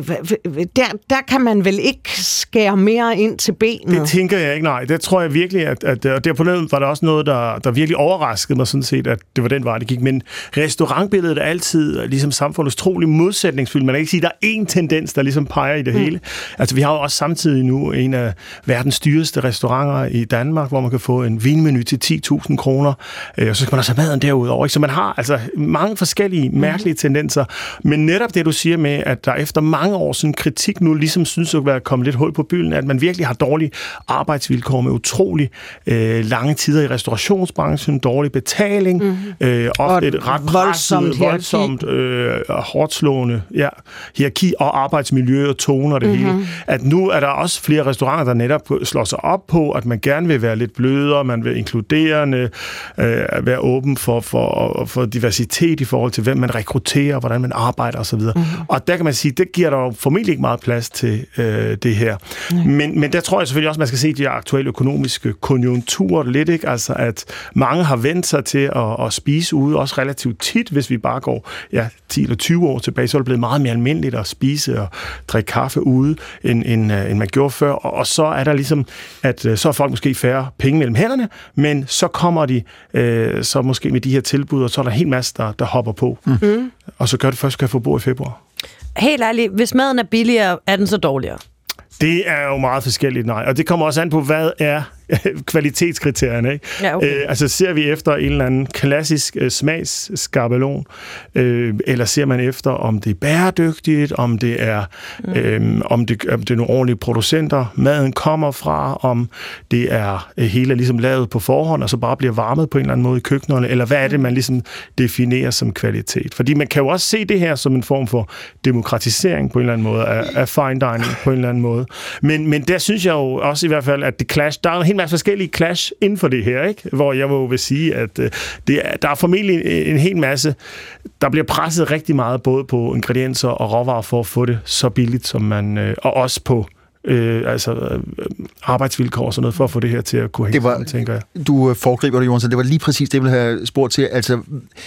der kan man vel ikke skære mere ind til benet? Det tænker jeg ikke, nej. Det tror jeg virkelig, at der på den var der også noget, der virkelig overraskede mig sådan set, at det var den vej, det gik. Men restaurantbilledet er altid ligesom samfundets trolig modsætningsfyldt. Man kan ikke sige, at der er én tendens, der ligesom peger i det hele. Altså, vi har jo også samtidig nu en af verdens dyreste restauranter i Danmark, hvor man kan få en vinmenu til 10.000 kroner, og så skal man også have maden derudover. Ikke? Så man har altså mange forskellige mærkelige tendenser. Men netop det, du siger med, at der efter mange år sådan kritik nu ligesom synes at være kommet lidt hul på bylden, at man virkelig har dårlige arbejdsvilkår med utrolig lange tider i restaurationsbranchen, dårlig betaling, ofte et ret presset, voldsomt hårdslående hierarki og arbejdsmiljø og tone og det hele. At nu er der også flere restauranter, der netop slår sig op på, at man gerne vil være lidt blødere, man vil inkluderende, være åben for diversitet i forhold til, hvem man rekrutterer, hvordan man arbejder osv. Og der kan man sige, det giver der jo formentlig ikke meget plads til det her. Men der tror jeg selvfølgelig også, man skal se de aktuelle økonomiske konjunkturer lidt, ikke? Altså at mange har vendt sig til at spise ude, også relativt tit, hvis vi bare går 10 eller 20 år tilbage, så er det blevet meget mere almindeligt at spise og drikke kaffe ude, end man gjorde før, og så er der ligesom, at så har folk måske færre penge mellem hænderne, men så kommer de så måske med de her tilbud, og så er der en hel masse, der hopper på. Og så gør det først, kan få bord i februar. Helt ærligt, hvis maden er billigere, er den så dårligere? Det er jo meget forskelligt, nej. Og det kommer også an på, hvad er kvalitetskriterierne, ikke? Ja, okay. Altså ser vi efter en eller anden klassisk smagsskabelon, eller ser man efter, om det er bæredygtigt, om det er om det er nogle ordentlige producenter, maden kommer fra, om det er hele ligesom lavet på forhånd, og så bare bliver varmet på en eller anden måde i køkkenerne, eller hvad er det, man ligesom definerer som kvalitet? Fordi man kan jo også se det her som en form for demokratisering på en eller anden måde, af fine dining på en eller anden måde. Men der synes jeg jo også i hvert fald, at det clash, der er en hel masse forskellige clash inden for det her, ikke? Hvor jeg må vil sige, at der er formentlig en hel masse, der bliver presset rigtig meget, både på ingredienser og råvarer for at få det så billigt, som man, og også på arbejdsvilkår og sådan noget, for at få det her til at kunne hænge sammen, tænker jeg. Du foregriber det, Johan, det var lige præcis det, jeg ville have spurgt til. Altså,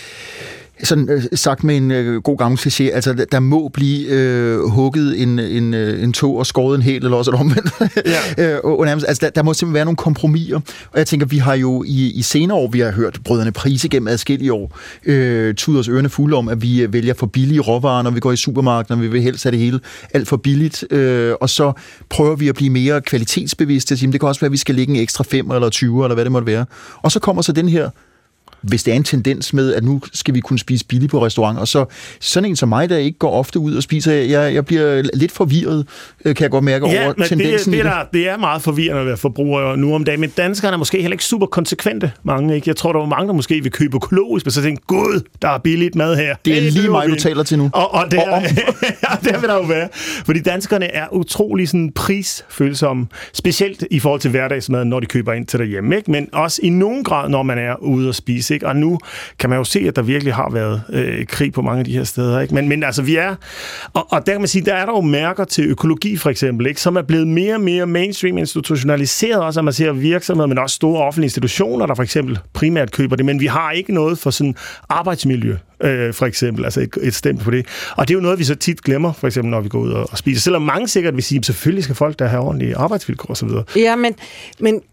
sådan sagt med en god gammel kliché, altså der må blive hugget en tog og skåret en hæl, eller også et omvendt. Ja. Altså, der må simpelthen være nogle kompromiser. Og jeg tænker, vi har jo i senere år, vi har hørt Brødrene Price gennem adskillige år, tude os ørerne fulde om, at vi vælger for billige råvarer, når vi går i supermarkedet, vi vil helst have det hele alt for billigt, og så prøver vi at blive mere kvalitetsbevidste. Det kan også være, at vi skal lægge en ekstra 5 eller 20, eller hvad det måtte være. Og så kommer så den her, hvis det er en tendens med, at nu skal vi kunne spise billigt på restaurant, og så sådan en som mig, der ikke går ofte ud og spiser, jeg bliver lidt forvirret, kan jeg godt mærke over tendensen det er meget forvirrende at være forbruger nu om dagen, men danskerne er måske heller ikke super konsekvente, mange, ikke? Jeg tror, der var mange, der måske vil købe økologisk, men så tænker, gud, der er billigt mad her. Det er lige mig, du taler til nu. Og det vil der jo være. Fordi danskerne er utrolig sådan prisfølsomme, specielt i forhold til hverdagsmad, når de køber ind til derhjemme, ikke? Men også i nogen grad, når man er ude at spise. Ikke? Og nu kan man jo se, at der virkelig har været krig på mange af de her steder. Ikke? Men altså, vi er... Og der kan man sige, der er der jo mærker til økologi, for eksempel, ikke? Som er blevet mere og mere mainstream institutionaliseret, også at man ser virksomheder, men også store offentlige institutioner, der for eksempel primært køber det. Men vi har ikke noget for sådan arbejdsmiljø, for eksempel, altså et stempel på det. Og det er jo noget, vi så tit glemmer, for eksempel, når vi går ud og spiser. Selvom mange sikkert vil sige, at selvfølgelig skal folk der have ordentlige arbejdsvilkår osv. Ja, men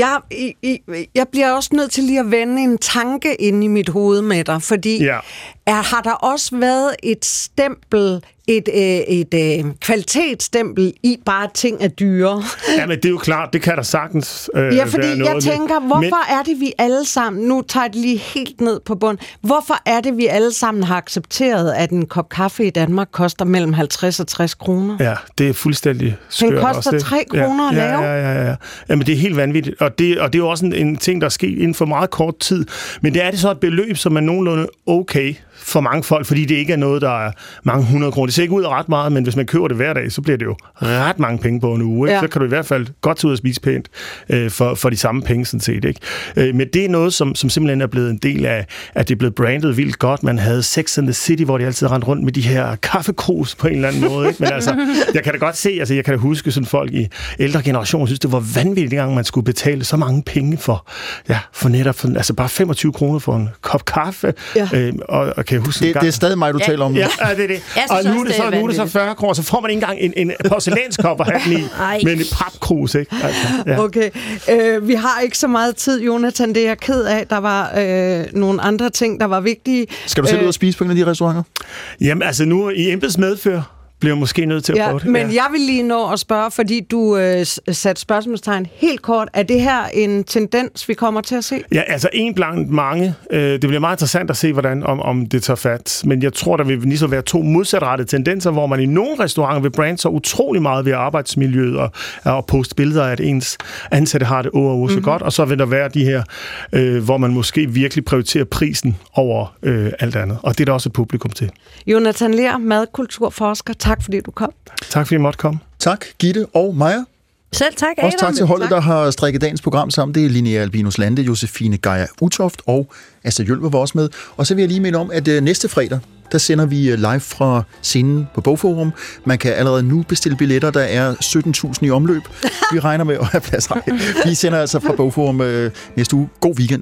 jeg bliver også nødt til lige at vende en tanke ind i mit hoved med dig, fordi har der også været et stempel et kvalitetsstempel i bare ting er dyre. Ja, men det er jo klart, det kan der sagtens ja, fordi være noget jeg tænker, hvorfor er det, vi alle sammen, nu tager jeg det lige helt ned på bund, hvorfor er det, vi alle sammen har accepteret, at en kop kaffe i Danmark koster mellem 50 og 60 kroner? Ja, det er fuldstændig skørt. Den koster også, 3 kroner at lave. Ja. Jamen, det er helt vanvittigt, og det er jo også en ting, der er sket inden for meget kort tid. Men det er det så et beløb, som er nogenlunde okay for mange folk, fordi det ikke er noget, der er mange 100 kroner. Det ser ikke ud af ret meget, men hvis man køber det hver dag, så bliver det jo ret mange penge på en uge. Ikke? Ja. Så kan du i hvert fald godt tage ud og spise pænt for de samme penge, sådan set. Ikke? Men det er noget, som simpelthen er blevet en del af, at det er blevet brandet vildt godt. Man havde Sex and the City, hvor de altid rendte rundt med de her kaffekrus på en eller anden måde. Ikke? Men altså, jeg kan da godt se, jeg kan da huske sådan folk i ældre generationer, synes det var vanvittigt, dengang man skulle betale så mange penge for netop, altså bare 25 kroner for en kop kaffe. Ja. Og kan jeg huske det er stadig mig, du taler om. Ja, det er det. Og nu er det så 40 kroner, så får man ikke engang en porcelænskop at have den i, med en papkrus, ikke? Altså, ja. Okay. Vi har ikke så meget tid, Jonathan, det er jeg ked af. Der var nogle andre ting, der var vigtige. Skal du selv ud og spise på en af de restauranter? Jamen, altså nu i embeds medfør bliver jeg måske nødt til at prøve det. Men jeg vil lige nå at spørge, fordi du satte spørgsmålstegn helt kort. Er det her en tendens, vi kommer til at se? Ja, altså en blandt mange. Det bliver meget interessant at se, hvordan om det tager fat. Men jeg tror, der vil lige så være to modsatrettede tendenser, hvor man i nogle restauranter vil brande så utrolig meget ved arbejdsmiljøet og poste billeder af, at ens ansatte har det så godt. Og så vil der være de her, hvor man måske virkelig prioriterer prisen over alt andet. Og det er der også et publikum til. Jonathan Ler, madkulturforsker. Tak fordi du kom. Tak fordi I måtte komme. Tak, Gitte og Maja. Selv tak, Adam. Også tak til holdet, der har strikket dagens program sammen. Det er Linnea Albinus Lande, Josefine Geyer Utoft og Astrid Jølver var også med. Og så vil jeg lige minde om, at næste fredag, der sender vi live fra scenen på Bogforum. Man kan allerede nu bestille billetter. Der er 17.000 i omløb. Vi regner med at have plads. Vi sender altså fra Bogforum næste uge. God weekend.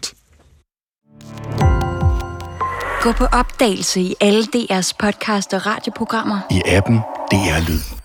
Gå på opdagelse i alle DR's podcast og radioprogrammer. I appen DR Lyd.